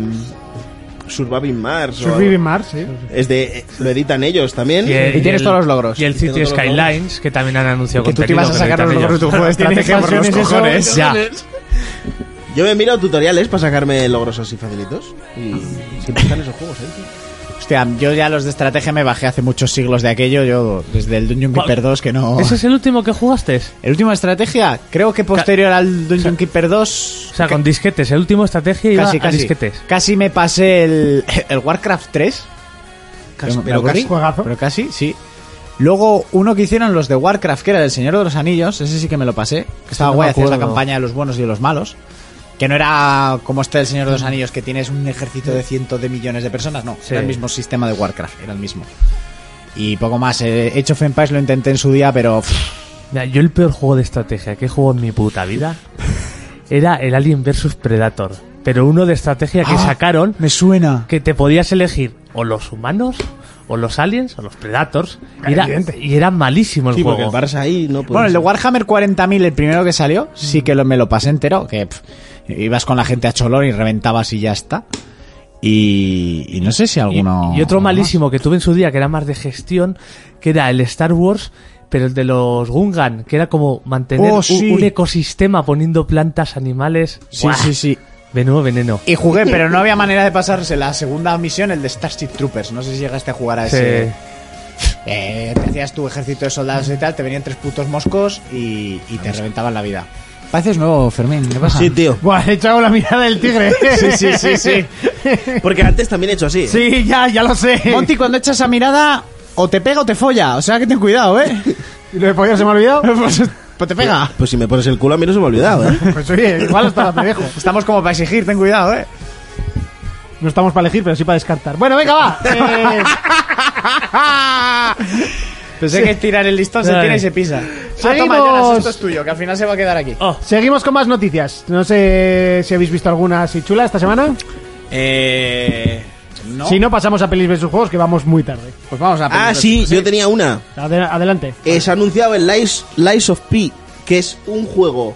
Surviving Mars. o- Surviving Mars, sí. Es de, eh, lo editan ellos también. el- Y tienes el- todos los logros. Y el Y tengo City todos los Skylines, que también han anunciado Que tú te contenido. ibas a que sacar lo los editan logros de tu ellos. juego de Tiene estrategia por los expansiones, eso. cojones. Ya. Yo me miro tutoriales para sacarme logros así facilitos. Y siempre están esos juegos, ¿eh? Hostia, yo ya los de estrategia me bajé hace muchos siglos de aquello. Yo, desde el Dungeon Keeper dos, que no... ¿Ese es el último que jugaste? El último de estrategia, creo que posterior al Dungeon Keeper dos... O sea, con disquetes. El último estrategia iba Casi, a casi. disquetes. Casi me pasé el, el Warcraft tres. Casi, Me pero aburrí, casi. Juegazo. Pero casi, sí. Luego, uno que hicieron los de Warcraft, que era del Señor de los Anillos, ese sí que me lo pasé. Que estaba no guay, me hacías la acuerdo. campaña de los buenos y de los malos. Que no era como este del Señor de los Anillos, que tienes un ejército de cientos de millones de personas. No, Sí. era el mismo sistema de Warcraft, era el mismo. Y poco más. Eh, Age of Empires lo intenté en su día, pero... pff, Mira, yo el peor juego de estrategia que he jugado en mi puta vida era el Alien versus Predator. pero uno de estrategia que Ah, sacaron, Me suena. que te podías elegir o los humanos, o los aliens, o los predators, y era, Evidente. y era malísimo el Sí, porque juego. el Barça ahí no puede Bueno, el de ser. Warhammer cuarenta mil, el primero que salió, sí que lo, me lo pasé entero, que pff, ibas con la gente a cholón y reventabas y ya está. Y, y no sé si Y, alguno... y otro malísimo que tuve en su día, que era más de gestión, que era el Star Wars, pero el de los Gungan, que era como mantener Oh, un- sí. un, ecosistema poniendo plantas, animales. Sí, ¡Buah! sí, sí. Menudo veneno. Y jugué, pero no había manera de pasarse la segunda misión, el de Starship Troopers. No sé si llegaste a jugar a ese... Sí. Eh, te hacías tu ejército de soldados y tal, te venían tres putos moscos y, y te reventaban la vida. Pareces nuevo, Fermín. ¿Qué pasa? Sí, tío. Buah, he echado la mirada del tigre. Sí, sí, sí, sí. Porque antes también he hecho así. ¿eh? Sí, ya, ya lo sé. Monty, cuando echas esa mirada, o te pega o te folla. O sea que ten cuidado, ¿eh? ¿Y lo de pollo se me ha olvidado? pues, pues te pega. Pues si me pones el culo a mí no se me ha olvidado, ¿eh? Pues oye, igual hasta la te dejo. Estamos como para exigir, ten cuidado, ¿eh? No estamos para elegir, pero sí para descartar. Bueno, venga, va. Eh, Pensé que tirar el listón se Ay. tira y se pisa. Ah, Seguimos. toma, Jonas, esto es tuyo, que al final se va a quedar aquí. Oh, seguimos con más noticias. No sé si habéis visto alguna así chula esta semana. Eh... ¿No? Si no, pasamos a pelis versus juegos, que vamos muy tarde. Pues vamos a... Ah, sí, yo tenía una. Ade- adelante. Eh, se ha anunciado el Lies, Lies of P, que es un juego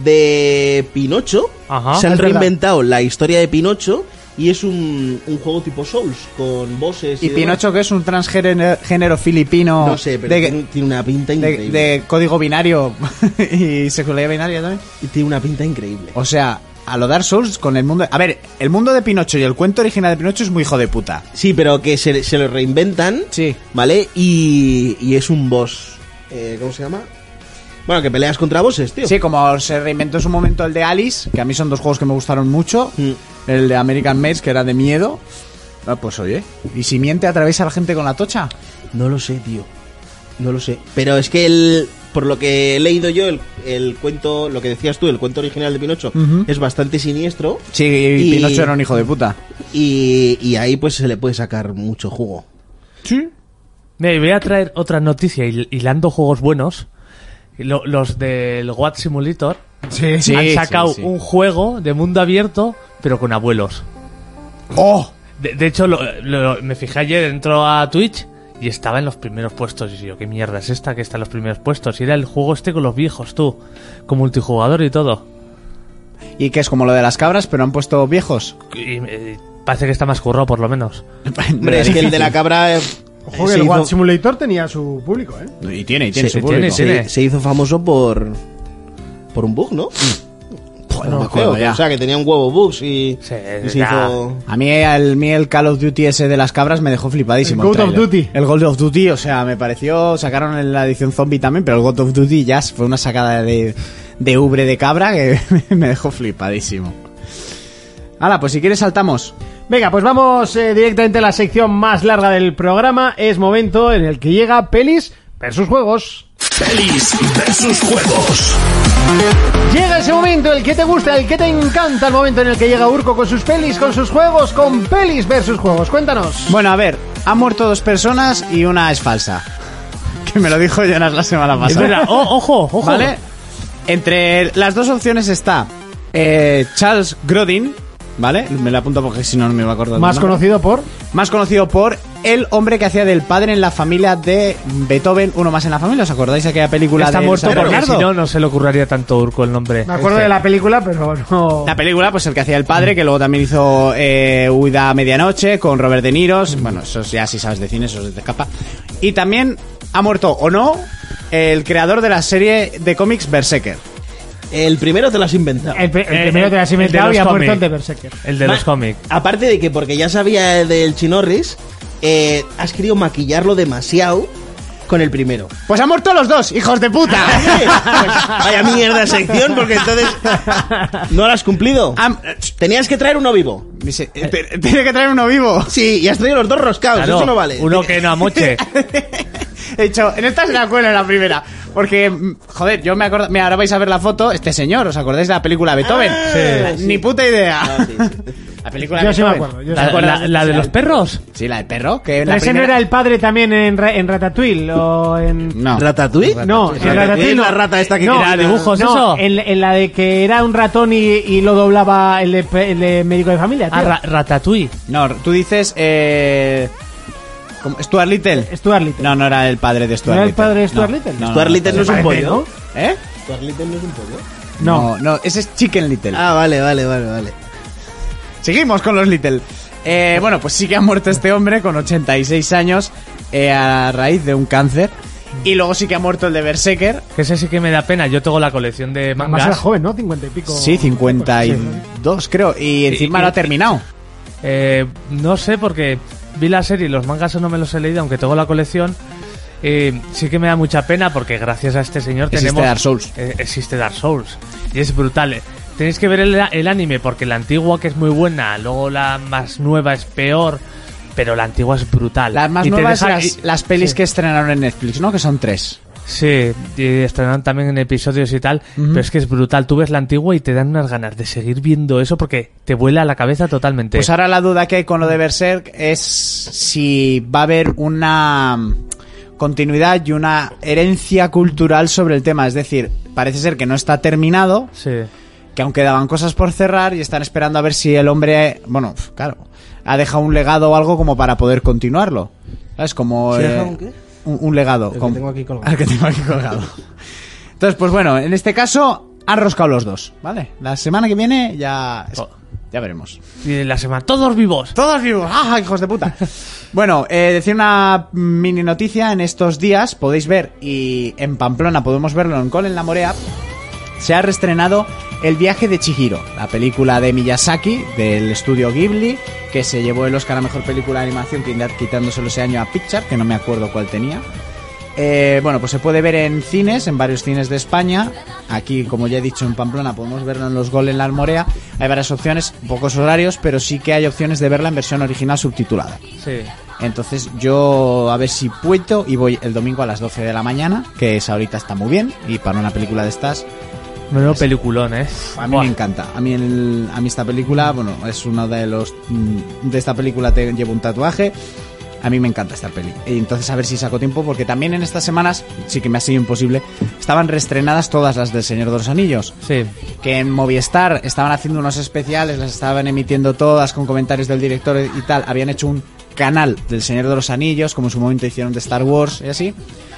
de Pinocho. Ajá. Se han Es verdad. reinventado la historia de Pinocho y es un, un juego tipo Souls, con bosses y, Y demás. Pinocho, que es un transgénero género filipino... No sé, pero de, tiene, tiene una pinta de, increíble. de código binario y sexualidad binaria también. Y tiene una pinta increíble. O sea, a lo Dark Souls con el mundo... A ver, el mundo de Pinocho y el cuento original de Pinocho es muy hijo de puta. Sí, pero que se, se lo reinventan, Sí. ¿vale? Y, y es un boss. Eh, ¿Cómo se llama? Bueno, que peleas contra bosses, tío. Sí, como se reinventó en su momento el de Alice, que a mí son dos juegos que me gustaron mucho. Mm. El de American Maze, que era de miedo. Ah, pues oye, ¿y si miente atraviesa a la gente con la tocha? No lo sé, tío. No lo sé. Pero es que el, por lo que he leído yo, el, el cuento, lo que decías tú, el cuento original de Pinocho, Ujú. es bastante siniestro. Sí, Y- Pinocho era un hijo de puta. Y, y ahí pues se le puede sacar mucho jugo. Sí. mira, y voy a traer otra noticia hil- hilando juegos buenos. Lo- los del What Simulator Sí, Sí, han sacado sí, sí. un juego de mundo abierto, pero con abuelos. ¡Oh! De, de hecho, lo- lo- me fijé ayer, entró a Twitch y estaba en los primeros puestos. Y yo, ¿qué mierda es esta que está en los primeros puestos? Y era el juego este con los viejos, tú. Con multijugador y todo. Y que es como lo de las cabras, pero han puesto viejos. Y eh, parece que está más currado, por lo menos. Hombre, es que el de la cabra eh, Ojo, que se, el hizo, What Simulator tenía su público, ¿eh? Y tiene, y tiene se- su público. tiene, se- se hizo famoso por por un bug, ¿no? Joder, no me Me acuerdo acuerdo, ya. o sea, que tenía un huevo bugs y, Sí, y se ya. hizo... A mí el, mí el Call of Duty ese de las cabras me dejó flipadísimo. El God of tráiler. Duty. El God of Duty, o sea, me pareció... Sacaron en la edición zombie también, pero el God of Duty ya fue una sacada de, de ubre de cabra que me dejó flipadísimo. Hala, pues si quieres saltamos. Venga, pues vamos eh, directamente a la sección más larga del programa. Es momento en el que llega pelis versus juegos. Pelis versus juegos. Llega ese momento, el que te gusta, el que te encanta, el momento en el que llega Urco con sus pelis, con sus juegos, con pelis versus juegos. Cuéntanos. Bueno, a ver, han muerto dos personas y una es falsa. Que me lo dijo Jonas la semana Es pasada. verdad, oh, ojo, ojo. ¿Vale? Entre las dos opciones está eh, Charles Grodin, ¿vale? Me lo apunto porque si no, no me va a acordar. del Más nombre. conocido por... Más conocido por el hombre que hacía del padre en la familia de Beethoven, uno más en la familia. ¿Os acordáis de aquella película Está de muerto San porque Bernardo? si no, no se le ocurriría tanto Urco el nombre. Me acuerdo Este. de la película, pero no... La película, pues el que hacía el padre, que luego también hizo eh, Huida a Medianoche con Robert De Niro. Bueno, eso ya si sabes de cine, eso se te escapa. Y también ha muerto, o no, el creador de la serie de cómics Berserker. El primero te lo has inventado. El, pri- el Eh, primero te lo has el de inventado los y ha muerto cómics. el de Berserker. El de Ma- los cómics. Aparte de que porque ya sabía del Chinorris, eh, has querido maquillarlo demasiado con el primero. Pues han muerto los dos, hijos de puta. Pues, vaya mierda sección, porque entonces no lo has cumplido. Han- Tenías que traer uno vivo. Dice, eh, te- Tiene que traer uno vivo. Sí, y has traído los dos roscados, Claro, eso no vale. uno que no amoche. He dicho, en esta se la cuela en la primera. Porque, mm, joder, yo me acuerdo. Mira, ahora vais a ver la foto. Este señor, ¿os acordáis de la película Beethoven? Ah, sí. Ni puta idea. Ah, sí, sí. La película Yo de sí me Beethoven. acuerdo, yo ¿La, sí me la- acuerdo. la de los perros? Sí, la del perro. Que Pero la ese primera... no era el padre también en, Ra- en Ratatouille o en... No. ¿Ratatouille? No, en Ratatouille no. La rata esta que No, quería- ¿Era dibujos no, eso? En, en la de que era un ratón y, y lo doblaba el de, pe- el de médico de familia, tío. Ah, Ra- Ratatouille. No, tú dices... Eh... ¿cómo? ¿Stuart Little? Stuart Little. No, no era el padre de Stuart ¿No era el Little. padre de Stuart Little? Stuart Little no es un parece, pollo. ¿Eh? ¿Stuart Little no es un pollo? No. No, no, ese es Chicken Little. Ah, vale, vale, vale, vale. Seguimos con los Little. Eh, bueno, pues sí que ha muerto este hombre con ochenta y seis años eh, a raíz de un cáncer. Y luego sí que ha muerto el de Berserker. Que ese sí que me da pena. Yo tengo la colección de Además mangas. era joven, ¿no? Cincuenta y pico. Sí, cincuenta y dos creo. Y encima y- lo ha terminado. Eh, no sé, porque vi la serie y los mangas no me los he leído, aunque tengo la colección. Eh, sí que me da mucha pena porque gracias a este señor Existe tenemos... Dark Souls. Eh, existe Dark Souls. Y es brutal. eh. Tenéis que ver el, el anime porque la antigua, que es muy buena, luego la más nueva es peor, pero la antigua es brutal. Las más Y te nuevas, deja- las, y- las pelis sí. que estrenaron en Netflix, ¿no? Que son tres. Sí, y estrenaron también en episodios y tal, Ujú. pero es que es brutal. Tú ves la antigua y te dan unas ganas de seguir viendo eso porque te vuela la cabeza totalmente. Pues ahora la duda que hay con lo de Berserk es si va a haber una continuidad y una herencia cultural sobre el tema. Es decir, parece ser que no está terminado, Sí. que aún quedaban cosas por cerrar y están esperando a ver si el hombre, bueno, claro, ha dejado un legado o algo como para poder continuarlo. ¿Sabes? Como... ¿Se ha eh, dejado un qué? un, un legado. El que como- tengo aquí colgado. El que tengo aquí colgado. Entonces, pues bueno, en este caso han roscado los dos, ¿vale? La semana que viene ya... Oh. Ya veremos. Y la semana, todos vivos. Todos vivos, ¡ah, hijos de puta! Bueno, eh, decir una mini noticia, en estos días podéis ver, y en Pamplona podemos verlo en Col en la Morea, se ha reestrenado El viaje de Chihiro, la película de Miyazaki, del estudio Ghibli, que se llevó el Oscar a Mejor Película de Animación, quitándoselo ese año a Pixar, que no me acuerdo cuál tenía. Eh, bueno, pues se puede ver en cines, en varios cines de España. Aquí, como ya he dicho, en Pamplona podemos verlo en los Gol en la Almorea. Hay varias opciones, pocos horarios, pero sí que hay opciones de verla en versión original subtitulada. Sí. Entonces yo a ver si puedo y voy el domingo a las doce de la mañana, que esa ahorita está muy bien, y para una película de estas Menudo peliculón, ¿eh? a mí Buah. me encanta. A mí, el- a mí esta película, bueno, es uno de los... mm, de esta película te llevo un tatuaje. A mí me encanta esta peli. Y entonces a ver si saco tiempo, porque también en estas semanas, sí que me ha sido imposible, estaban reestrenadas todas las del Señor de los Anillos. Sí. Que en Movistar estaban haciendo unos especiales, las estaban emitiendo todas con comentarios del director y tal. Habían hecho un canal del Señor de los Anillos, como en su momento hicieron de Star Wars y así.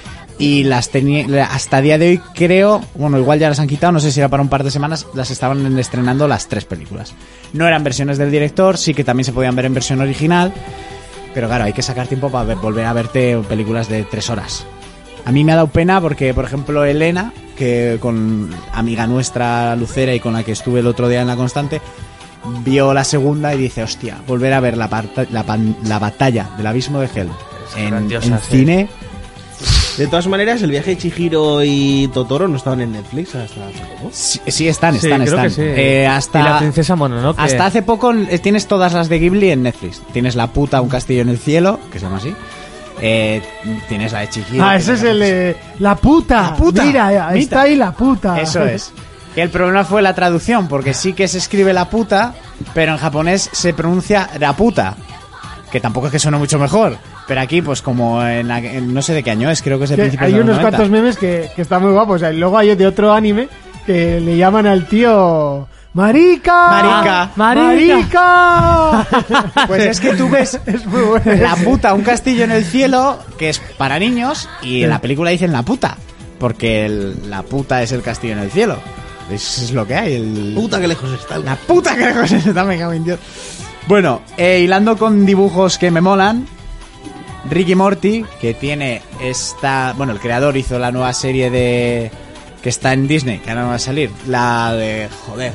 Y las tenía, hasta el día de hoy creo, bueno, igual ya las han quitado, no sé si era para un par de semanas, las estaban estrenando las tres películas. No eran versiones del director, sí que también se podían ver en versión original, pero claro, hay que sacar tiempo para ver- volver a verte películas de tres horas. A mí me ha dado pena porque, por ejemplo, Elena, que con amiga nuestra Lucera y con la que estuve el otro día en La Constante, vio la segunda y dice, hostia, volver a ver la, parta- la, pan- la batalla del abismo de Hell en, grandiosa, en sí. cine. De todas maneras, el viaje de Chihiro y Totoro no estaban en Netflix hasta hace poco. Sí, sí están, Sí, están, creo están. que sí. Eh, hasta, Y la princesa Mononoke. hasta hace poco eh, tienes todas las de Ghibli en Netflix. Tienes La puta, un castillo en el cielo, que se llama así. Eh, tienes la de Chihiro. Ah, ese es el de... La puta. La puta. Mira, ahí Mira. está ahí la puta. Eso es. Que el problema fue la traducción, porque sí que se escribe la puta, pero en japonés se pronuncia la puta. Que tampoco es que suene mucho mejor. Pero aquí, pues como en, la- en no sé de qué año es, creo que es el Que principio hay de los unos noventa. cuantos memes que, que están muy guapos. Y luego hay de otro anime que le llaman al tío... ¡Marica! Marica. ¡Marica! Pues es que tú ves Es muy bueno. la puta, un castillo en el cielo, que es para niños, y en la película dicen la puta, porque el- la puta es el castillo en el cielo. Eso es lo que hay. El, Puta que lejos está. la puta que lejos está, me cago en Dios. Bueno, eh, hilando con dibujos que me molan, Ricky Morty, que tiene esta... Bueno, el creador hizo la nueva serie de... que está en Disney, que ahora no va a salir. La de... joder.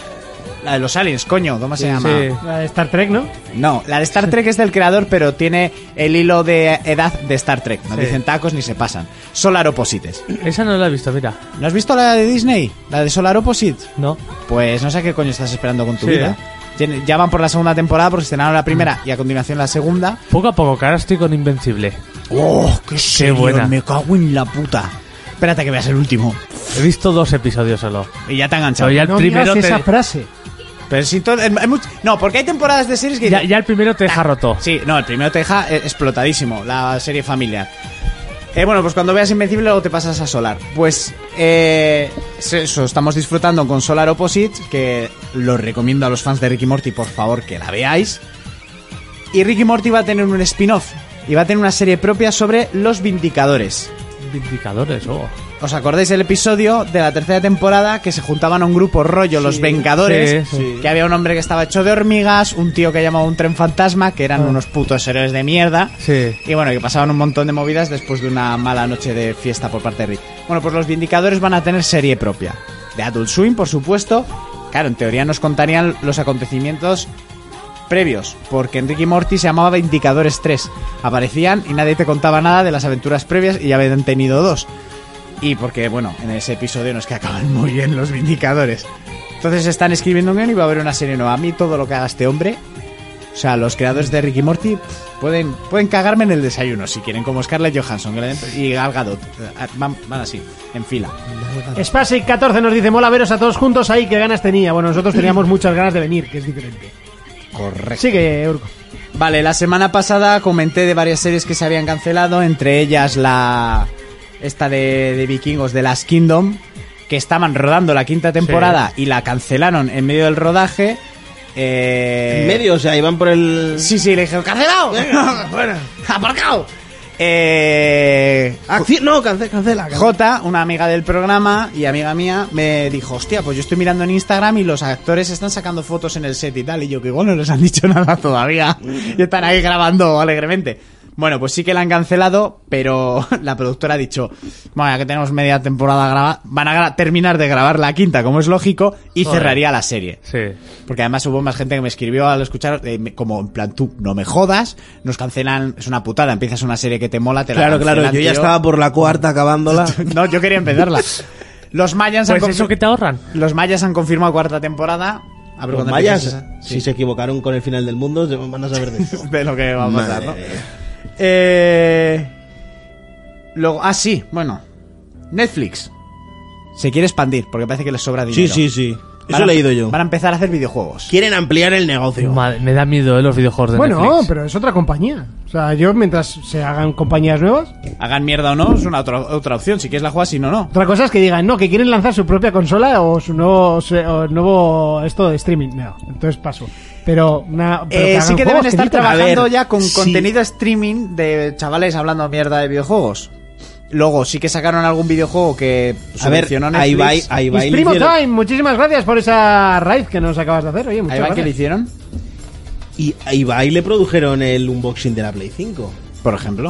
La de los aliens, coño, ¿cómo se Sí, llama? sí. La de Star Trek, ¿no? No, la de Star Trek es del creador, pero tiene el hilo de edad de Star Trek. No Sí. dicen tacos ni se pasan. Solar Opposites. Esa no la he visto, mira. ¿No has visto la de Disney? La de Solar Opposites. No. Pues no sé qué coño estás esperando con tu Sí, vida. Tien- Ya van por la segunda temporada porque estrenaron la primera y a continuación la segunda. Poco a poco, que ahora estoy con Invencible. ¡Oh, qué serio! buena. Me cago en la puta. Espérate que veas el último. He visto dos episodios solo. Y ya te ha enganchado. Pero ya el No primero digas te- esa frase. Pero sin todo, hay much- no, porque hay temporadas de series que Ya, ya el primero te deja roto. sí, no, el primero te deja eh, explotadísimo, la serie familiar. Eh, bueno, pues cuando veas Invencible luego te pasas a Solar. Pues eh, eso, estamos disfrutando con Solar Opposites, que lo recomiendo a los fans de Rick y Morty, por favor, que la veáis. Y Rick y Morty va a tener un spin-off y va a tener una serie propia sobre los Vindicadores. Vindicadores, oh. ¿Os acordáis del episodio de la tercera temporada que se juntaban a un grupo rollo los Vengadores? sí, sí. Que había un hombre que estaba hecho de hormigas, un tío que llamaba un tren fantasma, que eran Ah. unos putos héroes de mierda. Sí. Y bueno, que pasaban un montón de movidas después de una mala noche de fiesta por parte de Rick. Bueno, pues los Vindicadores van a tener serie propia. De Adult Swim, por supuesto. Claro, en teoría nos contarían los acontecimientos previos, porque en Rick y Morty se llamaba Vindicadores tres. Aparecían y nadie te contaba nada de las aventuras previas y ya habían tenido dos. Y porque, bueno, en ese episodio no es que acaban muy bien los Vindicadores. Entonces están escribiendo un guion y va a haber una serie nueva. A mí todo lo que haga este hombre, o sea, los creadores de Rick y Morty pff, pueden, pueden cagarme en el desayuno si quieren, como Scarlett Johansson que le den- y Gal Gadot. Eh, Van, van así, en fila. Spasic catorce nos dice, mola veros a todos juntos ahí, qué ganas tenía. Bueno, nosotros teníamos muchas ganas de venir, que es diferente. Correcto. Sigue, Urco. Vale, la semana pasada comenté de varias series que se habían cancelado, entre ellas la esta de, de vikingos de Last Kingdom, que estaban rodando la quinta temporada y la cancelaron en medio del rodaje. Eh... En medio, o sea, iban por el... Sí, sí, le dijeron ¡cancelado! Bueno. ¡Aparcado! Eh... Acci- No, cancela, cancela. cancela. Jota, una amiga del programa y amiga mía, me dijo, hostia, pues yo estoy mirando en Instagram y los actores están sacando fotos en el set y tal. Y yo, que igual no les han dicho nada todavía. Y están ahí grabando alegremente. Bueno, pues sí que la han cancelado, pero la productora ha dicho, bueno, ya que tenemos media temporada grabada, van a gra- terminar de grabar la quinta, como es lógico, y Joder. cerraría la serie. Sí. Porque además hubo más gente que me escribió al escuchar, eh, me- como en plan, tú no me jodas, nos cancelan, es una putada, empiezas una serie que te mola, te la Claro, claro, cancelan, yo ya tío. estaba por la cuarta acabándola. No, yo quería empezarla. Los Mayans han Pues eso confir- que te ahorran. Los Mayas han confirmado cuarta temporada. A ver Los cuándo mayas, empieza esa. si se equivocaron con el final del mundo, se van a saber de eso. De lo que va a pasar, ¿no? Madre mía. Eh... Luego, ah, sí, bueno. Netflix se quiere expandir porque parece que les sobra Sí, dinero. sí, sí. Van Eso a- he leído yo. Van a empezar a hacer videojuegos. Quieren ampliar el negocio. Madre, me da miedo, eh, los videojuegos de Bueno, Netflix. pero es otra compañía. O sea, yo mientras se hagan compañías nuevas... Hagan mierda o no, es una otra, otra opción. Si quieres la juegas, si no, no. Otra cosa es que digan, no, que quieren lanzar su propia consola o su nuevo, se- o nuevo esto de streaming. No, entonces paso. Pero, una, pero Eh, hagan sí que juegos deben estar digan, trabajando a ver, ya con sí. contenido streaming de chavales hablando mierda de videojuegos. Luego sí que sacaron algún videojuego que A ver, subvencionó ahí va, Netflix. ahí va. y le Stream hicieron- Time, muchísimas gracias por esa raid que nos acabas de hacer. Oye, muchas Ahí va, ¿qué le gracias. hicieron? Y a Ibai le produjeron el unboxing de la Play cinco. Por ejemplo.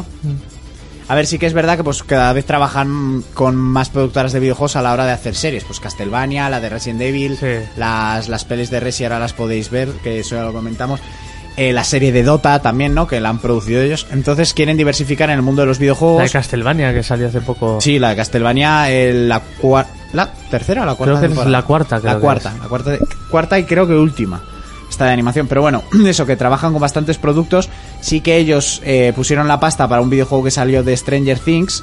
A ver, sí que es verdad que pues cada vez trabajan con más productoras de videojuegos a la hora de hacer series. Pues Castlevania, la de Resident Evil, Sí. las, las pelis de Resi ahora las podéis ver, que eso ya lo comentamos. Eh, la serie de Dota también, ¿no? Que la han producido ellos. Entonces quieren diversificar en el mundo de los La videojuegos. de Castlevania, que salió hace poco. Sí, la de Castlevania, eh, la, cua- la tercera o la cuarta Creo que es temporada? la cuarta, creo La que cuarta, es. la cuarta, de- cuarta y creo que última. Esta de animación, pero bueno, eso, que trabajan con bastantes productos. Sí que ellos eh, pusieron la pasta para un videojuego que salió de Stranger Things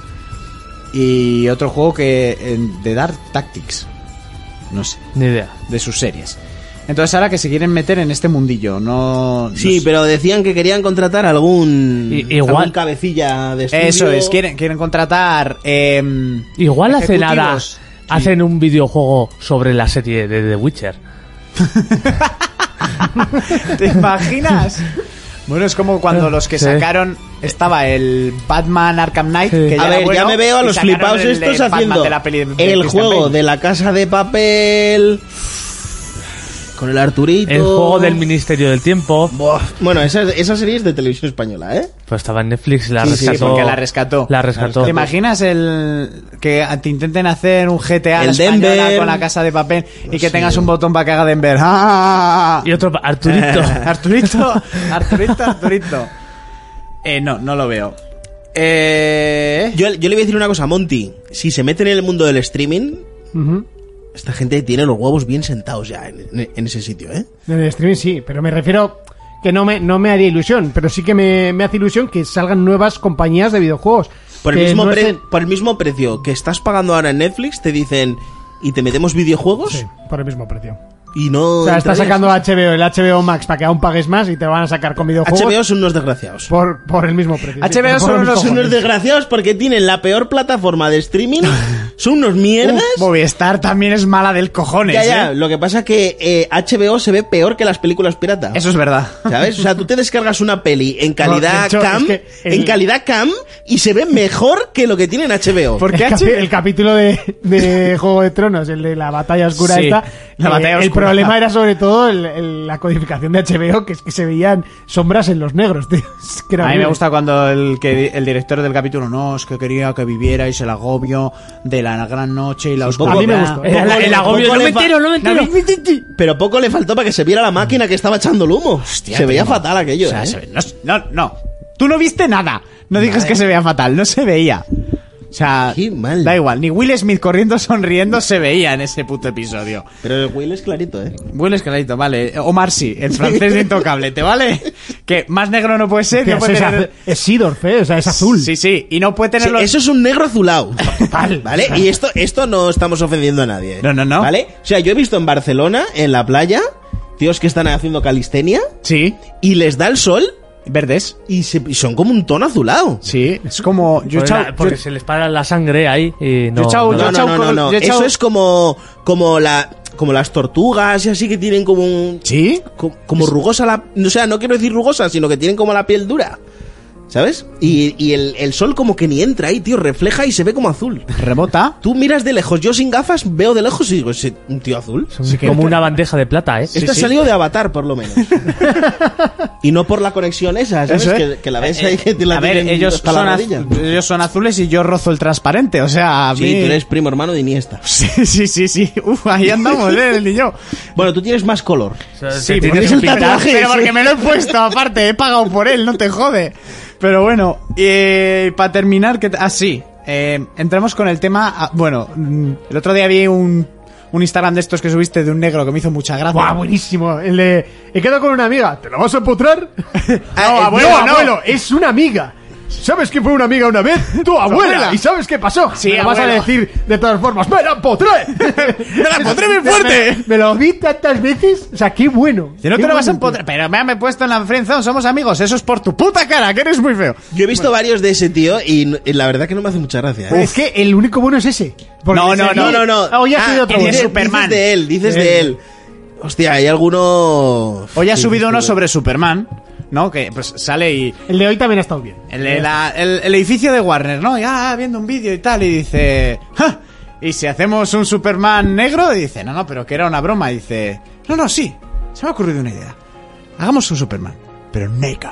y otro juego que eh, de Dark Tactics, no sé, Ni idea. de sus series. Entonces ahora que se quieren meter en este mundillo, no... no Sí, sé. pero decían que querían contratar algún, I- igual- algún cabecilla de estudio. Eso es, quieren, quieren contratar... em, Igual hace nada. ejecutivos. Hacen un videojuego sobre la serie de The Witcher. ¿Te imaginas? Bueno, es como cuando los que Sí. sacaron estaba el Batman Arkham Knight. Sí. Que ya A era ver, bueno, ya me veo a y los sacaron flipados el de estos Batman haciendo de la peli de el Christian juego Bale. de la Casa de Papel con el Arturito. El juego del Ministerio del Tiempo. Buah. Bueno, esa, esa serie es de televisión española, ¿eh? Pues estaba en Netflix, la Sí, sí, rescató. porque la rescató. La rescató. ¿Te imaginas el que te intenten hacer un G T A a la El española Denver. con la Casa de Papel y que Sí. tengas un botón para que haga Denver? ¡Ah! Y otro, Arturito. Arturito, Arturito, Arturito. Eh, no, no lo veo. Eh... Yo, yo le voy a decir una cosa a Monty. Si se meten en el mundo del streaming, Ujú. esta gente tiene los huevos bien sentados ya en, en- en ese sitio, ¿eh? En el streaming sí, pero me refiero que no me, no me haría ilusión, pero sí que me, me hace ilusión que salgan nuevas compañías de videojuegos. Por el, Que mismo no pre- estén- por el mismo precio que estás pagando ahora en Netflix, te dicen, ¿y te metemos videojuegos? Sí, por el mismo precio. Y no. O sea, está entrarías. sacando H B O, el H B O Max para que aún pagues más y te van a sacar con videojuegos H B O son unos desgraciados. por, por el mismo precio. H B O por son los unos- Son unos cojones. desgraciados porque tienen la peor plataforma de streaming. Son unos mierdas. Uf, Movistar también es mala del cojones, Ya, ya, ¿eh? lo que pasa es que eh, H B O se ve peor que las películas pirata. Eso es verdad. ¿Sabes? O sea, tú te descargas una peli en calidad No, de hecho, cam, es que el- en calidad cam, y se ve mejor que lo que tiene en H B O. ¿Por El, qué capi- H- el capítulo de, de Juego de Tronos, el de la batalla oscura Sí, esta, la eh, batalla el oscura. problema era sobre todo el- el- la codificación de H B O, que es que se veían sombras en los negros, tío. Es que era A mí me horrible. gusta cuando el, que, el director del capítulo, no, es que quería que vivierais el agobio de la gran noche y la Sí, poco- A mí me oscuridad. gustó. Era la- Poco el le- agobio, poco no le me fa- entero, no me entero. Pero poco le faltó para que se viera la máquina que estaba echando el humo. Hostia, se veía primo. fatal aquello, O sea, ¿eh? se ve- no, no, no. Tú no viste nada. No digas que se veía fatal, no se veía. O sea, Qué mal. da igual, ni Will Smith corriendo sonriendo se veía en ese puto episodio. Pero el Will es clarito, ¿eh? Will clarito, vale. Omar sí, el francés de intocable, ¿te vale? Que más negro no puede ser, Hostia, no puede es, tener... az- es Seedorf, ¿eh? O sea, es azul. Sí, sí, y no puede Sí, tener los... eso es un negro azulado. Total. ¿Vale? Y esto, esto no estamos ofendiendo a nadie. ¿eh? No, no, no. ¿Vale? O sea, yo he visto en Barcelona, en la playa, tíos que están haciendo calistenia Sí, y les da el sol verdes. y, se- y son como un tono azulado. Sí, es como... Yo he Porque, echado- la- porque yo- se les para la sangre ahí y no. Yo he echado- no- yo he No, echado no, no, no, con- no. yo he echado- Eso es como, como la, como las tortugas y así que tienen como un, ¿Sí? co- como rugosa la, o sea, no quiero decir rugosa, sino que tienen como la piel dura. ¿Sabes? Y, y el, el sol como que ni entra ahí, tío, refleja y se ve como azul. Rebota. Tú miras de lejos, yo sin gafas veo de lejos y digo, ¿ese un tío azul? Son como una bandeja de plata, ¿eh? Este ha salido de Avatar, por lo menos. Y no por la conexión esa, ¿sabes? Eso es. que, que la ves ahí, que te la A ver, tienen ellos hasta la son, rodilla. az- ellos son azules y yo rozo el transparente, o sea, a Sí, mí- tú eres primo hermano de Iniesta. Sí, sí, sí, sí. Uf, ahí andamos, ¿eh? El niño. Bueno, tú tienes más color. O sea, Sí, te porque tienes es que el pintar. tatuaje. Pero porque me lo he puesto, aparte, he pagado por él, no te jode. Pero bueno, eh, para terminar, que así, eh, entramos con el tema. ah, Bueno, mm, el otro día vi un, un Instagram de estos que subiste de un negro que me hizo mucha gracia. Buah, buenísimo. El de, he quedado con una amiga. ¿Te la vas a empotrar? Ah, no, eh, abuelo, no, no. abuelo, es una amiga. ¿Sabes que fue una amiga una vez? Tu abuela. abuela. ¿Y sabes qué pasó? Sí, me lo vas a abuelo. decir de todas formas. ¡Me la empotré! ¡Me la empotré muy fuerte! Me, me lo vi tantas veces. O sea, qué bueno. Si no Qué te lo vas a bueno, tío. empotrar. Pero me han puesto en la friendzone, somos amigos. Eso es por tu puta cara, que eres muy feo. Yo he visto varios de ese tío y, n- y la verdad que no me hace mucha gracia. ¿eh? Es que el único bueno es ese. Porque No, no, ese- No, no, no. Ah, hoy ha sido otro el de bueno. dices, Superman. dices de él, dices de él. Hostia, hay alguno... Hoy ha Sí, subido dices uno tú, sobre Superman, ¿no? Que pues sale y... El de hoy también ha estado bien. El, de la- el- el edificio de Warner, ¿no? Ya viendo un vídeo y tal, y dice... "Ja, ¿y si hacemos un Superman negro?" Y dice, no, no, pero que era una broma. Y dice, no, no, sí, se me ha ocurrido una idea. Hagamos un Superman, pero negro.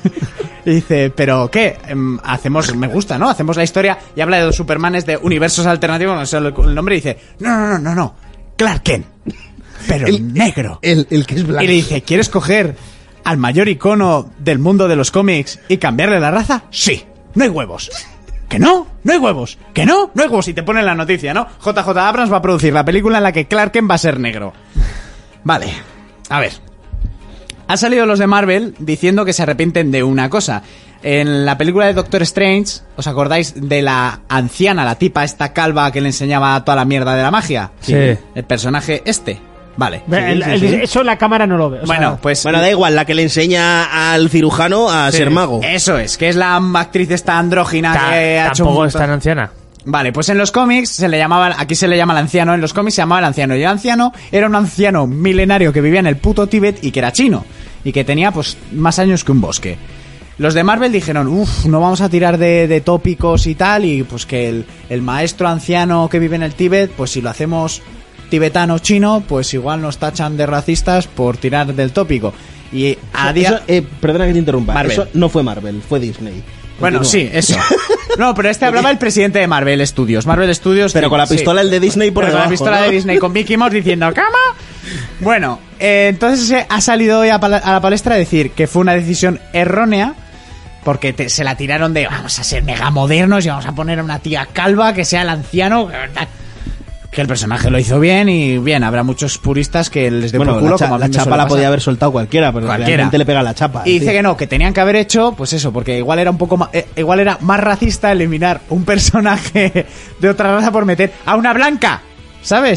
Y dice, ¿pero qué? Em, hacemos, me gusta, ¿no? Hacemos la historia y habla de dos Supermanes de universos alternativos, no sé el, el nombre, y dice, no, no, no, no, no, Clark Kent, pero El- negro. El, el que es blanco. Y le dice, ¿quieres coger al mayor icono del mundo de los cómics y cambiarle la raza? Sí, no hay huevos. ¿Que no? No hay huevos. ¿Que no? No hay huevos. Y te ponen la noticia, ¿no? J J Abrams va a producir la película en la que Clark Kent va a ser negro. Vale, a ver. Han salido los de Marvel diciendo que se arrepienten de una cosa. En la película de Doctor Strange, ¿os acordáis de la anciana, la tipa esta calva que le enseñaba toda la mierda de la magia? Sí. El personaje este. Vale. Ve, el- el- Eso la cámara no lo ve. o sea, Bueno, pues... Bueno, da igual, la que le enseña al cirujano a ser mago. Eso es, que es la actriz esta andrógina Ta- que ha hecho tampoco un es tan anciana. Vale, pues en los cómics se le llamaba, aquí se le llama el anciano, en los cómics se llamaba el anciano, y el anciano era un anciano milenario que vivía en el puto Tíbet y que era chino, y que tenía pues más años que un bosque. Los de Marvel dijeron, uff, no vamos a tirar de, de tópicos y tal, y pues que el, el maestro anciano que vive en el Tíbet, pues si lo hacemos tibetano chino, pues igual nos tachan de racistas por tirar del tópico. Y a día... Eso, eh, perdona que te interrumpa. Marvel. Eso no fue Marvel, fue Disney. Bueno, Continúa. sí, eso. No, pero este hablaba el presidente de Marvel Studios. Marvel Studios. Pero sí, con la sí. pistola el de Disney por Pero con la debajo, pistola ¿no? de Disney con Mickey Mouse diciendo ¿cómo? Bueno, eh, entonces eh, ha salido hoy a, pala- a la palestra a decir que fue una decisión errónea porque te- se la tiraron de vamos a ser mega modernos y vamos a poner a una tía calva que sea el anciano. Que el personaje lo hizo bien y bien, habrá muchos puristas que les dé Bueno, por culo la, cha- como a mí la me chapa suele la pasar. podía haber soltado cualquiera, pero Cualquiera. realmente le pega la chapa. Y dice tío. que no, que tenían que haber hecho, pues eso, porque igual era un poco más, eh, igual era más racista eliminar un personaje de otra raza por meter a una blanca, ¿sabes?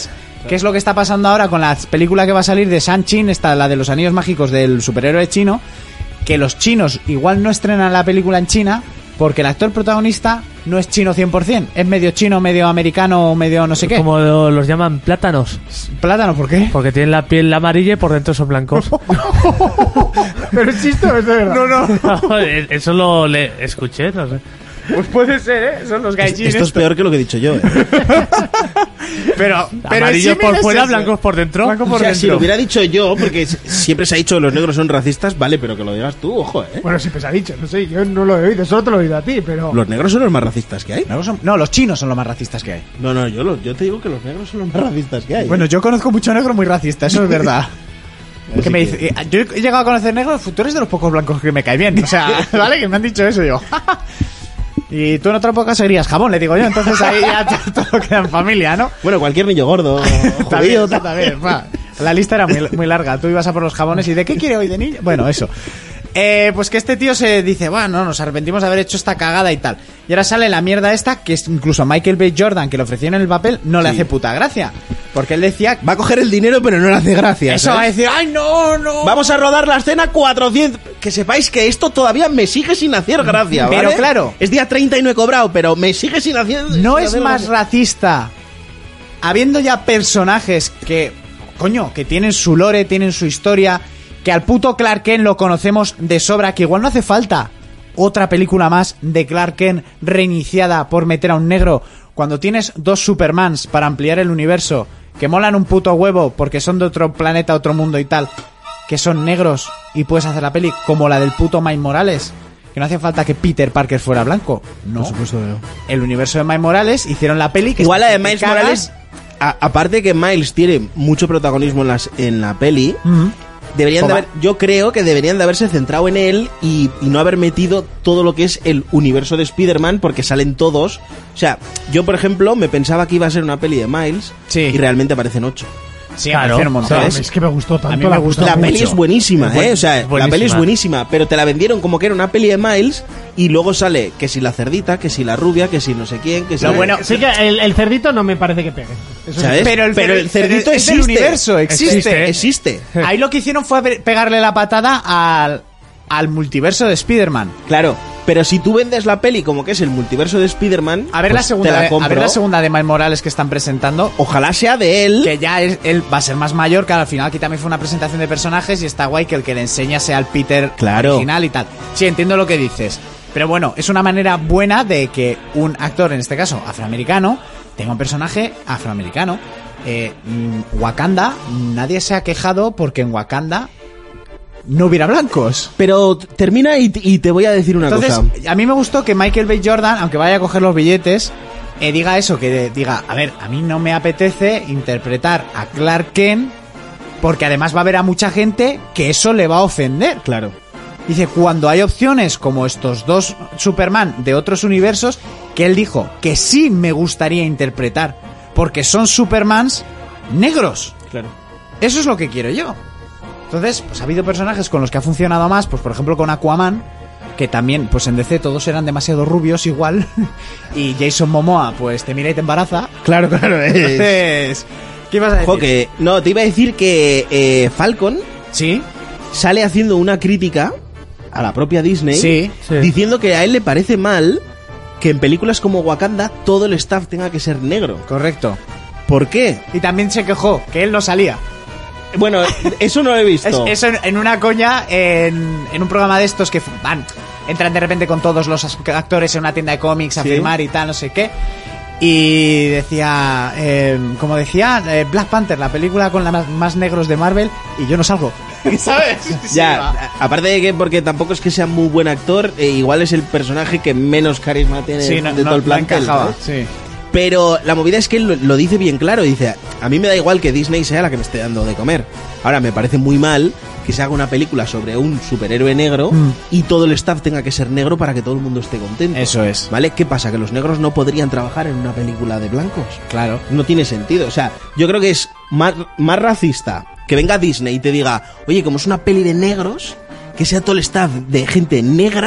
¿Qué es lo que está pasando ahora con la película que va a salir de Shang-Chi, esta, la de los anillos mágicos del superhéroe chino? Que los chinos igual no estrenan la película en China porque el actor protagonista no es chino cien por ciento, es medio chino, medio americano, medio no sé qué. Como lo- los llaman plátanos. ¿Plátano por qué? Porque tienen la piel amarilla y por dentro son blancos. Pero es chiste o es de verdad. No, no. Eso lo le escuché, no sé. Pues puede ser, ¿eh? Son los gaijin. Esto es peor que lo que he dicho yo, ¿eh? Pero, pero Amarillos el por símil es fuera, ese. blancos por dentro. Blanco O por sea, dentro. si lo hubiera dicho yo, porque s- siempre se ha dicho que los negros son racistas, vale, pero que lo digas tú, ojo, ¿eh? Bueno, siempre se ha dicho, no sé, yo no lo he oído, solo te lo he oído a ti, pero... Los negros son los más racistas que hay. No, son- no, los chinos son los más racistas que hay. No, no, yo, lo- yo te digo que los negros son los más racistas que hay. Bueno, yo conozco mucho negro muy racista, eso es verdad. que me dice, eh, yo he llegado a conocer negros, tú eres de los pocos blancos que me cae bien. O sea, ¿vale? Que me han dicho eso, digo. Y tú en otra época serías jabón, le digo yo. Entonces ahí ya todo, todo queda en familia, ¿no? Bueno, cualquier niño gordo, También, jodido, tú también. Va. La lista era muy, muy larga. Tú ibas a por los jabones y ¿de qué quiere hoy de niño? Bueno, eso. Eh, pues que este tío se dice, bueno, nos arrepentimos de haber hecho esta cagada y tal. Y ahora sale la mierda esta, que es incluso Michael B. Jordan, que le ofrecieron el papel, no le hace puta gracia. Porque él decía... va a coger el dinero, pero no le hace gracia. Eso va a ¿sabes? decir, ay, no, no. Vamos a rodar la escena cuatrocientos. Que sepáis que esto todavía me sigue sin hacer gracia, ¿vale? Pero claro. Es día treinta y no he cobrado, pero me sigue sin hacer. No sin es hacer más gracia. racista habiendo ya personajes que, coño, que tienen su lore, tienen su historia, que al puto Clark Kent lo conocemos de sobra, que igual no hace falta otra película más de Clark Kent reiniciada por meter a un negro, cuando tienes dos Supermans para ampliar el universo, que molan un puto huevo porque son de otro planeta, otro mundo y tal, que son negros, y puedes hacer la peli como la del puto Miles Morales, que no hacía falta que Peter Parker fuera blanco. No. Por supuesto, no. El universo de Miles Morales hicieron la peli que Igual la de te Miles cagas. Morales, a- aparte que Miles tiene mucho protagonismo en, las, en la peli, Ujú. deberían de Toma. haber, yo creo que deberían de haberse centrado en él y, y no haber metido todo lo que es el universo de Spider-Man, porque salen todos. O sea, yo por ejemplo me pensaba que iba a ser una peli de Miles, Sí. y realmente aparecen ocho. Sí, Claro. aparecieron un montón. ¿Sabes? Es que me gustó tanto A mí la me gustó puta La peli mucho. es buenísima, Es buen- ¿eh? O sea, es la peli es buenísima. buenísima, pero te la vendieron como que era una peli de Miles y luego sale que si la cerdita, que si la rubia, que si no sé quién, que si... Lo bueno- Sí que el, el cerdito no me parece que pegue. Eso sí. ¿Sabes? Pero el, Pero el cerdito es del existe. universo, existe. Existe. Existe. Ahí lo que hicieron fue pe- pegarle la patada al, al multiverso de Spider-Man. Claro, pero si tú vendes la peli como que es el multiverso de Spider-Man, A ver, pues la segunda, te la de- a compro. ver la segunda de Miles Morales que están presentando. Ojalá sea de él. Que ya es- él va a ser más mayor, que al final aquí también fue una presentación de personajes y está guay que el que le enseña sea el Peter Claro. original y tal. Sí, entiendo lo que dices. Pero bueno, es una manera buena de que un actor, en este caso afroamericano, tenga un personaje afroamericano. Eh, mm, Wakanda, nadie se ha quejado porque en Wakanda no hubiera blancos. Pero termina y, y te voy a decir una Entonces, cosa. a mí me gustó que Michael B. Jordan, aunque vaya a coger los billetes, eh, diga eso, que de- diga, a ver, a mí no me apetece interpretar a Clark Kent porque además va a haber a mucha gente que eso le va a ofender. Claro. Dice, cuando hay opciones como estos dos Superman de otros universos, que él dijo que sí me gustaría interpretar, porque son Supermans negros. Claro. Eso es lo que quiero yo. Entonces, pues ha habido personajes con los que ha funcionado más, pues por ejemplo con Aquaman, que también, pues en D C todos eran demasiado rubios igual, y Jason Momoa, pues te mira y te embaraza. Claro, claro. Es... Entonces, ¿qué ibas a decir? Ojo, que... No, te iba a decir que eh, Falcon Sí, sale haciendo una crítica a la propia Disney, Sí. Sí. diciendo que a él le parece mal que en películas como Wakanda todo el staff tenga que ser negro. correcto. ¿Por qué? Y también se quejó que él no salía. Bueno, eso no lo he Es, visto. eso en, en una coña, en, en un programa de estos que f- van, entran de repente con todos los as- actores en una tienda de cómics a Sí. firmar y tal, no sé qué. Y decía, eh, como decía, eh, Black Panther, la película con la más, más negros de Marvel, y yo no salgo. ¿Sabes? Sí, Ya, va. a- aparte de que porque tampoco es que sea muy buen actor, eh, igual es el personaje que menos carisma tiene Sí, no, de no- todo el no plantel. encajaba, ¿no? sí. Pero la movida es que él lo, lo dice bien claro, dice, a mí me da igual que Disney sea la que me esté dando de comer. Ahora, me parece muy mal que se haga una película sobre un superhéroe negro Mm. y todo el staff tenga que ser negro para que todo el mundo esté contento. Eso es. ¿Vale? ¿Qué pasa? ¿Que los negros no podrían trabajar en una película de blancos? Claro. No tiene sentido. O sea, yo creo que es más, más racista que venga Disney y te diga, oye, como es una peli de negros, que sea todo el staff de gente negra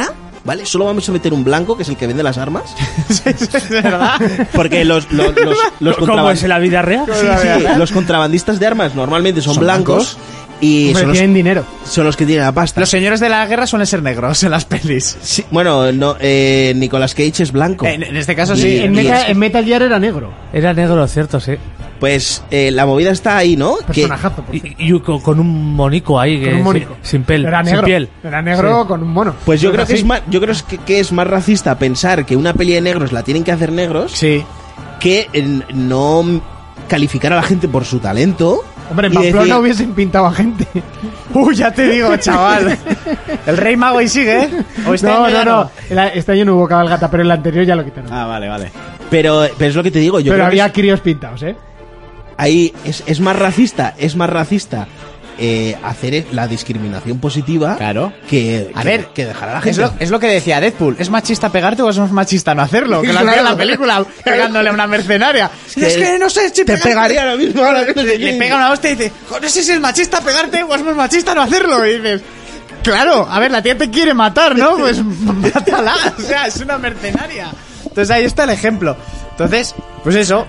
¿vale? Solo vamos a meter un blanco, que es el que vende las armas. ¿Es verdad? Porque los, los, los, los, ¿Cómo contraband- es en la vida real? Sí, sí, los contrabandistas de armas normalmente son, ¿Son blancos, blancos? y Hombre, son los, tienen dinero. son los que tienen la pasta. Los señores de la guerra suelen ser negros en las pelis. Sí, bueno, no, eh, Nicolas Cage es blanco. En, en este caso Y- sí. En, y- Meta- en Metal Gear era negro. Era negro, cierto, sí. Pues eh, la movida está ahí, ¿no? Que, Personajazo, por cierto. Y, y con, con un monico ahí, que Con un monico. Sin, sin pel, Era sin negro. piel. Era negro Sí. con un mono. pues yo Algo creo que así. es más, yo creo que, que es más racista pensar que una peli de negros la tienen que hacer negros Sí. que en no calificar a la gente por su talento. Hombre, en y Pamplona decir- hubiesen pintado a gente. Uy, ya te digo, chaval. El Rey Mago ahí sigue, ¿eh? ¿O este No, año no, ya no. El- Este año no hubo cabalgata, pero el anterior ya lo quitaron. Ah, vale, vale. Pero, pero es lo que te digo, yo pero creo había que es- críos pintados, ¿eh? ahí es, es más racista, es más racista eh, hacer la discriminación positiva Claro. que, A que- ver, que dejar a la Es gente. lo, es lo que decía Deadpool. ¿Es machista pegarte o es machista no hacerlo? Que lo hacía en la película pegándole a una mercenaria. Es que- que, no sé si te pegarte. pegaría ahora mismo. Ahora que no sé Le, qué. le pega una hostia y dice, no sé si es machista pegarte o es más machista no hacerlo. Y dices, claro, a ver, la tía te quiere matar, ¿no? Pues mátala. O sea, es una mercenaria. Entonces ahí está el ejemplo. Entonces, pues eso.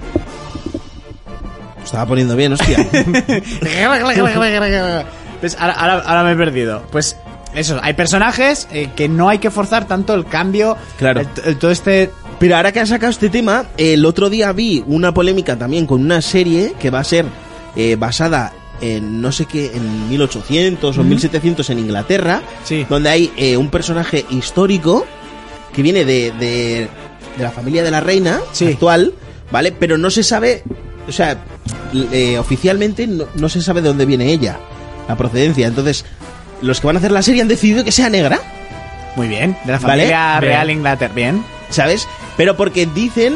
Estaba poniendo bien, hostia. Pues ahora, ahora, ahora me he perdido. Pues eso, hay personajes eh, que no hay que forzar tanto el cambio. Claro. el- el- todo este... Pero ahora que has sacado este tema, el otro día vi una polémica también con una serie que va a ser eh, basada en no sé qué, en mil ochocientos o mil setecientos en Inglaterra, Sí. donde hay eh, un personaje histórico que viene de, de, de la familia de la reina Sí. actual, ¿vale? Pero no se sabe, o sea, eh, oficialmente no, no se sabe de dónde viene ella, la procedencia. Entonces, los que van a hacer la serie han decidido que sea negra, Muy bien. De la Vale. familia Bien. real Inglaterra. Bien. ¿sabes? Pero porque dicen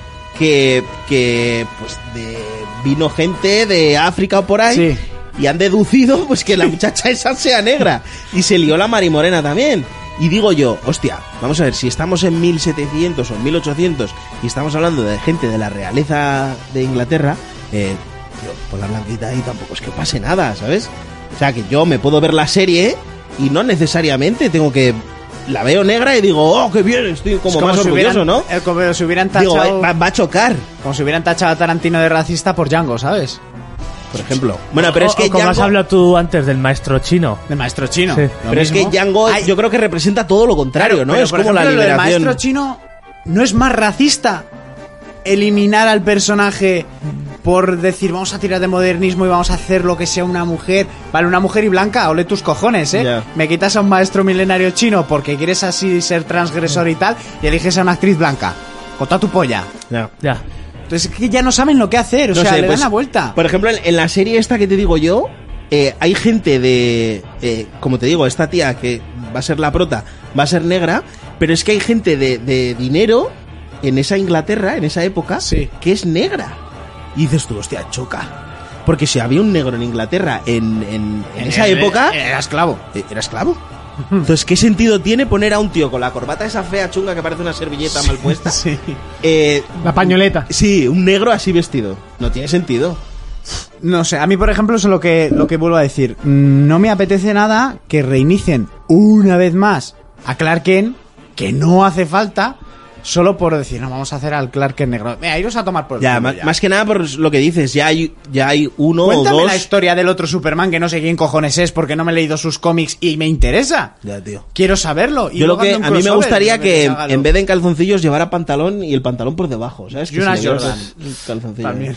que, que pues de, vino gente de África o por ahí Sí. y han deducido pues que la muchacha esa sea negra y se lió la marimorena también. Y digo yo, hostia, vamos a ver, si estamos en mil setecientos o en mil ochocientos y estamos hablando de gente de la realeza de Inglaterra, eh, yo, por la blanquita ahí tampoco es que pase nada, ¿sabes? O sea, que yo me puedo ver la serie y no necesariamente tengo que... La veo negra y digo, oh, qué bien, estoy como, Es más si orgulloso, hubieran, ¿no? eh, como si hubieran Digo, tachado, va, va a chocar, como si hubieran tachado a Tarantino de racista por Django, ¿sabes? por ejemplo. Bueno, pero O- es que o como has Django, hablado tú antes del maestro chino. Del maestro chino. Sí. Lo pero es que mismo. Django Ay, yo creo que representa todo lo contrario, claro, ¿no? pero, Es por como la ejemplo, lo del liberación. maestro chino no es más racista eliminar al personaje por decir vamos a tirar de modernismo y vamos a hacer lo que sea una mujer. Vale, una mujer y blanca, ole tus cojones, ¿eh? Ya. Me quitas a un maestro milenario chino porque quieres así ser transgresor y tal y eliges a una actriz blanca. Cota tu polla. Ya. Ya. Entonces es que ya no saben lo que hacer, o No sea, sé, le pues, dan la vuelta. Por ejemplo, en, en la serie esta que te digo yo, eh, hay gente de... eh, como te digo, esta tía que va a ser la prota, va a ser negra, pero es que hay gente de, de dinero en esa Inglaterra, en esa época, Sí. que es negra. Y dices tú, hostia, choca. Porque si había un negro en Inglaterra en, en, en esa Eh, época, eh, Era esclavo. eh, era esclavo. Entonces, ¿qué sentido tiene poner a un tío con la corbata esa fea chunga que parece una servilleta mal puesta? Sí. Eh, La pañoleta. sí, un negro así vestido. No tiene sentido. No sé, a mí por ejemplo es lo que, lo que vuelvo a decir. No me apetece nada que reinicien una vez más a Clark Kent, que no hace falta, solo por decir, no, vamos a hacer al Clark Kent negro. Venga, iros a tomar por el Ya, culo ma- ya. más que nada por lo que dices, ya hay, ya hay uno Cuéntame o dos. la historia del otro Superman que no sé quién cojones es porque no me he leído sus cómics y me interesa. Ya, tío. Quiero saberlo. Y Yo lo luego que hazme un a mí me crossover, gustaría lo que les haga en lo- vez de en calzoncillos llevara pantalón y el pantalón por debajo, ¿sabes? Y Que una se le vea Jordan. el calzoncillo. También.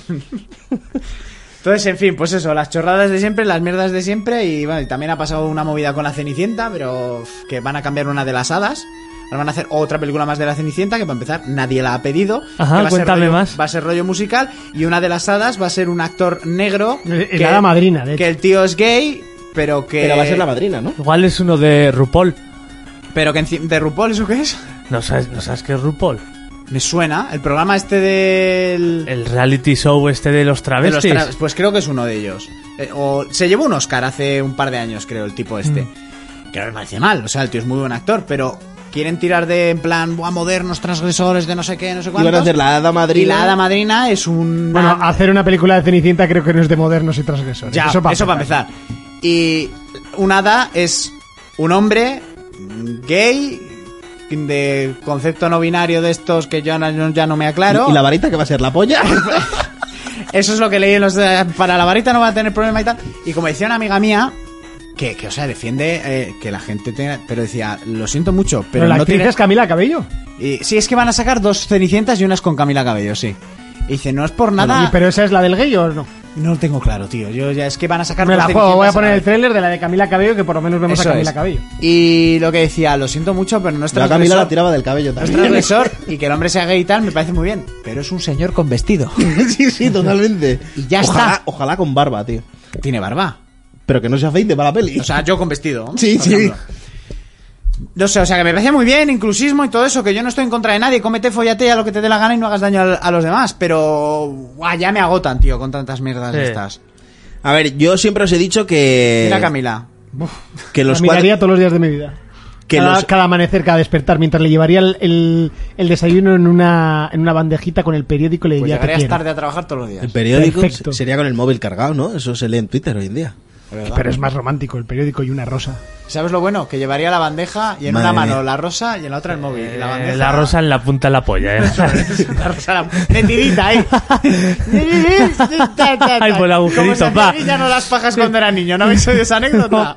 Entonces, en fin, pues eso, las chorradas de siempre, las mierdas de siempre. Y bueno, y también ha pasado una movida con la Cenicienta, pero uf, que van a cambiar una de las hadas. Ahora van a hacer otra película más de la Cenicienta, que para empezar nadie la ha pedido. Ajá, que va a ser cuéntame rollo- más. Va a ser rollo musical. Y una de las hadas va a ser un actor negro. El- el hada madrina, de Que hecho. el tío es gay, pero que. Pero va a ser la madrina, ¿no? Igual es uno de RuPaul. Pero que enci- ¿de RuPaul eso qué es? ¿No sabes, ¿no sabes qué es RuPaul? Me suena. El programa este del. El reality show este de los De los travestis. tra- pues creo que es uno de ellos. Eh, o se llevó un Oscar hace un par de años, creo, el tipo este. Mm. Que no me parece mal, o sea, el tío es muy buen actor, pero quieren tirar de en plan, buah, modernos, transgresores, de no sé qué, no sé Y cuántos. van a hacer la hada madrina. Y la hada madrina es un... Bueno, hacer una película de Cenicienta creo que no es de modernos y transgresores. Ya, eso para empezar. Y un hada es un hombre gay, de concepto no binario de estos que yo no- ya no me aclaro. ¿Y la varita que va a ser la polla? Eso es lo que leí en los de- para la varita no va a tener problema y tal. Y como decía una amiga mía, que, que o sea, defiende eh, que la gente tenga... Pero decía, lo siento mucho, pero, Pero la no actriz tiene... es Camila Cabello. Y, sí, es que van a sacar dos Cenicientas y unas con Camila Cabello, sí. Y dice, no es por nada... ¿Y ¿Pero esa es la del gay o no? No lo tengo claro, tío. Yo ya es que van a sacar Me dos la juego, voy a Cenicientas poner la el vez. tráiler de la de Camila Cabello, que por lo menos vemos Eso a Camila es. Cabello. Y lo que decía, lo siento mucho, pero no es La Camila transgresor. la tiraba del cabello No es también. transgresor y que el hombre sea gay y tal, me parece muy bien. Pero es un señor con vestido. Sí, sí, totalmente. Y ya ojalá, está. Ojalá con barba, tío. Tiene barba. Pero que no se afeite para la peli. O sea, yo con vestido. Sí, por sí. ejemplo. No sé, o sea, que me parece muy bien, inclusismo y todo eso, que yo no estoy en contra de nadie, cómete, follate a lo que te dé la gana y no hagas daño a, a los demás, pero guau, ya me agotan, tío, con tantas mierdas de Sí. estas. A ver, yo siempre os he dicho que... Mira, Camila. Que La los miraría cuatro... todos los días de mi vida. Que cada, los- cada amanecer, cada despertar, mientras le llevaría el, el, el desayuno en una, en una bandejita con el periódico y le Pues diría te llegarías quiero. tarde a trabajar todos los días. El periódico Perfecto. sería con el móvil cargado, ¿no? Eso se lee en Twitter hoy en día. Pero es más romántico, el periódico y una rosa. ¿Sabes lo bueno? Que llevaría la bandeja y en Madre una mano mía. la rosa y en la otra el móvil. Y la, Eh, bandeja, la rosa en la punta de la polla, ¿eh? la rosa la- de tirita ahí. Ay, por el agujerito, Como se pa. hacían ya no las pajas cuando era niño. ¿No habéis oído esa anécdota?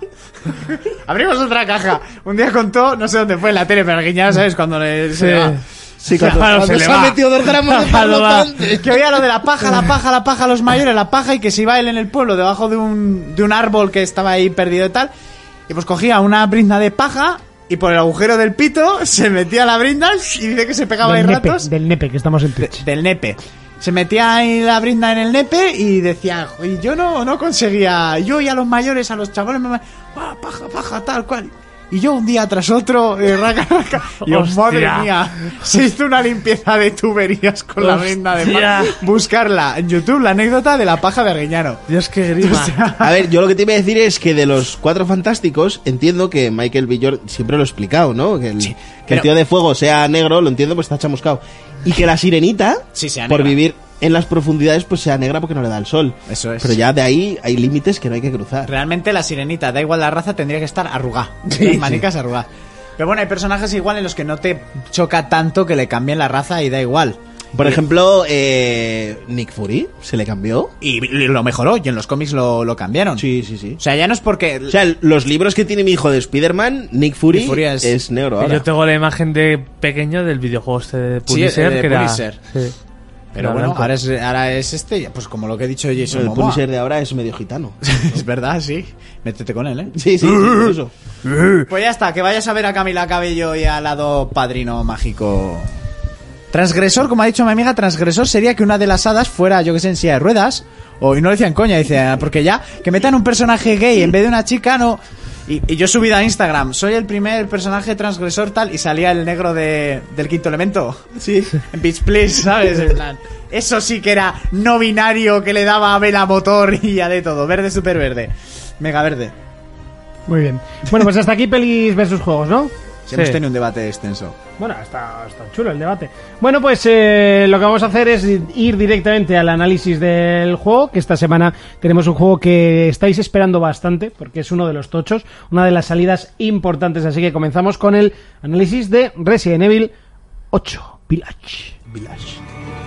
Abrimos otra caja. Un día contó, no sé dónde fue en la tele, pero aquí ya sabes cuando le, se Sí. le va. Sí, cuando, Claro, cuando se se, le ha va. metido dos gramos de Cuando va. parlopante. Que oía lo de la paja, la paja, la paja a los mayores, la paja, y que se iba él en el pueblo debajo de un, de un árbol que estaba ahí perdido y tal. Y pues cogía una brizna de paja y por el agujero del pito se metía la brizna y dice que se pegaba ahí Del nepe, ratos. del nepe, que estamos en De- Twitch. del nepe. Se metía ahí la brizna en el nepe y decía, y yo no, no conseguía, yo y a los mayores, a los chavales, me ah, paja, paja, tal cual. Y yo un día tras otro, eh, raca, raca, y yo, Hostia. madre mía, se hizo una limpieza de tuberías con la brizna de paja. Hostia. Buscarla en YouTube, la anécdota de la paja de Arguiñano. Dios, qué grima. A ver, yo lo que te iba a decir es que de los Cuatro Fantásticos entiendo que Michael B. Jordan, siempre lo he explicado, ¿no? Que el, que pero- el tío de fuego sea negro, lo entiendo, pues está chamuscado. Y que la sirenita, Sí, sea por negra. vivir en las profundidades, pues sea negra porque no le da el sol. Eso es. Pero ya de ahí hay límites que no hay que cruzar. Realmente la sirenita, da igual la raza, tendría que estar arrugada. Sí, Las manicas arrugadas. Pero bueno, hay personajes igual en los que no te choca tanto que le cambien la raza y da igual. Por ejemplo, eh, Nick Fury se le cambió. Y lo mejoró, y en los cómics lo, lo cambiaron. Sí, sí, sí. O sea, ya no es porque... O sea, los libros que tiene mi hijo de Spider-Man, Nick Fury, Nick Fury es, es- negro ahora. Yo tengo la imagen de pequeño del videojuego este de Sí, Punisher, el de que era... Punisher. Sí. Pero Era bueno, blanco. ahora es, ahora es este, pues como lo que he dicho Jason el Momoa. Punisher de ahora es medio gitano. Es verdad, sí. Métete con él, ¿eh? Sí, sí, sí, por eso. Pues ya está, que vayas a ver a Camila Cabello y al lado padrino mágico. Transgresor, como ha dicho mi amiga, transgresor sería que una de las hadas fuera, yo que sé, en silla de ruedas. O, y no lo decían coña, dice, "Ah, porque ya, que metan un personaje gay en vez de una chica, no... Y, y yo he subido a Instagram, soy el primer personaje transgresor tal, y salía el negro de, del quinto elemento. Sí. En Beach Please, ¿sabes? En plan, eso sí que era no binario, que le daba a vela motor y ya de todo. Verde, súper verde. Mega verde. Muy bien. Bueno, pues hasta aquí pelis versus juegos, ¿no? Si Sí. hemos tenido un debate extenso. Bueno, está, está chulo el debate. Bueno, pues eh, lo que vamos a hacer es ir directamente al análisis del juego, que esta semana tenemos un juego que estáis esperando bastante, porque es uno de los tochos, una de las salidas importantes, así que comenzamos con el análisis de Resident Evil ocho, Village. Village.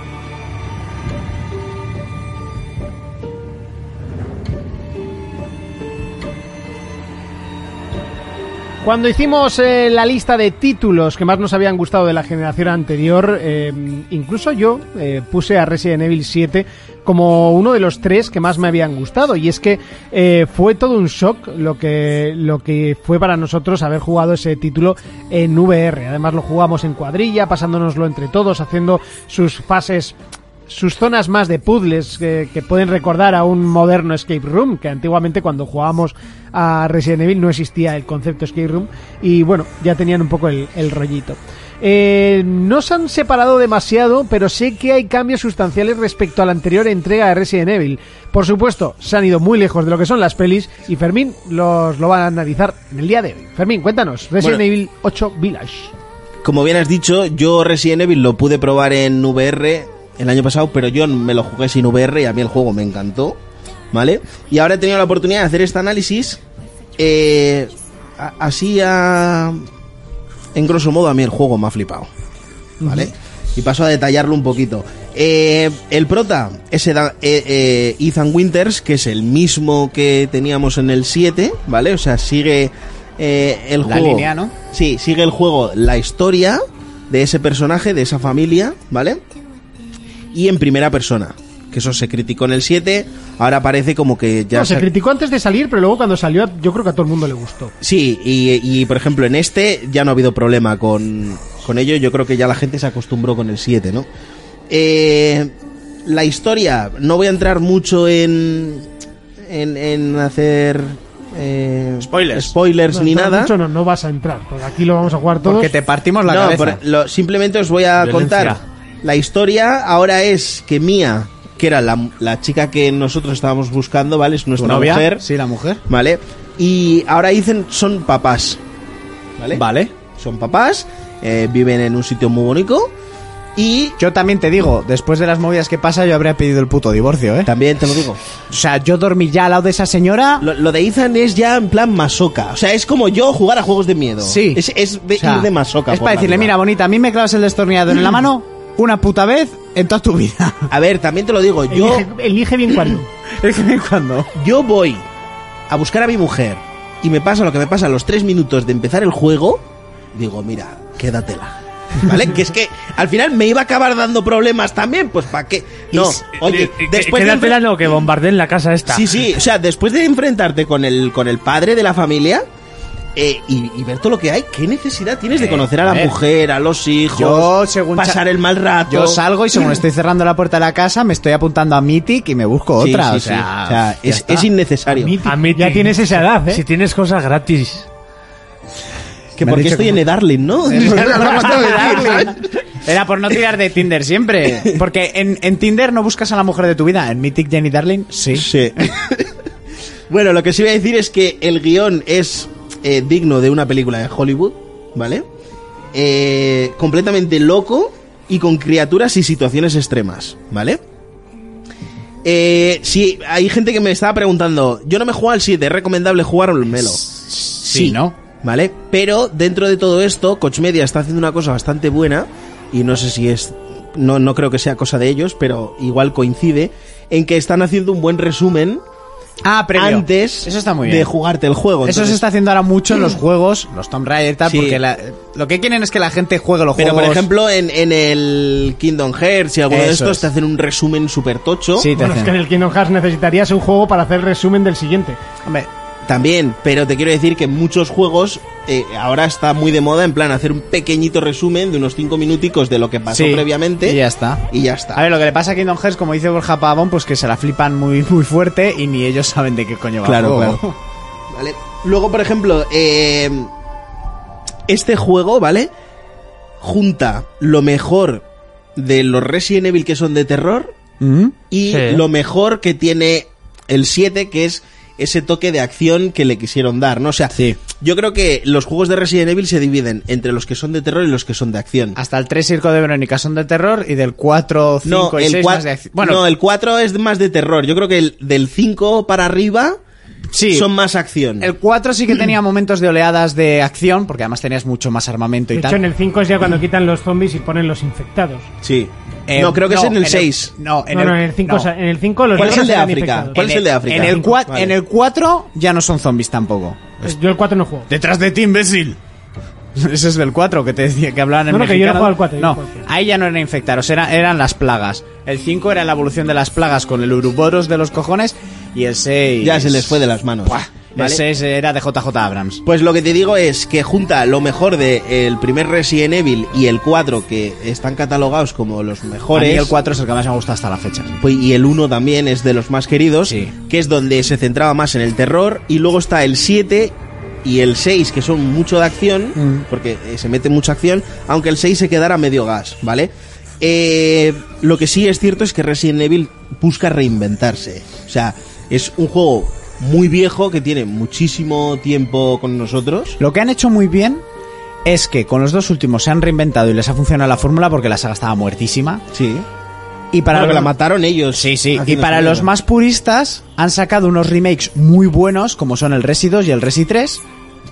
Cuando hicimos eh, la lista de títulos que más nos habían gustado de la generación anterior, eh, incluso yo eh, puse a Resident Evil siete como uno de los tres que más me habían gustado, y es que eh, fue todo un shock lo que, lo que fue para nosotros haber jugado ese título en V R. Además lo jugamos en cuadrilla, pasándonoslo entre todos, haciendo sus fases, sus zonas más de puzzles que, que pueden recordar a un moderno escape room, que antiguamente cuando jugábamos a Resident Evil no existía el concepto escape room, y bueno, ya tenían un poco el, el rollito. Eh, no se han separado demasiado, pero sé que hay cambios sustanciales respecto a la anterior entrega de Resident Evil. Por supuesto, se han ido muy lejos de lo que son las pelis, y Fermín los lo va a analizar en el día de hoy. Fermín, cuéntanos, Resident Bueno. Evil ocho Village. Como bien has dicho, yo Resident Evil lo pude probar en V R el año pasado, pero yo me lo jugué sin V R y a mí el juego me encantó, ¿vale? Y ahora he tenido la oportunidad de hacer este análisis. Eh, a- así a... en grosso modo a mí el juego me ha flipado, ¿vale? Uh-huh. Y paso a detallarlo un poquito. Eh, el prota es Eda- eh, eh, Ethan Winters, que es el mismo que teníamos en el siete, ¿vale? O sea, sigue eh, el La juego... línea, ¿no? Sí, sigue el juego, la historia de ese personaje, de esa familia, ¿vale? Y en primera persona, que eso se criticó en el siete, ahora parece como que ya... No, se sa- criticó antes de salir, pero luego cuando salió yo creo que a todo el mundo le gustó. Sí, y, y por ejemplo en este ya no ha habido problema con, con ello, yo creo que ya la gente se acostumbró con el siete, ¿no? Eh, la historia, no voy a entrar mucho en, en, en hacer... eh, Spoilers. spoilers No, ni no, nada. mucho no, no vas a entrar, porque aquí lo vamos a jugar todos. Porque te partimos la No, cabeza. por- lo- simplemente os voy a Violencia. contar. La historia ahora es que Mia, que era la, la chica que nosotros estábamos buscando, ¿vale? Es ¿Tu nuestra novia? mujer, Sí, la mujer. ¿vale? Y ahora dicen son papás, ¿vale? Vale. Son papás, eh, viven en un sitio muy bonito y Yo también te digo, después de las movidas que pasa, yo habría pedido el puto divorcio, ¿eh? también te lo digo. O sea, yo dormí ya al lado de esa señora. Lo, lo de Ethan es ya en plan masoca. O sea, es como yo jugar a juegos de miedo. Sí. Es, es de O sea, ir de masoca. Es por para la decirle, vida. mira, bonita, a mí me clavas el destornillador en la mano una puta vez en toda tu vida. A ver, también te lo digo. Yo, Elige, elige bien cuándo. Es que me cuando. yo voy a buscar a mi mujer y me pasa lo que me pasa a los tres minutos de empezar el juego. Digo, mira, quédatela. ¿Vale? Que es que al final me iba a acabar dando problemas también. Pues ¿para qué? No, oye, después de Quédatela, enfren- no, que bombardeen la casa esta. Sí, sí, o sea, después de enfrentarte con el, con el padre de la familia eh, y, y ver todo lo que hay, ¿qué necesidad tienes de Eh, conocer a la a ver. mujer, a los hijos, Yo, según pasar cha- el mal rato? Yo salgo y según estoy cerrando la puerta de la casa, me estoy apuntando a Mythic y me busco Sí, otra. sí, o sí. sea, O sea, ya es, está. es innecesario. Mythic. A mí Ya tienes esa edad, ¿eh? Si tienes cosas gratis. Que Me han porque dicho estoy que- en Edarling, ¿no? Era por no tirar de Tinder siempre. Porque en, en Tinder no buscas a la mujer de tu vida. En Mythic Jenny Darling, sí. Sí. Bueno, lo que sí voy a decir es que el guión es eh, digno de una película de Hollywood, ¿vale? Eh, completamente loco y con criaturas y situaciones extremas, ¿vale? Eh, sí, hay gente que me estaba preguntando, yo no me juego al siete, ¿es recomendable jugármelo? Sí, ¿no? ¿Vale? Pero dentro de todo esto, Koch Media está haciendo una cosa bastante buena y no sé si es... No, no creo que sea cosa de ellos, pero igual coincide en que están haciendo un buen resumen Ah, previo. antes Eso está muy de bien. jugarte el juego. Eso Entonces- se está haciendo ahora mucho en los juegos, los Tomb Raider y tal, Sí. porque la- lo que quieren es que la gente juegue los Pero juegos. por ejemplo en, en el Kingdom Hearts y alguno de Eso estos es. te hacen un resumen súper tocho. Sí, te Bueno, es hacen. que en el Kingdom Hearts necesitarías un juego para hacer resumen del siguiente. Hombre, También, pero te quiero decir que muchos juegos eh, ahora está muy de moda en plan hacer un pequeñito resumen de unos cinco minuticos de lo que pasó sí, previamente. y ya está. Y ya está. A ver, lo que le pasa a Kingdom Hearts, como dice Borja Pavón, pues que se la flipan muy, muy fuerte y ni ellos saben de qué coño va Claro, el juego. claro. Vale. Luego, por ejemplo, eh, este juego, ¿vale? Junta lo mejor de los Resident Evil que son de terror ¿Mm? y Sí. lo mejor que tiene el siete, que es ese toque de acción que le quisieron dar, ¿no? O sea, Sí. yo creo que los juegos de Resident Evil se dividen entre los que son de terror y los que son de acción. Hasta el tres Circo de Verónica son de terror y del cuatro, cinco No, y el seis cua- más de acción. Bueno, no, el cuatro es más de terror. Yo creo que el del cinco para arriba sí, son más acción. el cuatro sí que tenía momentos de oleadas de acción, porque además tenías mucho más armamento y De tal. hecho, en el cinco es ya cuando quitan los zombies y ponen los infectados. Sí. Eh, no, creo que es en el seis. No, en no, el, no, en el cinco, no. o sea, en el cinco los ¿Cuál es negros el de eran África? infectados. ¿Cuál es el de África? En el, cua- Vale. en el cuatro ya no son zombies tampoco. Pues yo el cuatro no juego. Detrás de ti, imbécil. Ese es del cuatro que te decía que hablaban en No, no, que yo no mexicano. juego al cuatro, yo No, juego al cuatro. ahí ya no eran infectados, era, eran las plagas. El cinco era la evolución de las plagas con el Uroboros de los cojones y el seis... Ya se les fue de las manos. El ¿Vale? seis era de J J Abrams. Pues lo que te digo es que junta lo mejor de el primer Resident Evil y el cuatro, que están catalogados como los A mejores. mí el cuatro es el que más me gusta hasta la fecha. Pues, y el uno también es de los más queridos, Sí. que es donde se centraba más en el terror. Y luego está el siete y el seis, que son mucho de acción, Mm. porque eh, se mete mucha acción, aunque el seis se quedara a medio gas, ¿vale? Eh, lo que sí es cierto es que Resident Evil busca reinventarse. O sea, es un juego muy viejo que tiene muchísimo tiempo con nosotros. Lo que han hecho muy bien es que con los dos últimos se han reinventado y les ha funcionado la fórmula porque la saga estaba muertísima. Sí. Y para Claro, que los- la mataron ellos. Sí, sí. Y haciendo para su los mierda. más puristas han sacado unos remakes muy buenos como son el Resi dos y el Resi tres.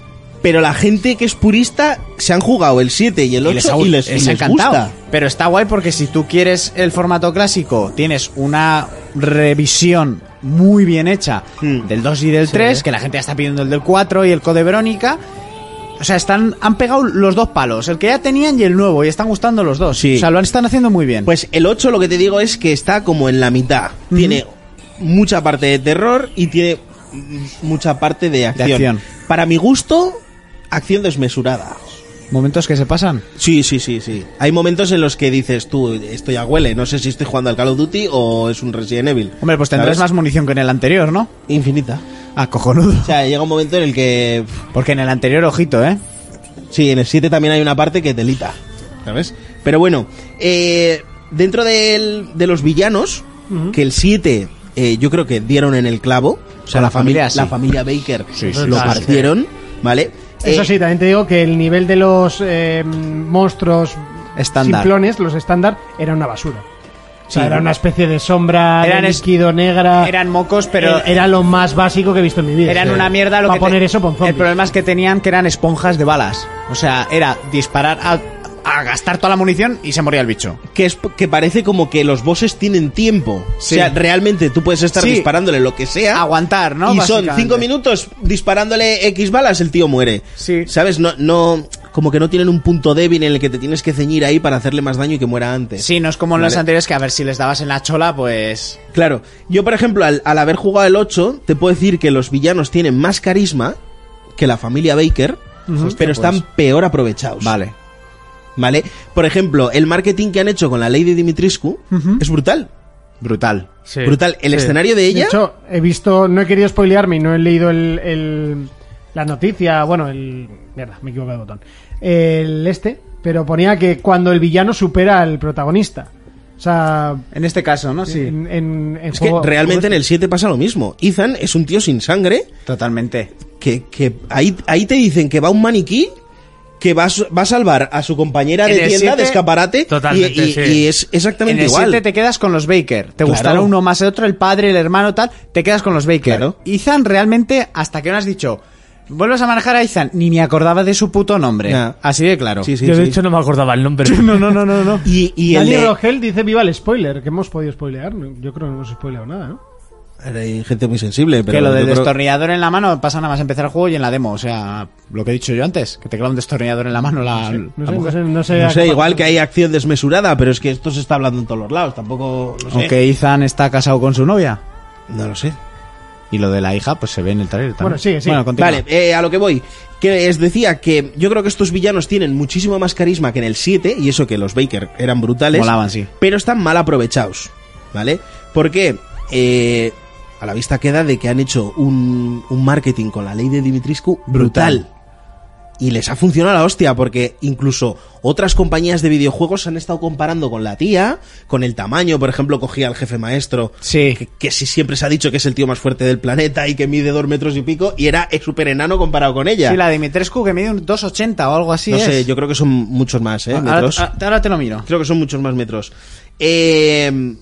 pero la gente que es purista se han jugado el siete y el Y les ocho ha, y les, y les ha les encantado. gusta. Pero está guay porque si tú quieres el formato clásico, tienes una revisión muy bien hecha Hmm. del dos y del tres, que la gente ya está pidiendo el del cuatro y el Code Verónica. O sea, están, han pegado los dos palos, el que ya tenían y el nuevo, y están gustando los dos. Sí. O sea, lo están haciendo muy bien. Pues el ocho lo que te digo es que está como en la mitad. Tiene mucha parte de terror y tiene mm, mucha parte de acción. De acción. Para mi gusto, acción desmesurada. Momentos que se pasan. Sí, sí, sí, sí. Hay momentos en los que dices tú, esto ya huele, no sé si estoy jugando al Call of Duty o es un Resident Evil. Hombre, pues tendrás ¿Sabes? más munición que en el anterior, ¿no? Infinita. Ah, cojonudo. O sea, llega un momento en el que... Porque en el anterior, ojito, ¿eh? Sí, en el siete también hay una parte que telita, ¿sabes? Pero bueno, eh, dentro del- de los villanos, que el siete eh, yo creo que dieron en el clavo. O sea, Con la, la familia, familia, sí. la familia Baker Sí, sí, lo sí. partieron, ¿vale? Eso Eh, sí, también te digo que el nivel de los eh, monstruos Estándar. simplones, los estándar, era una basura. O sea, Sí. era una especie de sombra, Eran de es- líquido negra. Eran mocos, pero... Era, era lo más básico que he visto en mi vida. Eran Sí. una mierda lo Para que te- poner eso, pon El zombies. problema es que tenían que eran esponjas de balas. O sea, era disparar a, a gastar toda la munición y se moría el bicho. que es que parece como que los bosses tienen tiempo. Sí. O sea, realmente tú puedes estar Sí. disparándole lo que sea. Aguantar, ¿no? Y son Básicamente. cinco minutos disparándole X balas, el tío muere. Sí. ¿Sabes? No, no, como que no tienen un punto débil en el que te tienes que ceñir ahí para hacerle más daño y que muera antes. Sí, no es como en los Vale. anteriores que a ver si les dabas en la chola, pues... Claro. Yo, por ejemplo, al, al haber jugado el ocho, te puedo decir que los villanos tienen más carisma que la familia Baker, pero están peor aprovechados. Vale. ¿Vale? Por ejemplo, el marketing que han hecho con la Lady Dimitrescu es brutal. Brutal. Sí, Brutal. El sí. escenario de De ella... hecho, he visto, no he querido spoilearme y no he leído el, el- la noticia, bueno, el... Mierda, me he equivocado de botón. El este, pero ponía que cuando el villano supera al protagonista. O sea... En este caso, ¿no? Sí. En, en- en Es que juego- realmente en juego el siete pasa lo mismo. Ethan es un tío sin sangre Totalmente. que, que ahí, ahí te dicen que va un maniquí que va a, su- va a salvar a su compañera En de el tienda siete, de escaparate totalmente, y, y- sí. y es En exactamente el igual. siete te quedas con los Baker. Te Claro. gustará uno más el otro, el padre, el hermano, tal. Te quedas con los Baker. Claro. Ethan realmente, hasta que no has dicho... Vuelves a manejar a Ethan, ni me acordaba de su puto nombre. Ya. Así de claro. Sí, sí, Yo de sí. hecho no me acordaba el nombre. No, no, no, no, no. Y, y el Dani de... Rogel dice viva el spoiler, que hemos podido spoilear. Yo creo que no hemos spoileado nada, ¿no? Hay gente muy sensible, pero que lo yo del creo- destornillador en la mano pasa nada más empezar el juego y en la demo. O sea, lo que he dicho yo antes, que te clava un destornillador en la mano la, No la sé, no mujer. sé, no sé, No a sé, qué igual parte- que hay acción desmesurada, pero es que esto se está hablando en todos los lados. Tampoco... No sé. Aunque Ethan está casado con su novia. No lo sé. Y lo de la hija, pues se ve en el trailer también. Bueno, sigue, sigue. Bueno, continúa. Vale, eh, a lo que voy. Que les decía que yo creo que estos villanos tienen muchísimo más carisma que en el siete, y eso que los Baker eran brutales. Molaban, sí. Pero están mal aprovechados, ¿vale? Porque eh, a la vista queda de que han hecho un, un marketing con la ley de Dimitrescu brutal. Brutal. Y les ha funcionado la hostia, porque incluso otras compañías de videojuegos se han estado comparando con la tía, con el tamaño. Por ejemplo, cogía al jefe maestro, Sí. que, que sí siempre se ha dicho que es el tío más fuerte del planeta y que mide dos metros y pico, y era súper enano comparado con ella. Sí, la de Dimitrescu que mide un dos ochenta o algo así. no es. sé, yo creo que son muchos más, ¿eh? Ahora- Metros. ahora, ahora te lo miro. Creo que son muchos más metros. Eh,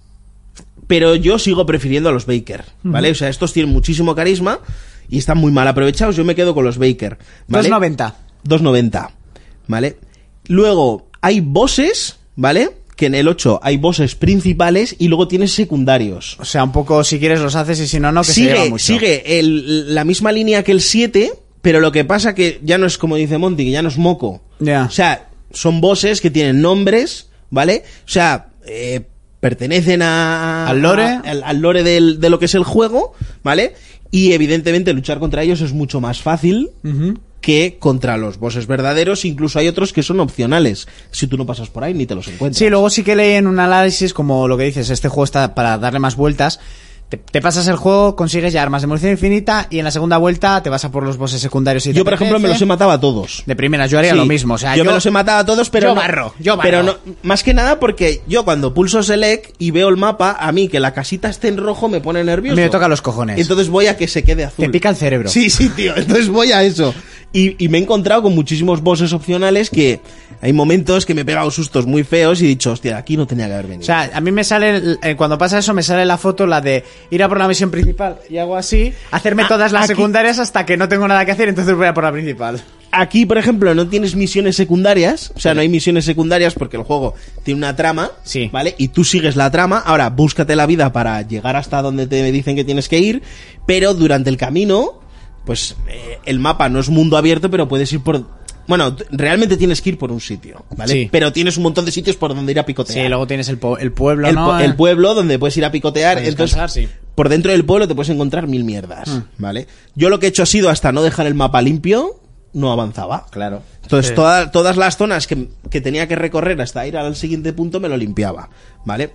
pero yo sigo prefiriendo a los Baker, ¿vale? O sea, estos tienen muchísimo carisma y están muy mal aprovechados. Yo me quedo con los Baker, ¿vale? dos noventa. dos noventa, ¿vale? Luego, hay bosses, ¿vale? Que en el ocho hay bosses principales y luego tienes secundarios. O sea, un poco si quieres los haces y si no, no, que se lleva Sigue, mucho. sigue el- la misma línea que el siete, pero lo que pasa que ya no es como dice Monty, que ya no es moco. Ya. O sea, son bosses que tienen nombres, ¿vale? O sea, eh, pertenecen a, ¿Al lore? a- al, al lore del- de lo que es el juego, ¿vale? Y evidentemente luchar contra ellos es mucho más fácil Ujú. que contra los bosses verdaderos. Incluso hay otros que son opcionales. Si tú no pasas por ahí ni te los encuentras. Sí, luego sí que leí en un análisis, como lo que dices, este juego está para darle más vueltas. Te, te pasas el juego, consigues ya armas de munición infinita y en la segunda vuelta te vas a por los bosses secundarios. Y te Yo, por ejemplo, me los he apetece. matado a todos. De primeras, yo haría Sí, lo mismo. O sea, yo, me los he matado a todos, pero yo no- barro, yo barro. Pero no, más que nada porque yo cuando pulso Select y veo el mapa, a mí que la casita esté en rojo me pone A nervioso. mí me toca los cojones. Entonces voy a que se quede azul. Te pica el cerebro. Sí, sí, tío. Entonces voy a eso. Y, y me he encontrado con muchísimos bosses opcionales que hay momentos que me he pegado sustos muy feos y he dicho, hostia, aquí no tenía que haber venido. O sea, a mí me sale, el- eh, cuando pasa eso, me sale la foto, la de ir a por la misión principal y hago así, hacerme todas las aquí- secundarias hasta que no tengo nada que hacer, entonces voy a por la principal. Aquí, por ejemplo, no tienes misiones secundarias, o sea, no hay misiones secundarias porque el juego tiene una trama, Sí. ¿vale? Y tú sigues la trama, ahora búscate la vida para llegar hasta donde te dicen que tienes que ir, pero durante el camino, pues eh, el mapa no es mundo abierto, pero puedes ir por... Bueno, t- realmente tienes que ir por un sitio, ¿vale? Sí. Pero tienes un montón de sitios por donde ir a picotear. Sí, luego tienes el, po- el pueblo, el, ¿no? pu- el pueblo donde puedes ir a picotear, Para entonces descansar, sí. por dentro del pueblo te puedes encontrar mil mierdas, Mm. ¿vale? Yo lo que he hecho ha sido hasta no dejar el mapa limpio, no avanzaba. Claro. Entonces Sí. toda- todas las zonas que, que tenía que recorrer hasta ir al siguiente punto me lo limpiaba, ¿vale?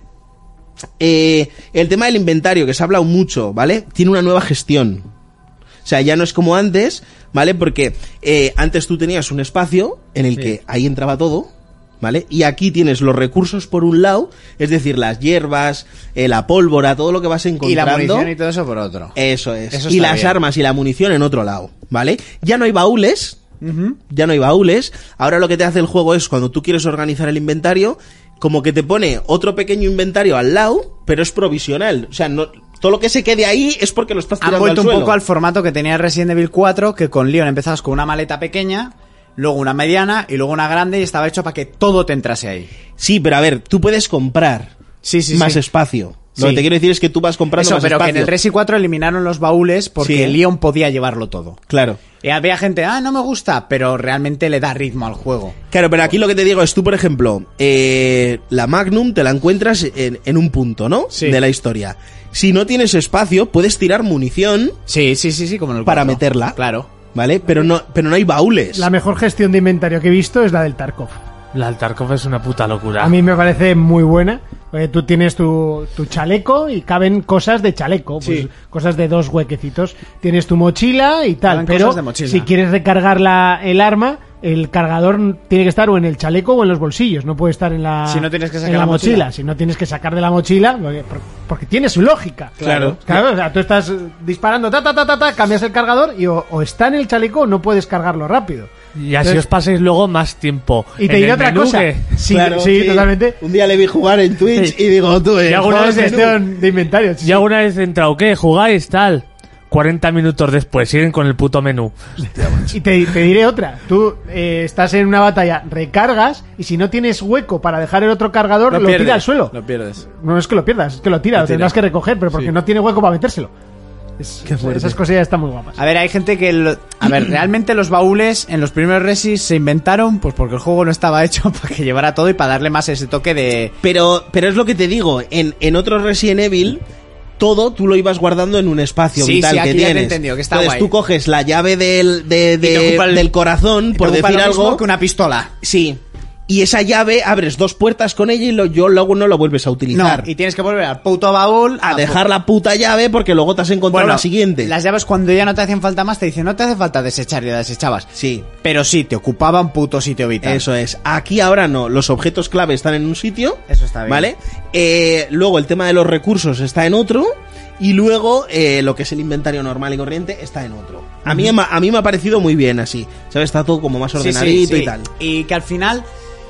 Eh, el tema del inventario, que se ha hablado mucho, ¿vale? Tiene una nueva gestión. O sea, ya no es como antes, ¿vale? Porque eh, antes tú tenías un espacio en el que ahí entraba todo, ¿vale? Y aquí tienes los recursos por un lado, es decir, las hierbas, eh, la pólvora, todo lo que vas Y encontrando. la munición y todo eso por otro. Eso es. Eso y está las bien. armas y la munición en otro lado, ¿vale? Ya no hay baúles, ya no hay baúles. Ahora lo que te hace el juego es, cuando tú quieres organizar el inventario, como que te pone otro pequeño inventario al lado, pero es provisional. O sea, no, todo lo que se quede ahí es porque lo estás Han tirando vuelto al un suelo. poco al formato que tenía Resident Evil cuatro, que con Leon empezabas con una maleta pequeña, luego una mediana y luego una grande, y estaba hecho para que todo te entrase ahí. Sí, pero a ver, tú puedes comprar Sí, sí, más sí. espacio. Lo Sí. que te quiero decir es que tú vas comprando Eso, más pero espacio. que en el Resi cuatro eliminaron los baúles porque Sí, ¿eh? Leon podía llevarlo todo. Claro. Y había gente, ah, no me gusta, pero realmente le da ritmo al juego. Claro, pero aquí lo que te digo es, tú, por ejemplo, eh, la Magnum te la encuentras en, en un punto, ¿no? Sí. De la historia. Si no tienes espacio, puedes tirar munición Sí, sí, sí, sí, como en el para cuatro. meterla. Claro. ¿Vale? Pero no, pero no hay baúles. La mejor gestión de inventario que he visto es la del Tarkov. La del Tarkov es una puta locura. A mí me parece muy buena. Porque tú tienes tu, tu chaleco y caben cosas de chaleco, pues Sí. cosas de dos huequecitos. Tienes tu mochila y tal, Caben pero cosas de mochila. si quieres recargar la, el arma, el cargador tiene que estar o en el chaleco o en los bolsillos, no puede estar en la, Si no tienes que sacar en la la mochila. mochila. Si no tienes que sacar de la mochila, porque, porque tiene su lógica. Claro. Claro, o sea, tú estás disparando, ta, ta, ta, ta, ta, cambias el cargador y o, o está en el chaleco o no puedes cargarlo rápido. Y así Entonces- os paséis luego más tiempo. Y te en diré el otra menú cosa. que- Sí, Claro, sí, totalmente. Un día le vi jugar en Twitch Sí. y digo, tú, eh, Y alguna juegas vez menú. Gestión de inventario. sí, Yo alguna vez he entrado, ¿qué? ¿Jugáis? Tal. cuarenta minutos después, siguen con el puto menú. Y te, te diré otra. Tú eh, estás en una batalla, recargas y si no tienes hueco para dejar el otro cargador, lo, tira al suelo. Lo pierdes. No es que lo pierdas, es que lo tira, lo tira. tendrás que recoger, pero porque Sí. no tiene hueco para metérselo. Es- esas cosillas están muy guapas. A ver, hay gente que... lo- A ver, realmente los baúles en los primeros Resis se inventaron pues porque el juego no estaba hecho para que llevara todo y para darle más ese toque de... Pero, pero es lo que te digo, en, en otros Resident Evil, todo tú lo ibas guardando en un espacio Sí, vital sí, que aquí ya te he tienes. entendido, que está Entonces guay. tú coges la llave del, de, Y te de- ocupa el- del corazón, por te ocupa decir lo mismo algo. que una pistola. Sí. Y esa llave abres dos puertas con ella y lo, yo luego no lo vuelves a No, utilizar. y tienes que volver al puto baúl a dejar la puta llave porque luego te has encontrado Bueno, la siguiente. Las llaves cuando ya no te hacen falta más te dicen no te hace falta desechar y la desechabas. Sí. Pero sí, te ocupaban puto sitio vital. Eso es. Aquí ahora no. Los objetos clave están en un sitio. Eso está bien. ¿Vale? Eh, luego el tema de los recursos está en otro. Y luego eh, lo que es el inventario normal y corriente está en otro. A mí, me ha- a mí me ha parecido muy bien así. ¿Sabes? Está todo como más Sí, sí, ordenadito sí. y tal. Y que al final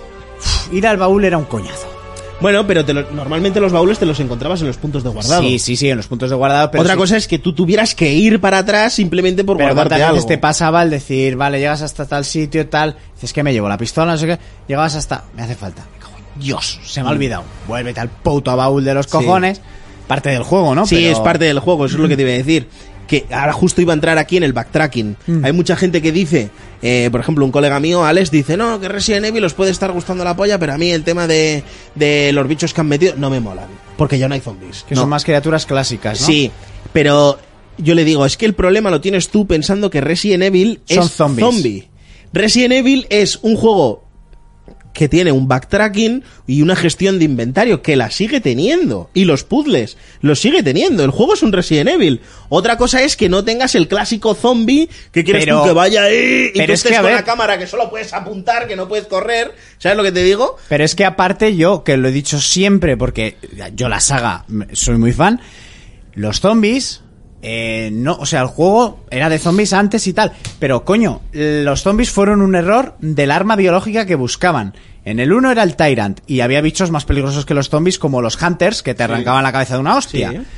uf, ir al baúl era un coñazo. Bueno, pero te lo- normalmente los baúles te los encontrabas en los puntos de guardado. Sí, sí, sí, en los puntos de guardado. Pero Otra sí- cosa es que tú tuvieras que ir para atrás simplemente por Pero guardarte cuántas algo. veces te pasaba el decir, vale, llegas hasta tal sitio, tal, dices que me llevo la pistola, no sé qué, llegabas hasta, me hace falta, me cago en Dios, se me ha olvidado, vuélvete al puto baúl de los Sí. cojones, parte del juego, ¿no? Sí, Pero- es parte del juego, eso es lo que te iba a decir. Que ahora justo iba a entrar aquí en el backtracking. Mm. Hay mucha gente que dice, eh, por ejemplo, un colega mío, Alex, dice, no, que Resident Evil os puede estar gustando la polla, pero a mí el tema de, de los bichos que han metido no me molan, porque ya no hay zombies. Que No. son más criaturas clásicas, ¿no? Sí, pero yo le digo, es que el problema lo tienes tú pensando que Resident Evil Son es zombies. zombie. Resident Evil es un juego que tiene un backtracking y una gestión de inventario que la sigue teniendo. Y los puzzles los sigue teniendo. El juego es un Resident Evil. Otra cosa es que no tengas el clásico zombie que quieres Pero- tú que vaya ahí y pero tú es estés que, a con ver- la cámara que solo puedes apuntar, que no puedes correr. ¿Sabes lo que te digo? Pero es que aparte yo, que lo he dicho siempre, porque yo la saga mm, soy muy fan, los zombies... Eh, no, o sea, el juego era de zombies antes y tal, pero coño, los zombies fueron un error del arma biológica que buscaban. En el uno era el Tyrant y había bichos más peligrosos que los zombies como los Hunters que te arrancaban la cabeza de una hostia. Sí.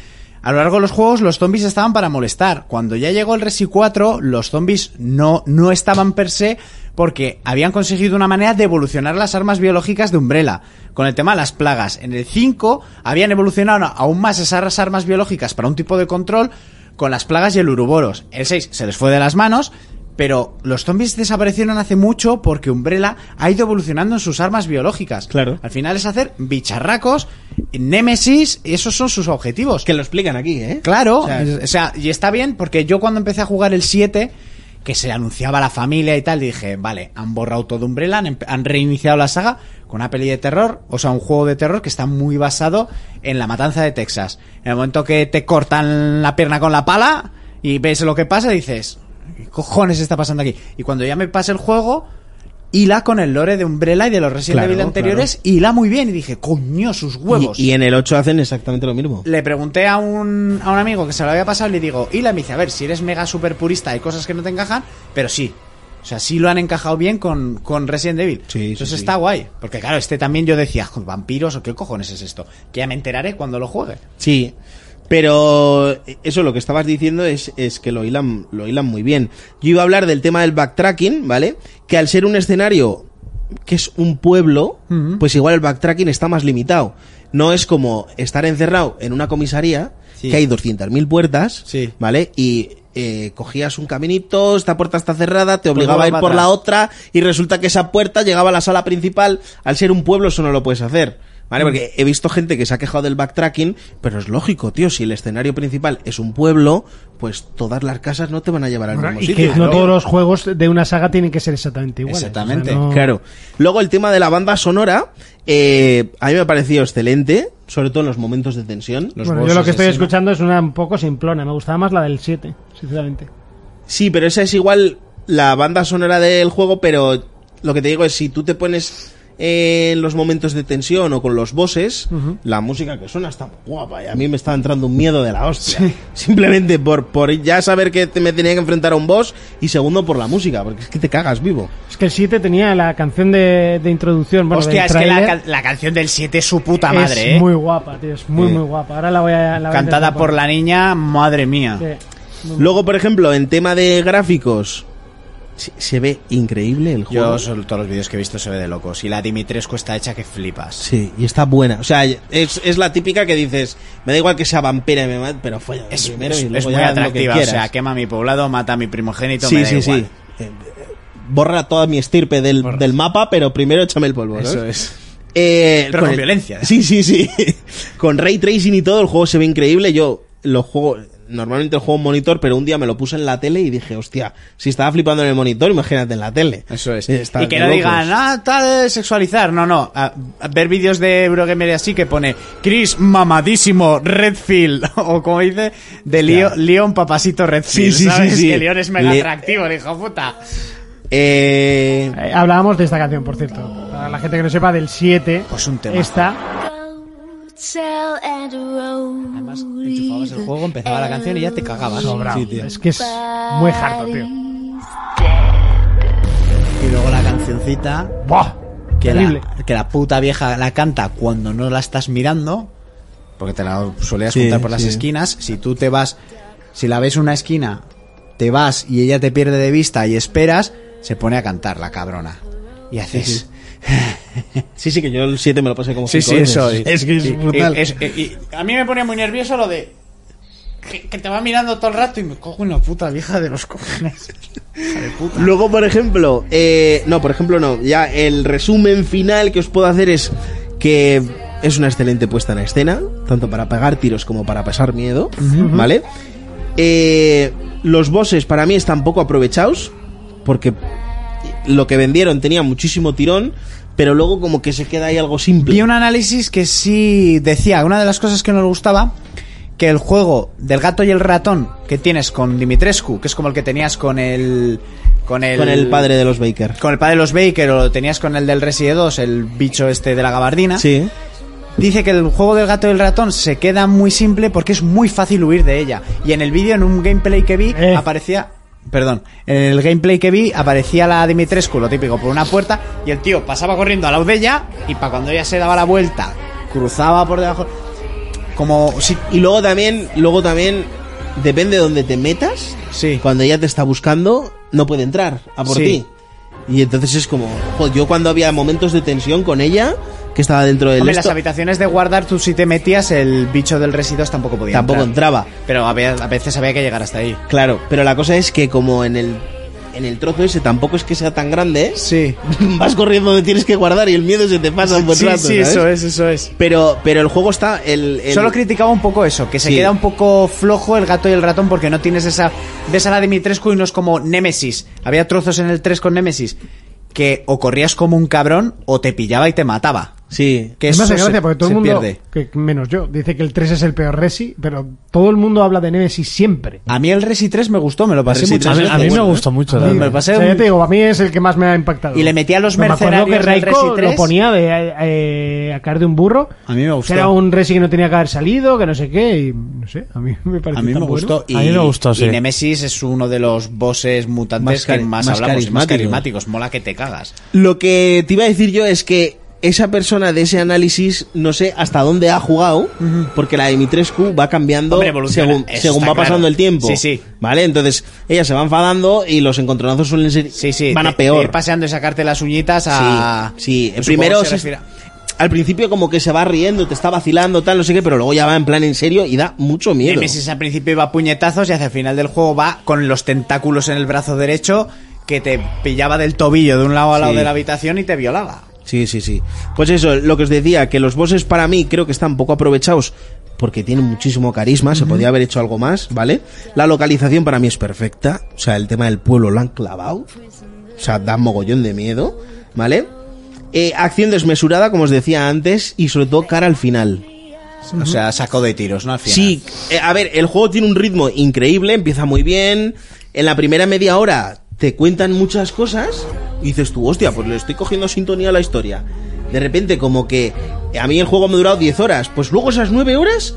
a lo largo de los juegos los zombies estaban para molestar. Cuando ya llegó el Resi cuatro, los zombies no, no estaban per se porque habían conseguido una manera de evolucionar las armas biológicas de Umbrella. Con el tema de las plagas. En el cinco habían evolucionado aún más esas armas biológicas para un tipo de control con las plagas y el Uroboros. El seis se les fue de las manos, pero los zombies desaparecieron hace mucho porque Umbrella ha ido evolucionando en sus armas biológicas. Claro. Al final es hacer bicharracos, némesis, esos son sus objetivos. Que lo explican aquí, ¿eh? Claro, O sea, o sea, y está bien porque yo cuando empecé a jugar el siete, que se anunciaba la familia y tal, dije, vale, han borrado todo Umbrella, han, han reiniciado la saga con una peli de terror, o sea, un juego de terror que está muy basado en la matanza de Texas. En el momento que te cortan la pierna con la pala y ves lo que pasa, dices, ¿qué cojones está pasando aquí? Y cuando ya me pasé el juego, hila con el lore de Umbrella y de los Resident Claro, Evil anteriores, claro. hila muy bien, y dije, coño, sus huevos. Y, y en el ocho hacen exactamente lo mismo. Le pregunté a un, a un amigo que se lo había pasado y le digo, y la me dice, a ver, si eres mega super purista hay cosas que no te encajan, pero sí. O sea, sí lo han encajado bien con, con Resident Evil. Sí, Entonces sí, sí. está guay. Porque claro, este también yo decía, vampiros o qué cojones es esto. Que ya me enteraré cuando lo juegue. Sí, pero eso lo que estabas diciendo es, es que lo hilan, lo hilan muy bien. Yo iba a hablar del tema del backtracking, ¿vale? Que al ser un escenario que es un pueblo, uh-huh. pues igual el backtracking está más limitado. No es como estar encerrado en una comisaría, sí. que hay doscientas mil puertas, sí. ¿vale? Y eh, cogías un caminito, esta puerta está cerrada, te obligaba pues a ir por atrás. La otra, y resulta que esa puerta llegaba a la sala principal. Al ser un pueblo eso no lo puedes hacer, ¿vale? Porque he visto gente que se ha quejado del backtracking, pero es lógico, tío, si el escenario principal es un pueblo, pues todas las casas no te van a llevar al bueno, mismo y sitio. que no todos los juegos de una saga tienen que ser exactamente iguales. Exactamente. O sea, no... Claro. Luego el tema de la banda sonora, eh, a mí me ha parecido excelente, sobre todo en los momentos de tensión. Los bueno, yo lo que estoy escuchando es una un poco simplona, me gustaba más la del siete, sinceramente. Sí, pero esa es igual la banda sonora del juego, pero lo que te digo es, si tú te pones en los momentos de tensión o con los bosses, uh-huh. la música que suena está muy guapa y a mí me está entrando un miedo de la hostia. Sí. Simplemente por, por ya saber que te, me tenía que enfrentar a un boss, y segundo por la música, porque es que te cagas vivo. Es que el siete tenía la canción de, de introducción. Bueno, hostia, es que la, la canción del siete es su puta madre, es ¿eh? muy guapa, tío, es muy, sí. muy guapa. Ahora la voy a... La voy Cantada a por la niña, madre mía. Sí. Luego, por ejemplo, en tema de gráficos, se ve increíble el juego. Yo, sobre todos los vídeos que he visto, se ve de locos. Y la Dimitrescu está hecha que flipas. Sí, y está buena. O sea, es, es la típica que dices, me da igual que sea vampira, pero fue es, primero es, y luego es muy ya atractiva. O sea, quema a mi poblado, mata a mi primogénito, sí, me da sí, igual. Sí. Eh, borra toda mi estirpe del, del mapa, pero primero échame el polvo, ¿no? Eso es. Eh, pero con, con violencia. El, sí, sí, sí. Con ray tracing y todo, el juego se ve increíble. Yo lo juego... Normalmente el juego en monitor, pero un día me lo puse en la tele y dije, hostia, si estaba flipando en el monitor, imagínate en la tele. Eso es. Está y que no locos. Digan, ah, tal, sexualizar. No, no. A, a ver vídeos de Eurogamer y así que pone Chris mamadísimo Redfield, o como dice, de Leo, Leon papasito Redfield. Sí, sí, ¿sabes? sí, sí. Que Leon es mega Le... atractivo, el hijo puta. Eh... Eh, hablábamos de esta canción, por cierto. Para la gente que no sepa, del siete. Pues un tema. Esta. Además, enchufabas el juego, empezaba la canción y ya te cagabas. Sobrado. Sí, tío. Es que es muy harto, tío. Y luego la cancioncita. ¡Buah! Que la, que la puta vieja la canta cuando no la estás mirando, porque te la solías sí, juntar por las sí. esquinas. Si tú te vas, si la ves una esquina, te vas y ella te pierde de vista y esperas, se pone a cantar la cabrona. Y haces... Sí, sí. Sí, sí, que yo el siete me lo pasé como sí, cinco sí, veces. eso. Y, es que es y, brutal. Y, es, y, y a mí me ponía muy nervioso lo de que, que te va mirando todo el rato y me cojo una puta vieja de los cojones. De puta. Luego, por ejemplo, eh, no, por ejemplo no, ya el resumen final que os puedo hacer es que es una excelente puesta en escena, tanto para pegar tiros como para pasar miedo, uh-huh. ¿vale? Eh, los bosses para mí están poco aprovechados, porque lo que vendieron tenía muchísimo tirón, pero luego como que se queda ahí algo simple. Vi un análisis que sí decía, una de las cosas que no le gustaba, que el juego del gato y el ratón que tienes con Dimitrescu, que es como el que tenías con el... Con el, con el padre de los Baker. Con el padre de los Baker, o lo tenías con el del Resident dos, el bicho este de la gabardina. Sí. Dice que el juego del gato y el ratón se queda muy simple porque es muy fácil huir de ella. Y en el vídeo, en un gameplay que vi, eh. aparecía... Perdón, en el gameplay que vi aparecía la Dimitrescu, lo típico, por una puerta, y el tío pasaba corriendo al lado de ella, y para cuando ella se daba la vuelta, cruzaba por debajo. Como sí, Y luego también, luego también, depende de donde te metas, sí. cuando ella te está buscando, no puede entrar a por Sí. ti. Y entonces es como, joder, yo cuando había momentos de tensión con ella, que estaba dentro del Hombre, esto, las habitaciones de guardar, tú si te metías, el bicho del Residuos tampoco podía tampoco entrar. entraba. Pero había, a veces había que llegar hasta ahí. Claro, pero la cosa es que como en el en el trozo ese tampoco es que sea tan grande, Sí. vas corriendo donde tienes que guardar y el miedo se te pasa un buen sí, rato, sí, ¿sabes? eso es, eso es. Pero, pero el juego está... El, el- Solo criticaba un poco eso, que se Sí. queda un poco flojo el gato y el ratón porque no tienes esa... Ves a la Dimitrescu y no es como Nemesis. Había trozos en el tres con Nemesis que o corrías como un cabrón o te pillaba y te mataba. Sí. Que Es eso más de se- gracia porque todo se el mundo, pierde. que menos yo, dice que el tres es el peor Resi, pero todo el mundo habla de Nemesis siempre. A mí el Resi tres me gustó, me lo pasé Resi muchas A mí, veces. a mí me bueno, gustó mucho. A la mí- me verdad. lo pasé o sea, ya un- te digo, a mí es el que más me ha impactado. Y le metía a los Me acuerdo mercenarios que del Resi Raiko tres. lo ponía de, eh, eh, a caer de un burro. A mí me gustó. Que era un Resi que no tenía que haber salido, que no sé qué, y no sé, a mí me pareció A mí me tan bueno. gustó. Y, A mí me gustó, sí. y Nemesis es uno de los bosses mutantes Más que cari- más, más hablamos, más carismáticos. carismáticos. Mola que te cagas. Lo que te iba a decir yo es que esa persona de ese análisis, no sé hasta dónde ha jugado, porque la Dimitrescu va cambiando Hombre, evoluciona, según, eso según está va claro. pasando el tiempo. Sí, sí. ¿Vale? Entonces, ella se va enfadando y los encontronazos suelen ser... Sí, sí. van a de- peor. de ir paseando y sacarte las uñitas a... Sí, sí. Supongo Primero que se se- refiere- al principio como que se va riendo, te está vacilando, tal, no sé qué, pero luego ya va en plan en serio y da mucho miedo. Nemesis al principio iba a puñetazos y hacia el final del juego va con los tentáculos en el brazo derecho que te pillaba del tobillo de un lado a lado Sí. de la habitación y te violaba. Sí, sí, sí. Pues eso, lo que os decía, que los bosses para mí creo que están poco aprovechados porque tienen muchísimo carisma, se podía haber hecho algo más, ¿vale? La localización para mí es perfecta, o sea, el tema del pueblo lo han clavado, o sea, da mogollón de miedo, ¿vale? Eh, acción desmesurada, como os decía antes, y sobre todo cara al final. O sea, saco de tiros, ¿no? Al final. Sí, eh, a ver, el juego tiene un ritmo increíble, empieza muy bien. En la primera media hora te cuentan muchas cosas y dices tú, hostia, pues le estoy cogiendo sintonía a la historia. De repente, como que a mí el juego me ha durado diez horas, pues luego esas nueve horas,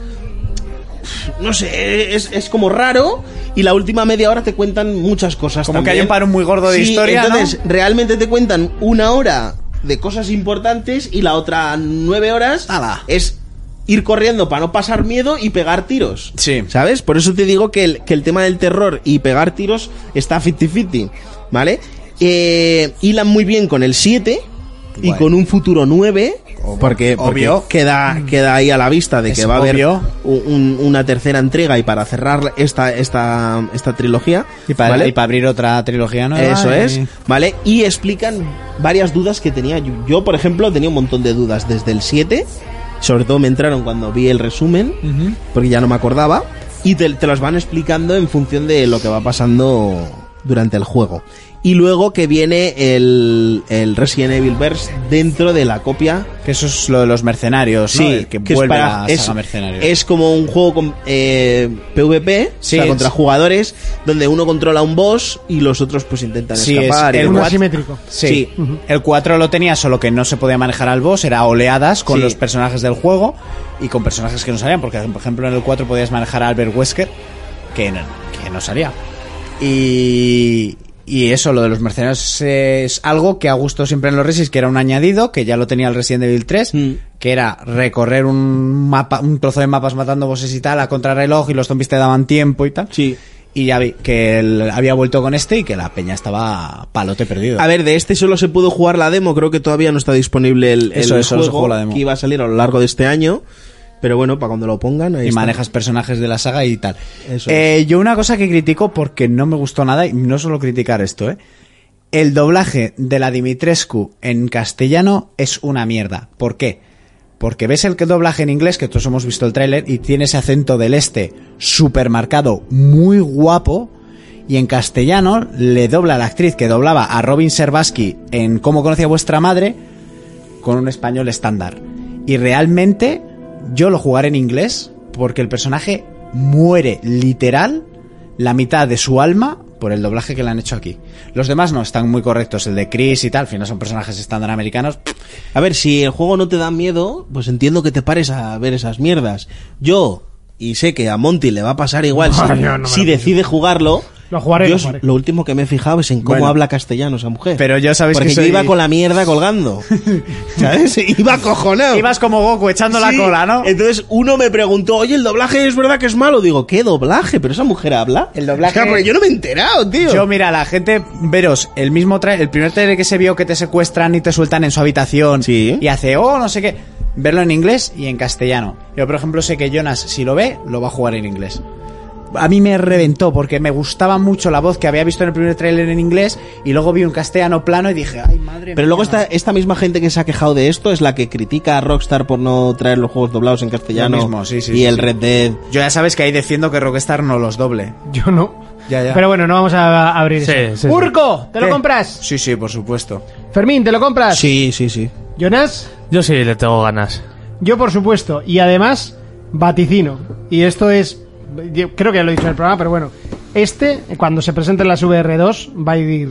no sé, es, es como raro. Y la última media hora te cuentan muchas cosas. Como que también. hay un paro muy gordo de Sí, historia, ¿no? entonces realmente te cuentan una hora de cosas importantes y la otra nueve horas Ala. es ir corriendo para no pasar miedo y pegar tiros. Sí. ¿Sabes? Por eso te digo que el, que el tema del terror y pegar tiros está cincuenta cincuenta, ¿vale? Eh, hilan muy bien con el siete y Guay. con un futuro nueve, porque, porque Obvio. queda, queda ahí a la vista de Es que va a haber obvio. un- un- una tercera entrega y para cerrar esta, esta, esta trilogía. Y para, ¿vale? y para abrir otra trilogía, ¿no? Eso Ay. es, ¿vale? Y explican varias dudas que tenía yo. Yo, por ejemplo, tenía un montón de dudas desde el siete. Sobre todo me entraron cuando vi el resumen, Ujú. porque ya no me acordaba. Y te, te las van explicando en función de lo que va pasando durante el juego. Y luego que viene el, el Resident Evil Verse dentro de la copia. Que eso es lo de los mercenarios, ¿no? Sí, El que, que es vuelve para- la es, saga mercenarios. es como un juego con, eh, PvP, Sí, o sea, contra es- jugadores, donde uno controla un boss y los otros pues intentan Sí, escapar. es y el Un demás. cuatro- asimétrico. Sí, Sí. el cuatro lo tenía, solo que no se podía manejar al boss, era oleadas con Sí. los personajes del juego y con personajes que no salían, porque por ejemplo en el cuatro podías manejar a Albert Wesker, que no, que no salía. Y, y eso, lo de los mercenarios es algo que ha gustado siempre en los Resis, que era un añadido, que ya lo tenía el Resident Evil tres, Mm. que era recorrer un mapa, un trozo de mapas matando bosses y tal, a contrarreloj, y los zombies te daban tiempo y tal. Sí. Y ya vi que él había vuelto con este y que la peña estaba palote perdido. A ver, de este solo se pudo jugar la demo, creo que todavía no está disponible el, el Eso es, solo se juego jugó la demo. que iba a salir a lo largo de este año. Pero bueno, para cuando lo pongan, ahí y está. manejas personajes de la saga y tal. Eso Eh, yo una cosa que critico porque no me gustó nada, y no suelo criticar esto, ¿eh? El doblaje de la Dimitrescu en castellano es una mierda. ¿Por qué? Porque ves el que doblaje en inglés, que todos hemos visto el tráiler, y tiene ese acento del este súper marcado, muy guapo, y en castellano le dobla a la actriz que doblaba a Robin Serbaski en Cómo conocí a vuestra madre con un español estándar. Y realmente yo lo jugaré en inglés porque el personaje muere literal la mitad de su alma por el doblaje que le han hecho aquí. Los demás no están muy correctos, el de Chris y tal, al final son personajes estándar americanos. A ver, si el juego no te da miedo, pues entiendo que te pares a ver esas mierdas. Yo, y sé que a Monty le va a pasar igual si, Ah, yo no me si lo decide jugarlo, Lo jugaré, Yo lo es- jugaré. lo último que me he fijado es en cómo Bueno. habla castellano esa mujer. Pero yo sabes Porque que yo soy- iba con la mierda colgando. ¿Sabes? Iba acojonado. Ibas como Goku echando la Sí. cola, ¿no? Entonces uno me preguntó, oye, ¿el doblaje es verdad que es malo? Digo, ¿qué doblaje? ¿Pero esa mujer habla? El doblaje- O sea, porque yo no me he enterado, tío. Yo, mira, la gente, veros, el mismo tra- el primer trailer que se vio que te secuestran y te sueltan en su habitación Sí. y hace, oh, no sé qué, verlo en inglés y en castellano. Yo, por ejemplo, sé que Jonas, si lo ve, lo va a jugar en inglés. A mí me reventó porque me gustaba mucho la voz que había visto en el primer tráiler en inglés y luego vi un castellano plano y dije, ay, madre mía. Pero luego esta, esta misma gente que se ha quejado de esto es la que critica a Rockstar por no traer los juegos doblados en castellano. Lo mismo, sí, sí, y sí, el sí. Red Dead. Yo ya sabes que ahí defiendo que Rockstar no los doble. Yo no. Ya, ya. Pero bueno, no vamos a abrir Sí, eso. sí, sí. Urco, ¿te lo ¿Qué? compras? Sí, sí, por supuesto. Fermín, ¿te lo compras? Sí, sí, sí. Jonas, Yo sí le tengo ganas. yo por supuesto. Y además, vaticino. Y esto es... yo creo que ya lo he dicho en el programa, pero bueno. Este, cuando se presenten las V R dos, va a ir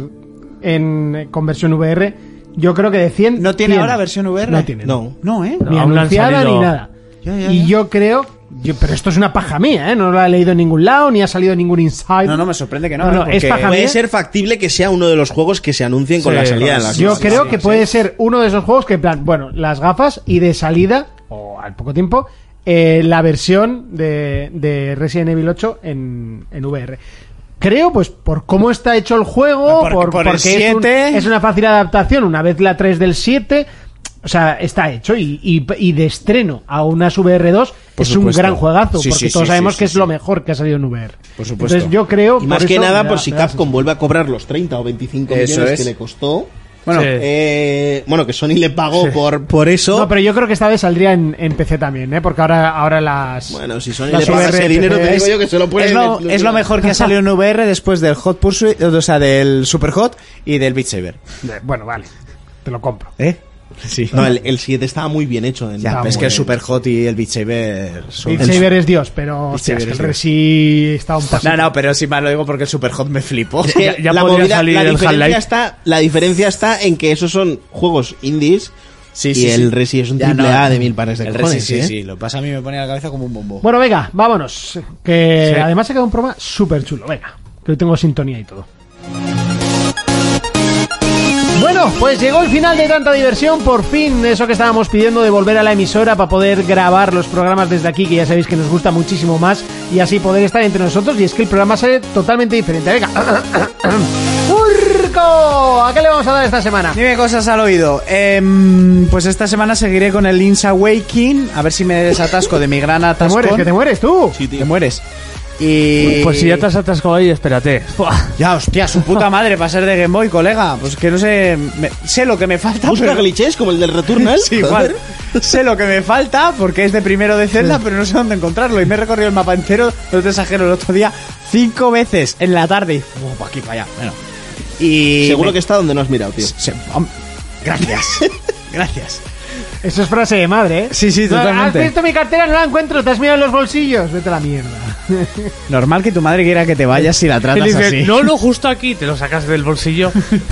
en conversión V R. Yo creo que de cien... ¿No tiene cien. ahora versión V R? No tiene. No. No, ¿eh? Ni No, aún no han anunciada salido- ni nada. Ya, ya, Y ya. yo creo... yo- pero esto es una paja mía, ¿eh? No lo he leído en ningún lado, ni ha salido en ningún insight. No, no, me sorprende que no. No, ¿eh? no, es Porque- paja Puede mía. ser factible que sea uno de los juegos que se anuncien con Sí, la salida de las Yo gafas. creo que puede ser uno de esos juegos que, en plan, bueno, las gafas y de salida, o al poco tiempo, eh, la versión de, de Resident Evil ocho en, en V R. Creo, pues, por cómo está hecho el juego, Por- por, por el porque es, un- siete. es una fácil adaptación, una vez la tres del siete, o sea, está hecho y, y, y de estreno a unas V R dos Por es supuesto. un gran juegazo, Sí, porque sí, todos sí, sabemos sí, que sí, es lo sí. mejor que ha salido en V R. Por supuesto. Entonces yo creo... Y más por que eso nada me por da- si me da Capcom vuelve a cobrar los treinta o veinticinco Eso millones es. que le costó. Bueno, Sí. Eh, bueno, que Sony le pagó por, por eso. No, pero yo creo que esta vez saldría en, en P C también, ¿eh? Porque ahora, ahora las... Bueno, si Sony las le paga V R ese dinero, te P C digo yo que se lo puede es lo, es lo mejor que ha salido en V R después del Hot Pursuit, o sea, del Super Hot y del Beat Saber. Bueno, vale. Te lo compro. ¿Eh? Sí. No, el, el siete estaba muy bien hecho. En Ya, Está pero es muy que el bien. Super Hot y el Beat Saber son... Beat Saber es Dios, pero hostia, Saber es que es el Dios. Resi está un paso. No, no, pero sí más lo digo porque el Super Hot me flipó. Es que Ya- ya la, podría movida- salir la el diferencia Half-Life. está, la diferencia está en que esos son juegos indies Sí, y sí, el sí. Resi es un Ya, triple no, A de no. mil pares de El cojones. Resi, sí, ¿eh? sí, lo que pasa a mí me pone la cabeza como un bombo. Bueno, venga, vámonos. Que Sí. además se queda un programa súper chulo. Venga, que hoy tengo sintonía y todo. Bueno, pues llegó el final de tanta diversión, por fin, eso que estábamos pidiendo de volver a la emisora para poder grabar los programas desde aquí, que ya sabéis que nos gusta muchísimo más, y así poder estar entre nosotros, y es que el programa sale totalmente diferente. Venga, Urco, ¿a qué le vamos a dar esta semana? Dime cosas al oído. Em, pues esta semana seguiré con el Link's Awakening, a ver si me desatasco de mi gran Te atascón. mueres, que te mueres tú. Sí, tío. Te mueres. Y... Pues si ya te has atascado ahí, espérate. Ya, hostia, su puta madre para ser de Game Boy, colega. Pues que no sé... me- sé lo que me falta, Busca pero... glitches como el del Returnal. Sí, joder. igual. Sé lo que me falta porque es de primero de Zelda, pero no sé dónde encontrarlo. Y me he recorrido el mapa entero, no te exagero, el otro día, cinco veces en la tarde. Y, uh, pa' aquí, para allá. Bueno. Y... Seguro me- que está donde no has mirado, tío. se- am- Gracias. Gracias. Eso es frase de madre, ¿eh? Sí, sí, No, totalmente. ¿Has visto mi cartera? No la encuentro, ¿te has mirado en los bolsillos? Vete a la mierda. Normal que tu madre quiera que te vayas si la Y tratas le dices, así. no, no, justo aquí, te lo sacas del bolsillo.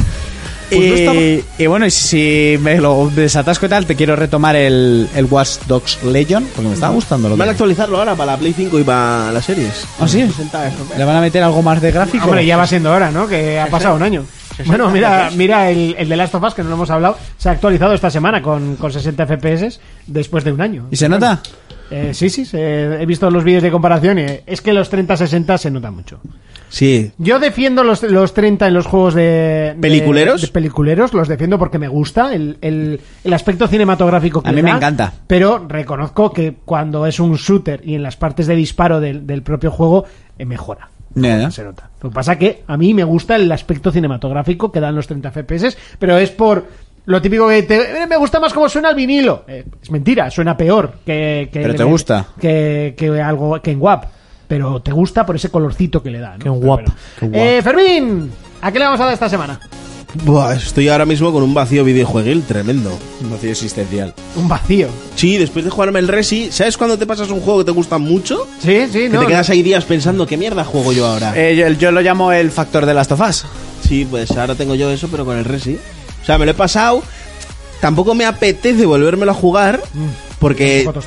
y, y bueno, y si me lo desatasco y tal, te quiero retomar el, el Watch Dogs Legion, porque me estaba gustando lo Van a que... actualizarlo ahora para la Play cinco y para las series. ¿Ah, sí? sesenta F P S. ¿Le van a meter algo más de gráfico? Hombre, ya va siendo hora, ¿no? Que ha pasado un año. Bueno, mira, mira el, el de Last of Us, que no lo hemos hablado, se ha actualizado esta semana con, con sesenta F P S después de un año. ¿Y se nota? Eh, sí, sí, se- he visto los vídeos de comparación y eh, es que los treinta sesenta se nota mucho. Sí. Yo defiendo los, los treinta en los juegos de, de- ¿Peliculeros? de peliculeros, los defiendo porque me gusta el, el, el aspecto cinematográfico que A le mí me da, encanta. Pero reconozco que cuando es un shooter y en las partes de disparo del, del propio juego, eh, mejora. Ya, ya. Se nota. Lo que pasa que a mí me gusta el aspecto cinematográfico que dan los treinta F P S, pero es por lo típico que te- eh, me gusta más cómo suena el vinilo. Eh, es mentira, suena peor que, que Pero te gusta. que, que algo que en W A P. Pero te gusta por ese colorcito que le da, ¿no? Que en Pero W A P. Que en W A P. Eh, Fermín, ¿a qué le vamos a dar esta semana? Buah, estoy ahora mismo con un vacío videojueguil tremendo. Un vacío existencial. Un vacío. Sí, después de jugarme el Resi, ¿sabes cuando te pasas un juego que te gusta mucho? Sí, sí, Que no. te quedas ahí días pensando, ¿qué mierda juego yo ahora? Eh, yo, yo lo llamo el factor de Last of Us. Sí, pues ahora tengo yo eso, pero con el Resi. O sea, me lo he pasado. Tampoco me apetece volvérmelo a jugar. Un Porque poco tostón.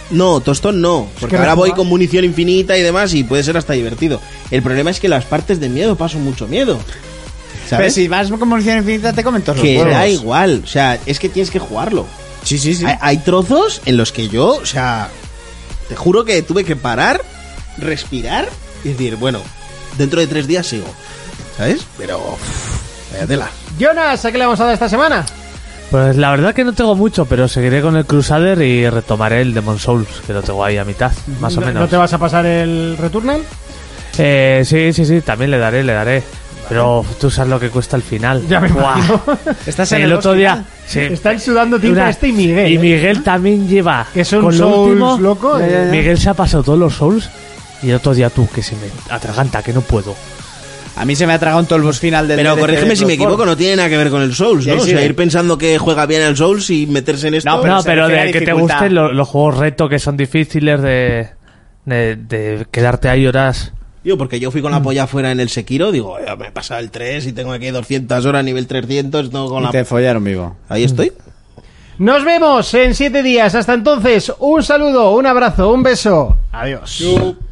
No, tostón no, porque que ahora voy rejugar- con munición infinita y demás y puede ser hasta divertido. El problema es que las partes de miedo paso mucho miedo. Pero ¿Sabes? si vas con munición infinita, te comen todos los Que huevos. da igual, o sea, es que tienes que jugarlo. Sí, sí, sí. Hay, hay trozos en los que yo, o sea, te juro que tuve que parar, respirar y decir, bueno, dentro de tres días sigo, ¿sabes? Pero, uff, vaya tela. Jonas, ¿a qué le vamos a dar esta semana? Pues la verdad que no tengo mucho, pero seguiré con el Crusader y retomaré el Demon Souls, que lo tengo ahí a mitad, más o ¿No- menos. ¿No te vas a pasar el Returnal? Eh, sí, sí, sí, también le daré, le daré. Pero tú sabes lo que cuesta el final. Ya me Buah. imagino. Estás en El el otro boss día... final. Sí. Están sudando tinta Una- este y Miguel. Y ¿eh? Miguel también lleva. Que son con lo Souls último, loco, Ya, ya, eh. ya. Miguel se ha pasado todos los Souls. Y el otro día tú, que se me atraganta, que no puedo. A mí se me ha tragado todo el boss final del Pero D L C corrígeme de si me Bloodborne. equivoco, no tiene nada que ver con el Souls, Y ¿no? ahí O sea, sigue. ir pensando que juega bien al Souls y meterse en esto. No, pero no, se pero refiere de a que te dificultad. gusten lo- los juegos reto que son difíciles de, de, de quedarte ahí horas. Digo, porque yo fui con la polla afuera en el Sekiro, digo, "Eh, me he pasado el tres y tengo aquí doscientas horas, nivel trescientos, tengo con Y la... te follaron vivo. Ahí estoy. Nos vemos en siete días. Hasta entonces, un saludo, un abrazo, un beso. Adiós.